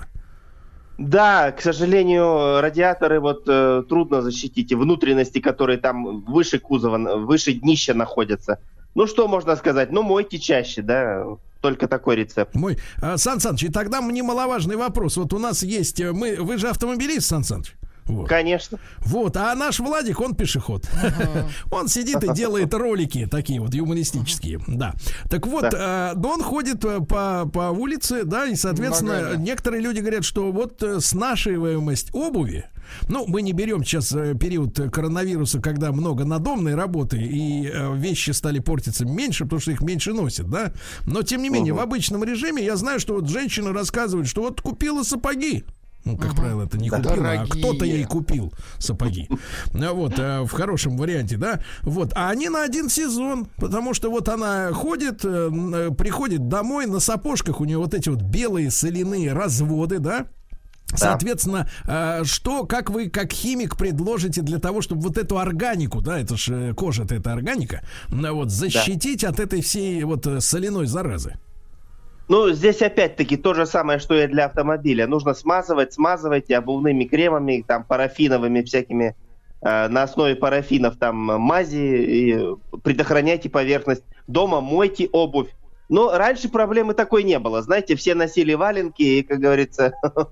Да, к сожалению, радиаторы вот э, трудно защитить, и внутренности, которые там выше кузова, выше днища находятся. Ну, что можно сказать? Ну, мойте чаще, да. Только такой рецепт. Мой. А, Сан Саныч, и тогда немаловажный вопрос. Вот у нас есть... Мы, вы же автомобилист, Сан Саныч? Вот. Конечно. Вот, а наш Владик, он пешеход. Uh-huh. Он сидит и делает ролики такие вот юмористические. Uh-huh. Да. Так вот, да. э, он ходит по, по улице, да, и, соответственно, Ногами. Некоторые люди говорят, что вот снашиваемость обуви, ну, мы не берем сейчас период коронавируса, когда много надомной работы, и вещи стали портиться меньше, потому что их меньше носят, да. Но, тем не менее, uh-huh. в обычном режиме я знаю, что вот женщина рассказывает, что вот купила сапоги. Ну, как uh-huh. правило, это не купила, дорогие. А кто-то ей купил сапоги. Вот, в хорошем варианте, да. Вот, а они на один сезон, потому что вот она ходит, приходит домой, на сапожках у нее вот эти вот белые соляные разводы, да. Соответственно, да. что, как вы, как химик, предложите для того, чтобы вот эту органику, да, это же кожа-то это органика, вот, защитить да. от этой всей вот соляной заразы? Ну, здесь опять-таки то же самое, что и для автомобиля. Нужно смазывать, смазывайте обувными кремами, там, парафиновыми всякими, э, на основе парафинов там мази, и предохраняйте поверхность. Дома мойте обувь. Но раньше проблемы такой не было. Знаете, все носили валенки, и, как говорится,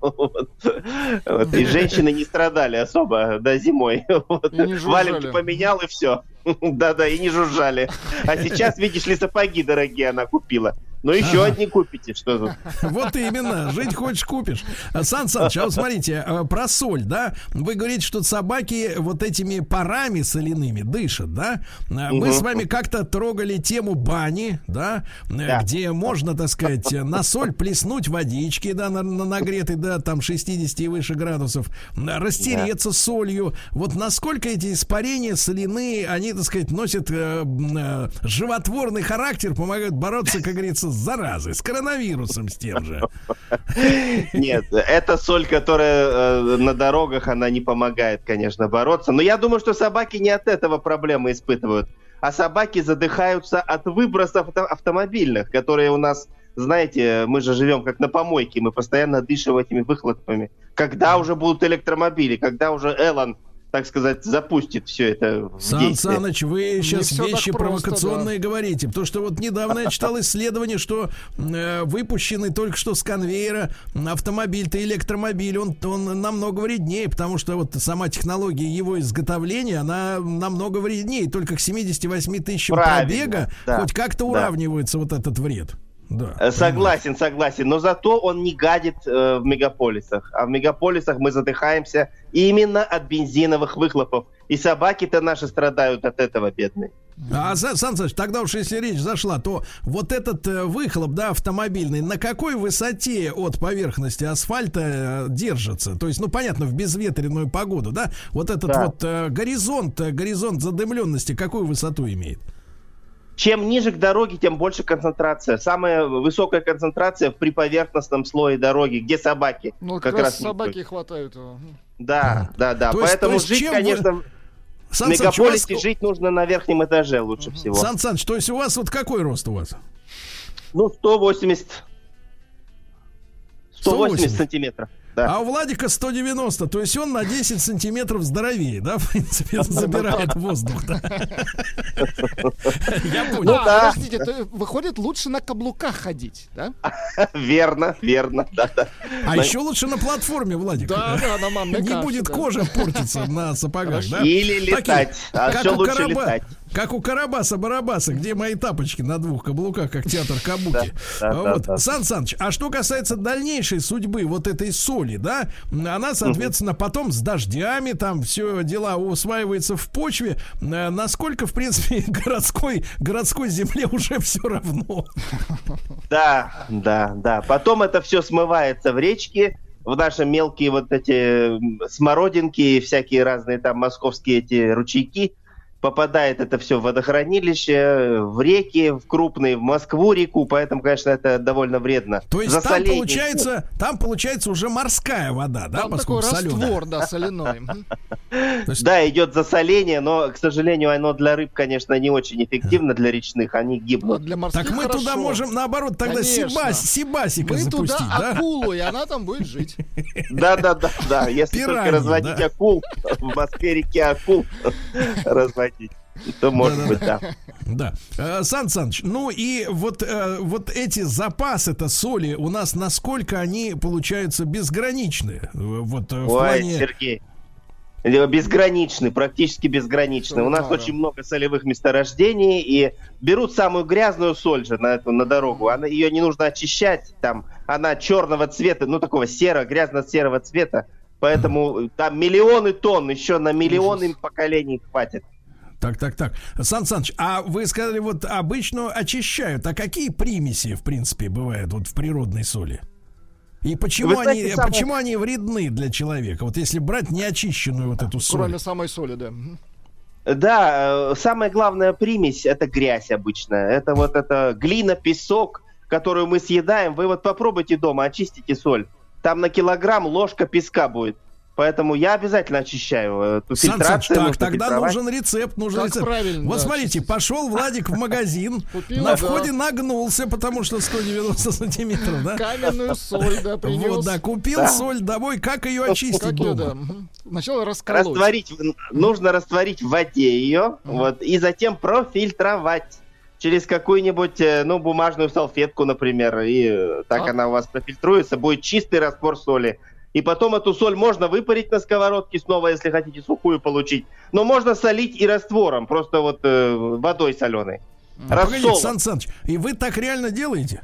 и женщины не страдали особо, да, зимой. Валенки поменял, и все. Да-да, и не жужжали. А сейчас, видишь ли, сапоги дорогие она купила. Ну, еще ага. одни купите, что тут. Вот именно, жить хочешь, купишь. Сан Саныч, а вот смотрите, про соль, да? Вы говорите, что собаки вот этими парами соляными дышат, да? Мы угу. с вами как-то трогали тему бани, да? Да. Где можно, так сказать, на соль плеснуть водички, да, на, на нагретой, да, там шестьдесят и выше градусов, растереться да. солью. Вот насколько эти испарения соляные, они, так сказать, носят э, э, животворный характер, помогают бороться, как говорится, с заразой, с коронавирусом, с тем же. Нет, это соль, которая э, на дорогах, она не помогает, конечно, бороться. Но я думаю, что собаки не от этого проблемы испытывают, а собаки задыхаются от выбросов автомобильных, которые у нас, знаете, мы же живем как на помойке, мы постоянно дышим этими выхлопами. Когда уже будут электромобили, когда уже Элон, так сказать, запустит все это в Сан действие. Саныч, вы сейчас вещи провокационные да. говорите, потому что вот недавно я читал исследование, что э, выпущенный только что с конвейера автомобиль-то электромобиль, он, он намного вреднее, потому что вот сама технология его изготовления, она намного вреднее, только к семидесяти восьми тысячам пробега да. хоть как-то да. уравнивается вот этот вред. Да, согласен, понимаю. согласен, но зато он не гадит э, в мегаполисах, а в мегаполисах мы задыхаемся именно от бензиновых выхлопов, и собаки-то наши страдают от этого, бедные. А, Сан Саныч, тогда уж если речь зашла, то вот этот э, выхлоп, да, автомобильный, на какой высоте от поверхности асфальта э, держится? То есть, ну, понятно, в безветренную погоду, да, вот этот да. вот э, горизонт, э, горизонт задымленности какую высоту имеет? Чем ниже к дороге, тем больше концентрация. Самая высокая концентрация при поверхностном слое дороги, где собаки. Ну, как, как раз, раз собаки хватают его. Да, да, да. То Поэтому есть, жить, конечно, вы... в Сан мегаполисе вас... жить нужно на верхнем этаже лучше uh-huh. всего. Сан Саныч, то есть у вас вот какой рост у вас? Ну, сто восемьдесят. сто восемьдесят сантиметров. Да. А у Владика сто девяносто, то есть он на десять сантиметров здоровее, да, в принципе, забирает воздух. Да? Я понял. А, да. Подождите, то выходит лучше на каблуках ходить, да? Верно, верно, да, да. А на... еще лучше на платформе, Владик. Да, да, на манной Не каше, будет да. кожа портиться на сапогах, да? Или летать, Такие, а еще лучше Караба... летать. Как у Карабаса-Барабаса, где мои тапочки на двух каблуках, как театр Кабуки. Да, да, вот. да, да. Сан Саныч, а что касается дальнейшей судьбы вот этой соли, да, она, соответственно, угу. потом с дождями, там все дела усваивается в почве. Насколько, в принципе, городской, городской земле уже все равно. Да, да, да. Потом это все смывается в речки, в наши мелкие вот эти смородинки и всякие разные там московские эти ручейки. Попадает это все в водохранилище, в реки, в крупные, в Москву реку, поэтому, конечно, это довольно вредно. То есть там получается, там получается уже морская вода, да, там поскольку такой раствор, да, соляной. Да, идет засоление, но, к сожалению, оно для рыб, конечно, не очень эффективно, для речных, они гибнут. Так мы туда можем, наоборот, тогда сибасика запустить, да? Мы туда акулу, и она там будет жить. Да, да, да, да. Если только разводить акул, в Москве-реке акул разводить. То может да, быть, да. Да. да. Сан Саныч, ну и вот, вот эти запасы-то соли у нас, насколько они получаются безграничны? Вот, в Ой, плане... Сергей, безграничны, практически безграничны. У нас очень много солевых месторождений, и берут самую грязную соль же на эту, на дорогу. Она, ее не нужно очищать, там, она черного цвета, ну такого серо, грязно-серого цвета. Поэтому там миллионы тонн, еще на миллионы поколений хватит. Так, так, так. Сан Саныч, а вы сказали, вот обычно очищают. А какие примеси, в принципе, бывают вот в природной соли? И почему, знаете, они, самое... почему они вредны для человека? Вот если брать неочищенную вот эту соль. Кроме самой соли, да. Да, самая главная примесь — это грязь обычная. Это вот эта глина, песок, которую мы съедаем. Вы вот попробуйте дома, очистите соль. там на килограмм ложка песка будет. Поэтому я обязательно очищаю эту Сан фильтрацию. Саныч, так, тогда нужен рецепт, нужен Как рецепт. правильно, Вот да, смотрите, пошел Владик в магазин, Купил, на да. входе нагнулся, потому что сто девяносто сантиметров, да? Каменную соль, да, принес. Вот, да, купил Да. соль домой, как ее очистить Как ее, дома? да. мгм. Сначала расколоть. Растворить, нужно растворить в воде ее, вот, и затем профильтровать через какую-нибудь, э, ну, бумажную салфетку, например, и э, так А. она у вас профильтруется, будет чистый раствор соли. И потом эту соль можно выпарить на сковородке снова, если хотите сухую получить. Но можно солить и раствором, просто вот э, водой соленой. Погодите, Рассолом. Сан Саныч, и вы так реально делаете?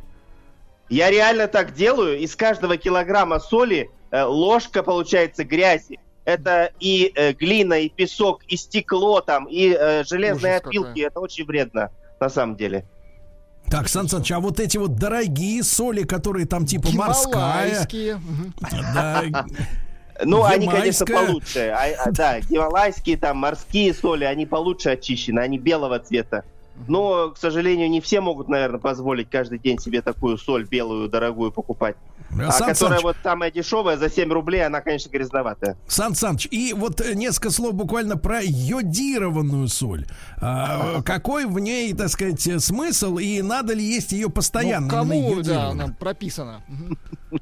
Я реально так делаю. Из каждого килограмма соли э, ложка, получается, грязи. Это и э, глина, и песок, и стекло там, и э, железные Ужас опилки. какой. Это очень вредно, на самом деле. Так, Сан Саныч, а вот эти вот дорогие соли, которые там типа морская, Гималайские. мгм. да, Ну, они, конечно, Ямайская. получше. А, а, да, гималайские, там, морские соли, они получше очищены, они белого цвета. Но, к сожалению, не все могут, наверное, позволить каждый день себе такую соль белую, дорогую покупать. А Сан которая Саныч, вот самая дешевая, за семь рублей, она, конечно, грязноватая. Сан Саныч, и вот э, несколько слов буквально про йодированную соль. А, какой в ней, так сказать, э, смысл, и надо ли есть ее постоянно? Ну, именно кому, да, йодированную? она прописана. Мгм.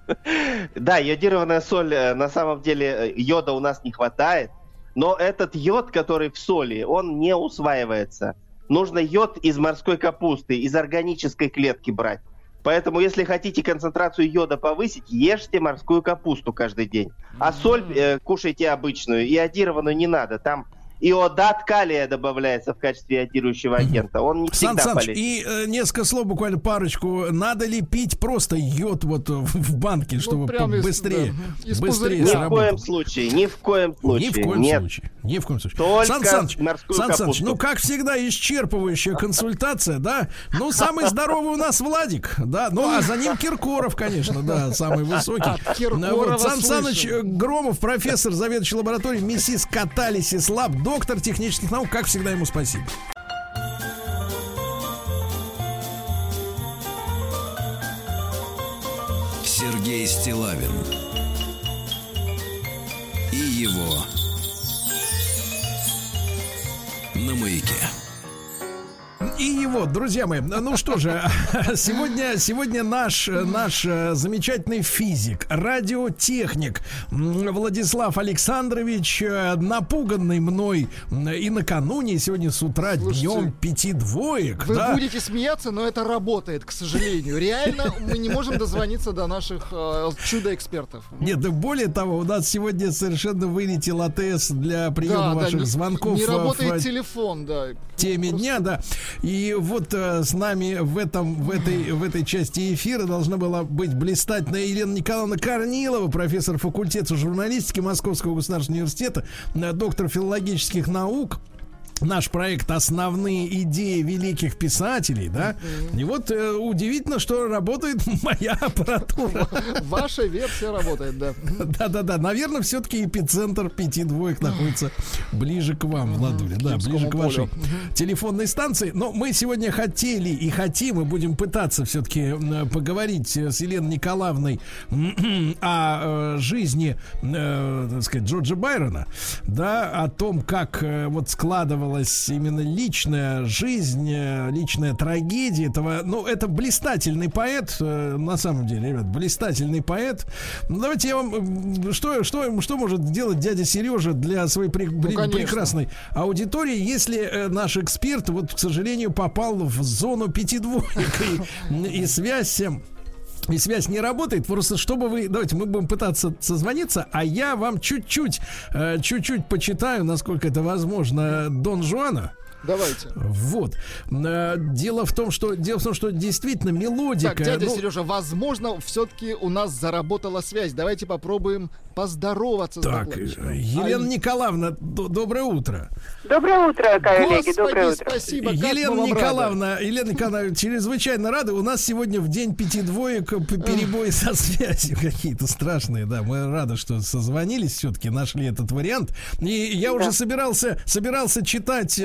Да, йодированная соль, э, на самом деле, э, йода у нас не хватает, но этот йод, который в соли, он не усваивается. Нужно йод из морской капусты, из органической клетки брать. Поэтому, если хотите концентрацию йода повысить, ешьте морскую капусту каждый день. А соль э, кушайте обычную, иодированную не надо. Там иодат калия добавляется в качестве иодирующего агента. Он не Сан всегда Саныч, полезен. и э, несколько слов, буквально парочку. Надо ли пить просто йод вот в, в банке, чтобы прям из- быстрее, да, из быстрее пузырька. Ни в сработало? коем случае, ни в коем случае. Ни в коем Нет. случае. Ни в коем случае. Только Сан Саныч, морскую Сан Саныч, капусту. ну, как всегда, исчерпывающая консультация, да? Ну, самый здоровый у нас Владик, да? Ну, а за ним Киркоров, конечно, да, самый высокий. От Киркорова Ну, вот Сан Саныч слышим. Громов, профессор, заведующий лабораторией МИСИС Каталисис Лаб, доктор технических наук, как всегда, ему спасибо. Сергей Стиллавин и его «На маяке». И его, друзья мои, ну что же, сегодня, сегодня наш, наш замечательный физик, радиотехник Владислав Александрович, напуганный мной и накануне, и сегодня с утра Слушайте, днем пяти двоек. Вы да? будете смеяться, но это работает, к сожалению. Реально мы не можем дозвониться до наших э, чудо-экспертов. Нет, да более того, у нас сегодня совершенно вылетел АТС для приема Да, да, ваших не- звонков. Не в- работает в телефон, да. теме Просто- дня, да. И вот э, с нами в этом, в этой, в этой части эфира должна была быть блистательная Елена Николаевна Корнилова, профессор факультета журналистики Московского государственного университета, э, доктор филологических наук. Наш проект «Основные идеи великих писателей», да? И вот э, удивительно, что работает моя аппаратура. Ваша версия работает, да. Да-да-да, наверное, все-таки эпицентр пяти двоек находится ближе к вам, Владуля, да, Киевскому ближе к вашей полю. телефонной станции. Но мы сегодня хотели и хотим, и будем пытаться все-таки поговорить с Еленой Николаевной о э, жизни, э, так сказать, Джорджа Байрона, да, о том, как э, вот складывалась именно личная жизнь, э, личная трагедия этого. Ну, это блистательный поэт, э, на самом деле, ребят, блистательный поэт. Ну, давайте я вам... э, Что, что, что может сделать дядя Сережа для своей пре- Ну, пре- конечно. прекрасной аудитории, если э, наш эксперт, вот, к сожалению, попал в зону пяти двоек, и, и связь... э, И связь не работает, просто чтобы вы... Давайте мы будем пытаться созвониться, а я вам чуть-чуть, э, чуть-чуть почитаю, насколько это возможно, Дон Жуана. Давайте. Вот. Э, Дело в том, что дело в том, что действительно мелодика. Так, дядя ну, Сережа, возможно, все-таки у нас заработала связь. Давайте попробуем поздороваться с Так, докладчиком. э, Елена А- Николаевна, д- доброе утро. Доброе утро, коллеги, Господи, доброе утро. спасибо. как мы Елена вам Николаевна, Елена Николаевна, чрезвычайно рады. У нас сегодня в день пяти двоек п- перебои со связью какие-то страшные. Да, мы рады, что созвонились, все-таки нашли этот вариант. И я уже собирался, собирался читать э,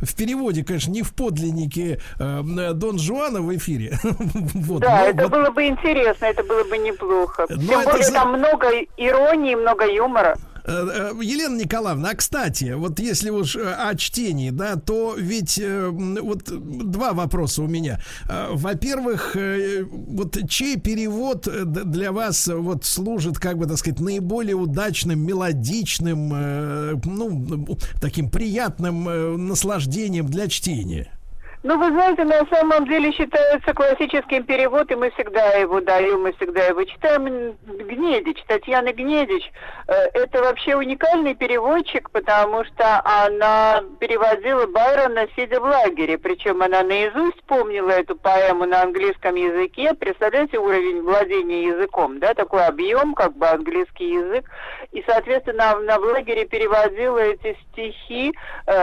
в переводе, конечно, не в подлиннике э, Дон Жуана в эфире. Вот, да, но, это вот... было бы интересно, это было бы неплохо. Но Тем это более за... там много иронии, много юмора. Елена Николаевна, а кстати, вот если уж о чтении, да, то ведь э, вот два вопроса у меня. Во-первых, э, вот чей перевод для вас вот служит, как бы, так сказать, наиболее удачным, мелодичным, э, ну, таким приятным э, наслаждением для чтения? Ну, вы знаете, на самом деле считается классическим перевод, и мы всегда его даем, мы всегда его читаем. Гнедич, Татьяна Гнедич, это вообще уникальный переводчик, потому что она переводила Байрона, сидя в лагере, причем она наизусть помнила эту поэму на английском языке. Представляете уровень владения языком, да, такой объем, как бы английский язык, и, соответственно, она в лагере переводила эти стихи,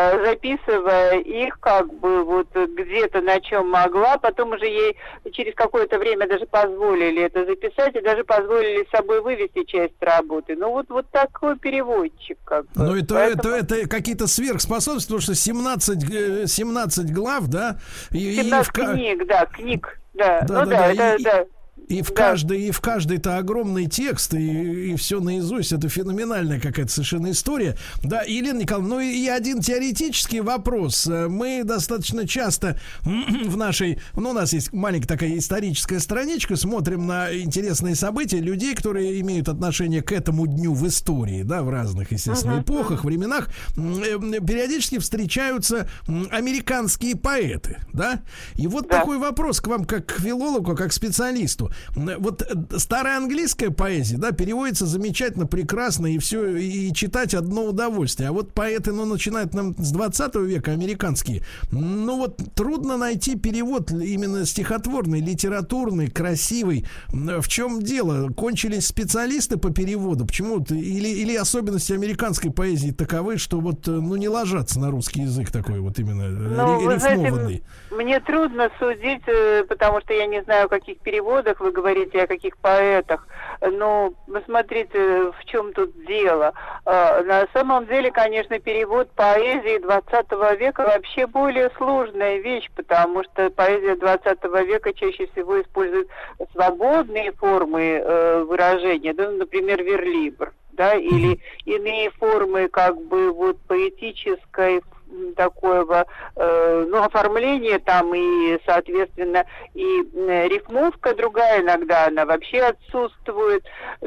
записывая их, как бы, вот, где-то на чем могла, потом уже ей через какое-то время даже позволили это записать и даже позволили с собой вывести часть работы. Ну вот, вот такой переводчик. Как бы. Ну это, Поэтому... это, это какие-то сверхспособности, потому что семнадцать, семнадцать глав, да? И, семнадцать и в... книг, да, книг, да. Да, ну да, да, да, это, и... да. И в да. каждой, и в каждой-то огромный текст, и, и все наизусть. Это феноменальная какая-то совершенно история. Да, Елена Николаевна, ну и один теоретический вопрос. Мы достаточно часто в нашей... Ну, у нас есть маленькая такая историческая страничка, смотрим на интересные события людей, которые имеют отношение к этому дню в истории, да, в разных, естественно, uh-huh. эпохах, временах. Периодически встречаются американские поэты, да? И вот да. такой вопрос к вам, как к филологу, как к специалисту. Вот старая английская поэзия, да, переводится замечательно, прекрасно, и все, и читать одно удовольствие. А вот поэты, ну, начинают нам с двадцатого века, американские. Ну, вот трудно найти перевод именно стихотворный, литературный, красивый. В чем дело? Кончились специалисты по переводу? Почему-то? Или, или особенности американской поэзии таковы, что вот, ну, не ложатся на русский язык такой вот именно ну, ри- рифмованный? Знаете, мне трудно судить, потому что я не знаю, о каких переводах вы говорите, о каких поэтах. Но посмотрите, в чем тут дело. На самом деле, конечно, перевод поэзии двадцатого века вообще более сложная вещь, потому что поэзия двадцатого века чаще всего использует свободные формы выражения, да, например, верлибр, да, или иные формы, как бы, вот, поэтической такого, э, ну, оформления там и, соответственно, и э, рифмовка другая иногда, она вообще отсутствует,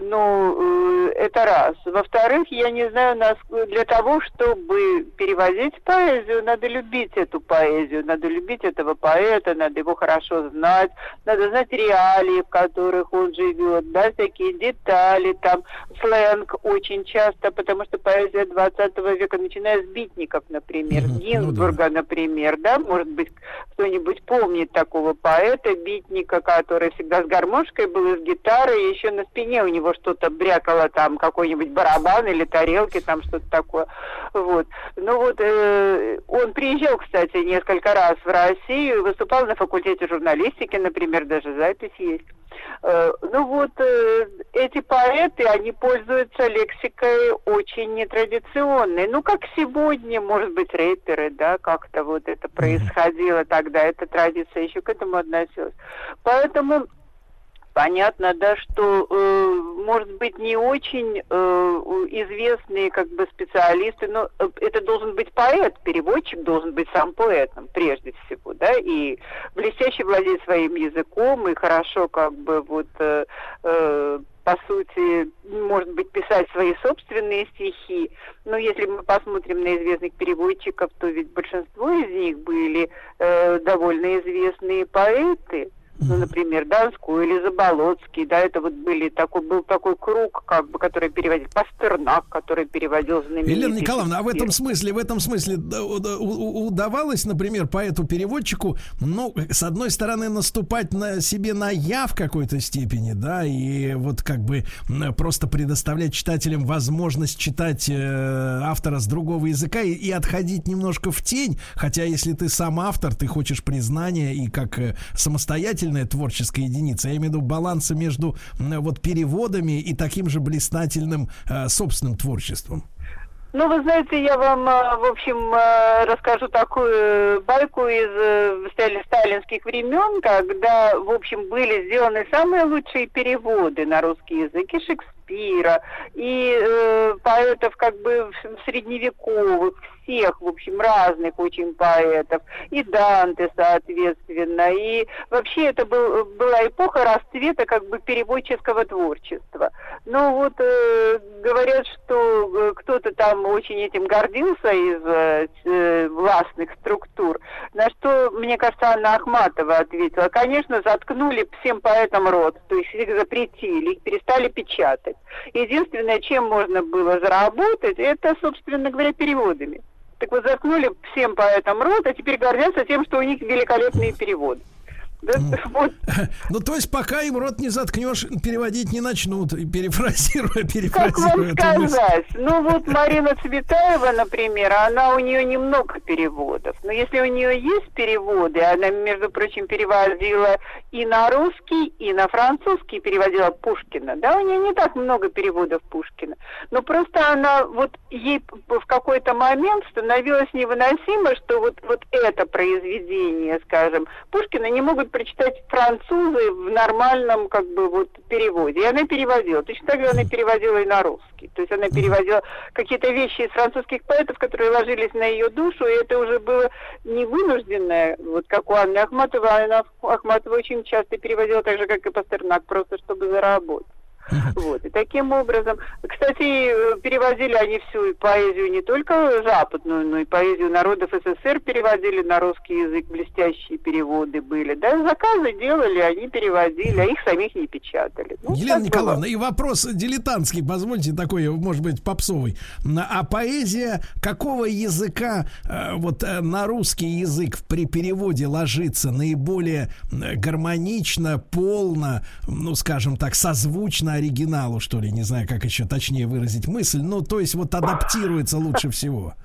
ну, э, это раз. Во-вторых, я не знаю, нас, для того, чтобы переводить поэзию, надо любить эту поэзию, надо любить этого поэта, надо его хорошо знать, надо знать реалии, в которых он живет, да, всякие детали, там, сленг очень часто, потому что поэзия двадцатого века, начиная с битников, например, Гинзбурга, например, да, может быть, кто-нибудь помнит такого поэта, битника, который всегда с гармошкой был, и с гитарой, и еще на спине у него что-то брякало, там, какой-нибудь барабан или тарелки, там, что-то такое, вот. Ну вот, э, он приезжал, кстати, несколько раз в Россию, выступал на факультете журналистики, например, даже запись есть. Ну вот, эти поэты, они пользуются лексикой очень нетрадиционной. Ну, как сегодня, может быть, рэперы, да, как-то вот это происходило тогда, эта традиция еще к этому относилась. Поэтому понятно, да, что, э, может быть, не очень э, известные, как бы, специалисты, но это должен быть поэт, переводчик должен быть сам поэтом, прежде всего, да, и блестяще владеть своим языком, и хорошо, как бы, вот, э, э, по сути, может быть, писать свои собственные стихи. Но если мы посмотрим на известных переводчиков, то ведь большинство из них были э, довольно известные поэты. Ну, например, Донской или Заболоцкий, да, это вот были такой, был такой круг, как бы, который переводил Пастернак, который переводил знаменитый. Елена Николаевна, а в этом смысле, в этом смысле удавалось, например, поэту-переводчику, ну, с одной стороны, наступать на себе на «я» в какой-то степени, да, и вот как бы просто предоставлять читателям возможность читать э, автора с другого языка и, и отходить немножко в тень, хотя если ты сам автор, ты хочешь признания и как э, самостоятельно творческая единица, я имею в виду баланса между вот переводами и таким же блистательным э, собственным творчеством. Ну, вы знаете, я вам, в общем, расскажу такую байку из сталинских времен, когда, в общем, были сделаны самые лучшие переводы на русский язык и Шекспира, и э, поэтов как бы средневековых, всех, в общем, разных очень поэтов, и Данте, соответственно, и вообще это был, была эпоха расцвета как бы переводческого творчества. Ну вот э, говорят, что кто-то там очень этим гордился из э, властных структур, на что, мне кажется, Анна Ахматова ответила: конечно, заткнули всем поэтам рот, то есть их запретили, их перестали печатать. Единственное, чем можно было заработать, это, собственно говоря, переводами. Так вот, заткнули всем поэтам рот, а теперь гордятся тем, что у них великолепные переводы. Да, вот. Ну, то есть, пока им рот не заткнешь, переводить не начнут, перефразируя, перефразируя. Как вам сказать? Ну, вот Марина Цветаева, например, она, у нее немного переводов. Но если у нее есть переводы, она, между прочим, переводила и на русский, и на французский, переводила Пушкина. Да, у нее не так много переводов Пушкина. Но просто она, вот ей в какой-то момент становилось невыносимо, что вот, вот это произведение, скажем, Пушкина не могут прочитать французы в нормальном, как бы, вот, переводе. И она переводила. Точно так же она переводила и на русский. То есть она переводила какие-то вещи из французских поэтов, которые ложились на ее душу, и это уже было не вынужденное, вот как у Анны Ахматовой. Анна Ахматова очень часто переводила так же, как и Пастернак, просто чтобы заработать. Вот. И таким образом, кстати, переводили они всю поэзию не только западную, но и поэзию народов СССР переводили на русский язык, блестящие переводы были. Да, заказы делали, они переводили, а их самих не печатали. Ну, Елена Николаевна, было. И вопрос дилетантский, позвольте, такой, может быть, попсовый. А поэзия какого языка вот на русский язык при переводе ложится наиболее гармонично, полно, ну, скажем так, созвучно оригиналу, что ли, не знаю, как еще точнее выразить мысль, ну, то есть вот адаптируется лучше всего?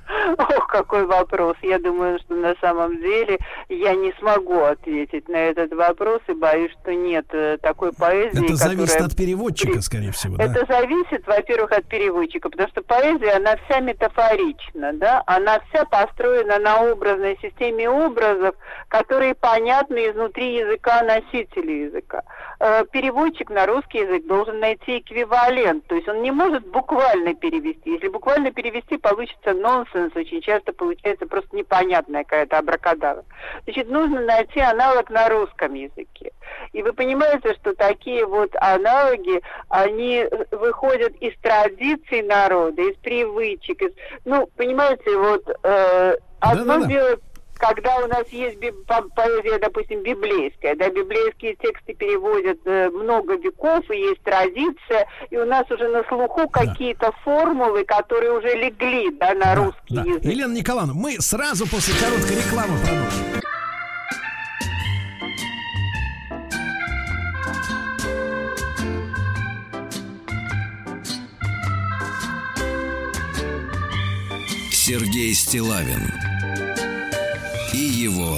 Ох, какой вопрос. Я думаю, что на самом деле я не смогу ответить на этот вопрос и боюсь, что нет такой поэзии. Это зависит которая... от переводчика, скорее всего, да? Это зависит, во-первых, от переводчика, потому что поэзия, она вся метафорична, да? Она вся построена на образной системе образов, которые понятны изнутри языка носителя языка. Переводчик на русский язык должен найти эквивалент, то есть он не может буквально перевести. Если буквально перевести, получится нонсенс, очень часто получается просто непонятная какая-то абракадабра. Значит, нужно найти аналог на русском языке. И вы понимаете, что такие вот аналоги, они выходят из традиций народа, из привычек. Из... Ну, понимаете, вот э, одно Да-да-да. дело... Когда у нас есть би- по- поэзия, допустим, библейская, да, библейские тексты переводят э, много веков, и есть традиция, и у нас уже на слуху Да. какие-то формулы, которые уже легли, да, на Да, русский да. язык. Елена Николаевна, мы сразу после короткой рекламы продолжим. Сергей Стиллавин и его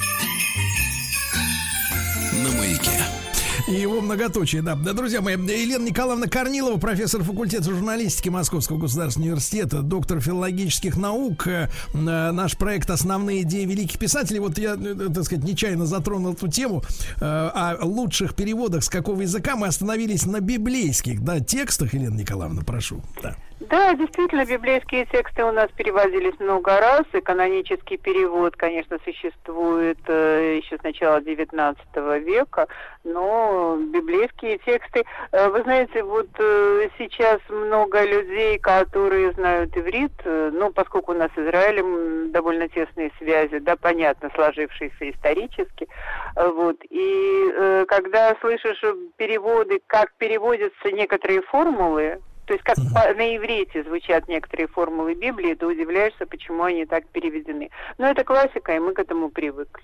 на маяке. И его многоточие, да. Да, друзья мои, Елена Николаевна Корнилова, профессор факультета журналистики Московского государственного университета, доктор филологических наук. Э, наш проект «Основные идеи великих писателей». Вот я, так сказать, нечаянно затронул эту тему э, о лучших переводах с какого языка. Мы остановились на библейских, да, текстах. Елена Николаевна, прошу. Да. Да, действительно, библейские тексты у нас переводились много раз, и канонический перевод, конечно, существует э, еще с начала девятнадцатого века, но библейские тексты, э, вы знаете, вот э, сейчас много людей, которые знают иврит, э, ну, поскольку у нас с Израилем довольно тесные связи, да, понятно, сложившиеся исторически, э, вот, и э, когда слышишь переводы, как переводятся некоторые формулы, то есть как по, на иврите звучат некоторые формулы Библии, ты удивляешься, почему они так переведены. Но это классика, и мы к этому привыкли.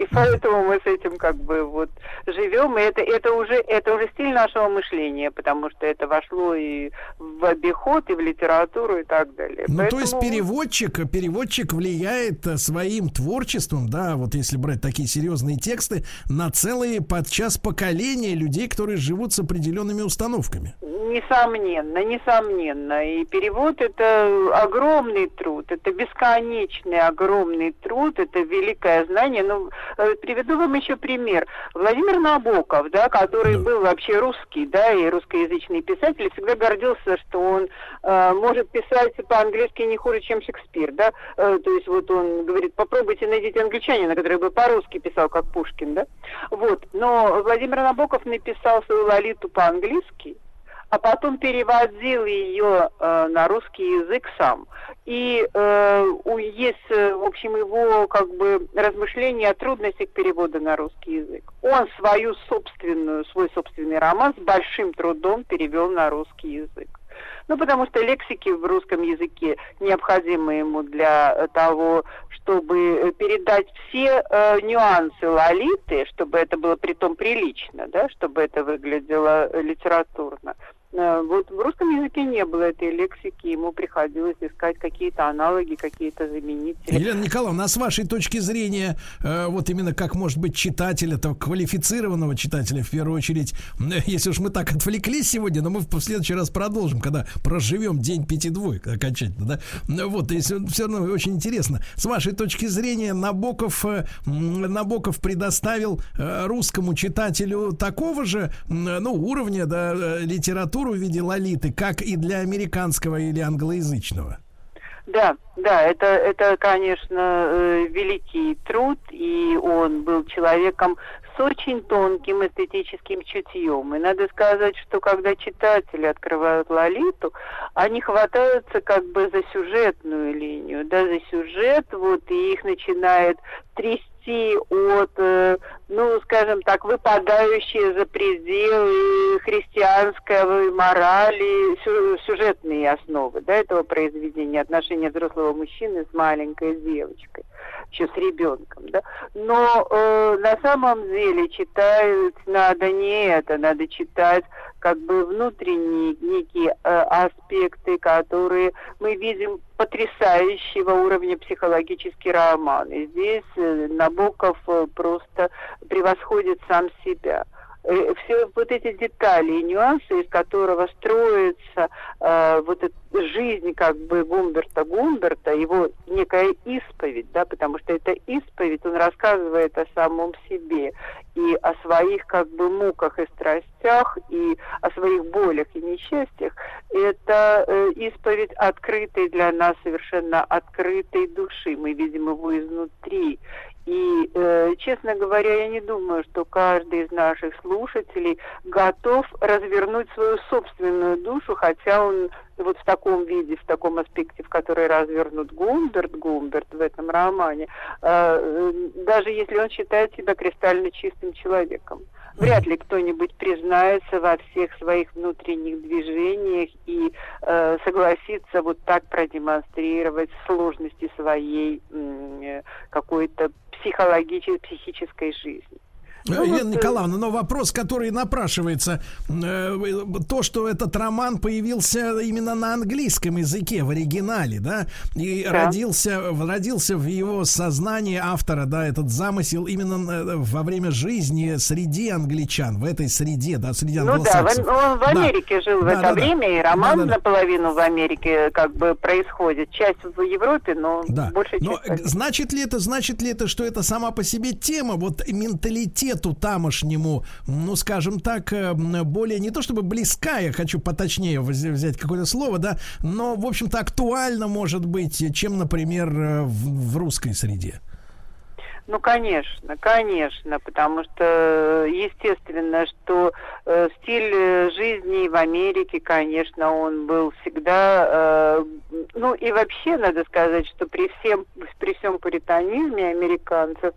И поэтому мы с этим как бы вот живем, и это, это, уже, это уже стиль нашего мышления, потому что это вошло и в обиход, и в литературу, и так далее. Ну, поэтому... то есть переводчик, переводчик влияет своим творчеством, да, вот если брать такие серьезные тексты, на целые подчас поколения людей, которые живут с определенными установками. Несомненно, несомненно. И перевод — это огромный труд, это бесконечный огромный труд, это великое знание. Ну, приведу вам еще пример. Владимир Набоков, да, который да. был вообще русский, да, и русскоязычный писатель, всегда гордился, что он э, может писать по-английски не хуже, чем Шекспир, да. Э, то есть вот он говорит, попробуйте найдите англичанина, который бы по-русски писал, как Пушкин, да. Вот. Но Владимир Набоков написал свою Лолиту по-английски, а потом переводил ее э, на русский язык сам. И э, есть, в общем, его как бы размышления о трудностях перевода на русский язык. Он свою собственную, свой собственный роман с большим трудом перевел на русский язык. Ну, потому что лексики в русском языке необходимы ему для того, чтобы передать все э, нюансы Лолиты, чтобы это было притом прилично, да, чтобы это выглядело литературно. Э, вот в русском языке не было этой лексики, ему приходилось искать какие-то аналоги, какие-то заменители. Елена Николаевна, а с вашей точки зрения, э, вот именно как, может быть, читателя, того квалифицированного читателя, в первую очередь, если уж мы так отвлеклись сегодня, но мы в следующий раз продолжим, когда проживем день пяти-двоек окончательно, да? Вот, если все равно очень интересно. С вашей точки зрения, Набоков, Набоков предоставил русскому читателю такого же, ну, уровня, да, литературу в виде Лолиты, как и для американского или англоязычного? Да, да, это, это, конечно, великий труд, и он был человеком с очень тонким эстетическим чутьем. И надо сказать, что когда читатели открывают Лолиту, они хватаются как бы за сюжетную линию, да, за сюжет, вот, и их начинает трясти от, ну, скажем так, выпадающие за пределы христианской морали сюжетные основы, да, этого произведения, отношения взрослого мужчины с маленькой девочкой, еще с ребенком, да. Но э, на самом деле читать надо не это, надо читать как бы внутренние некие э, аспекты, которые мы видим потрясающего уровня психологический роман. И здесь э, Набоков э, просто превосходит сам себя. Э, все вот эти детали и нюансы, из которого строится э, вот эта жизнь как бы Гумберта Гумберта, его некая исповедь, да, потому что это исповедь, он рассказывает о самом себе и о своих как бы муках и страстях, и о своих болях и несчастьях. Это э, исповедь открытой для нас, совершенно открытой души. Мы видим его изнутри. И, э, честно говоря, я не думаю, что каждый из наших слушателей готов развернуть свою собственную душу, хотя он вот в таком виде, в таком аспекте, в который развернут Гумберт, Гумберт в этом романе, э, даже если он считает себя кристально чистым человеком. Вряд ли кто-нибудь признается во всех своих внутренних движениях и э, согласится вот так продемонстрировать сложности своей э, какой-то психологической, психической жизни. Ну, Елена вот, Николаевна, но вопрос, который напрашивается, э, то, что этот роман появился именно на английском языке, в оригинале, да, и да. родился, родился в его сознании автора, да, этот замысел именно во время жизни среди англичан, в этой среде, да, среди англосаксов. Ну да, он в Америке да. жил в да, это да, время, да. и роман да, да, наполовину в Америке как бы происходит, часть в Европе, но да. большая но часть... Значит ли это, значит ли это, что это сама по себе тема, вот менталитет тамошнему, ну, скажем так, более не то чтобы близка, я хочу поточнее взять какое-то слово, да, но, в общем-то, актуально может быть, чем, например, в, в русской среде. Ну, конечно, конечно, потому что, естественно, что э, стиль жизни в Америке, конечно, он был всегда, э, ну, и вообще, надо сказать, что при всем, при всем пуританизме американцев,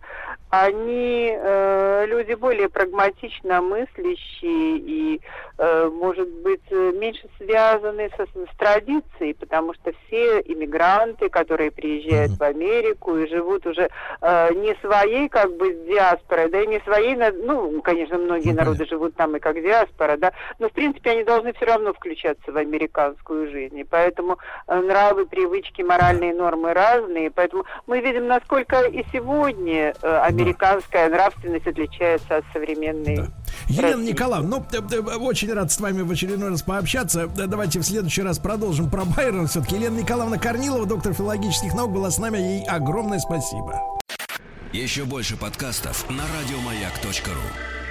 они э, люди более прагматично мыслящие и, э, может быть, меньше связаны со, с традицией, потому что все иммигранты, которые приезжают в Америку и живут уже э, не своей, как бы, с диаспорой, да и не своей, ну, конечно, многие ну, народы живут там и как диаспора, да, но, в принципе, они должны все равно включаться в американскую жизнь, и поэтому нравы, привычки, моральные нормы разные, поэтому мы видим, насколько и сегодня американская нравственность отличается от современной. Да. Елена Николаевна, ну, очень рад с вами в очередной раз пообщаться. Давайте в следующий раз продолжим про Байрона. Все-таки Елена Николаевна Корнилова, доктор филологических наук, была с нами. Ей огромное спасибо. Еще больше подкастов на радиомаяк точка ру.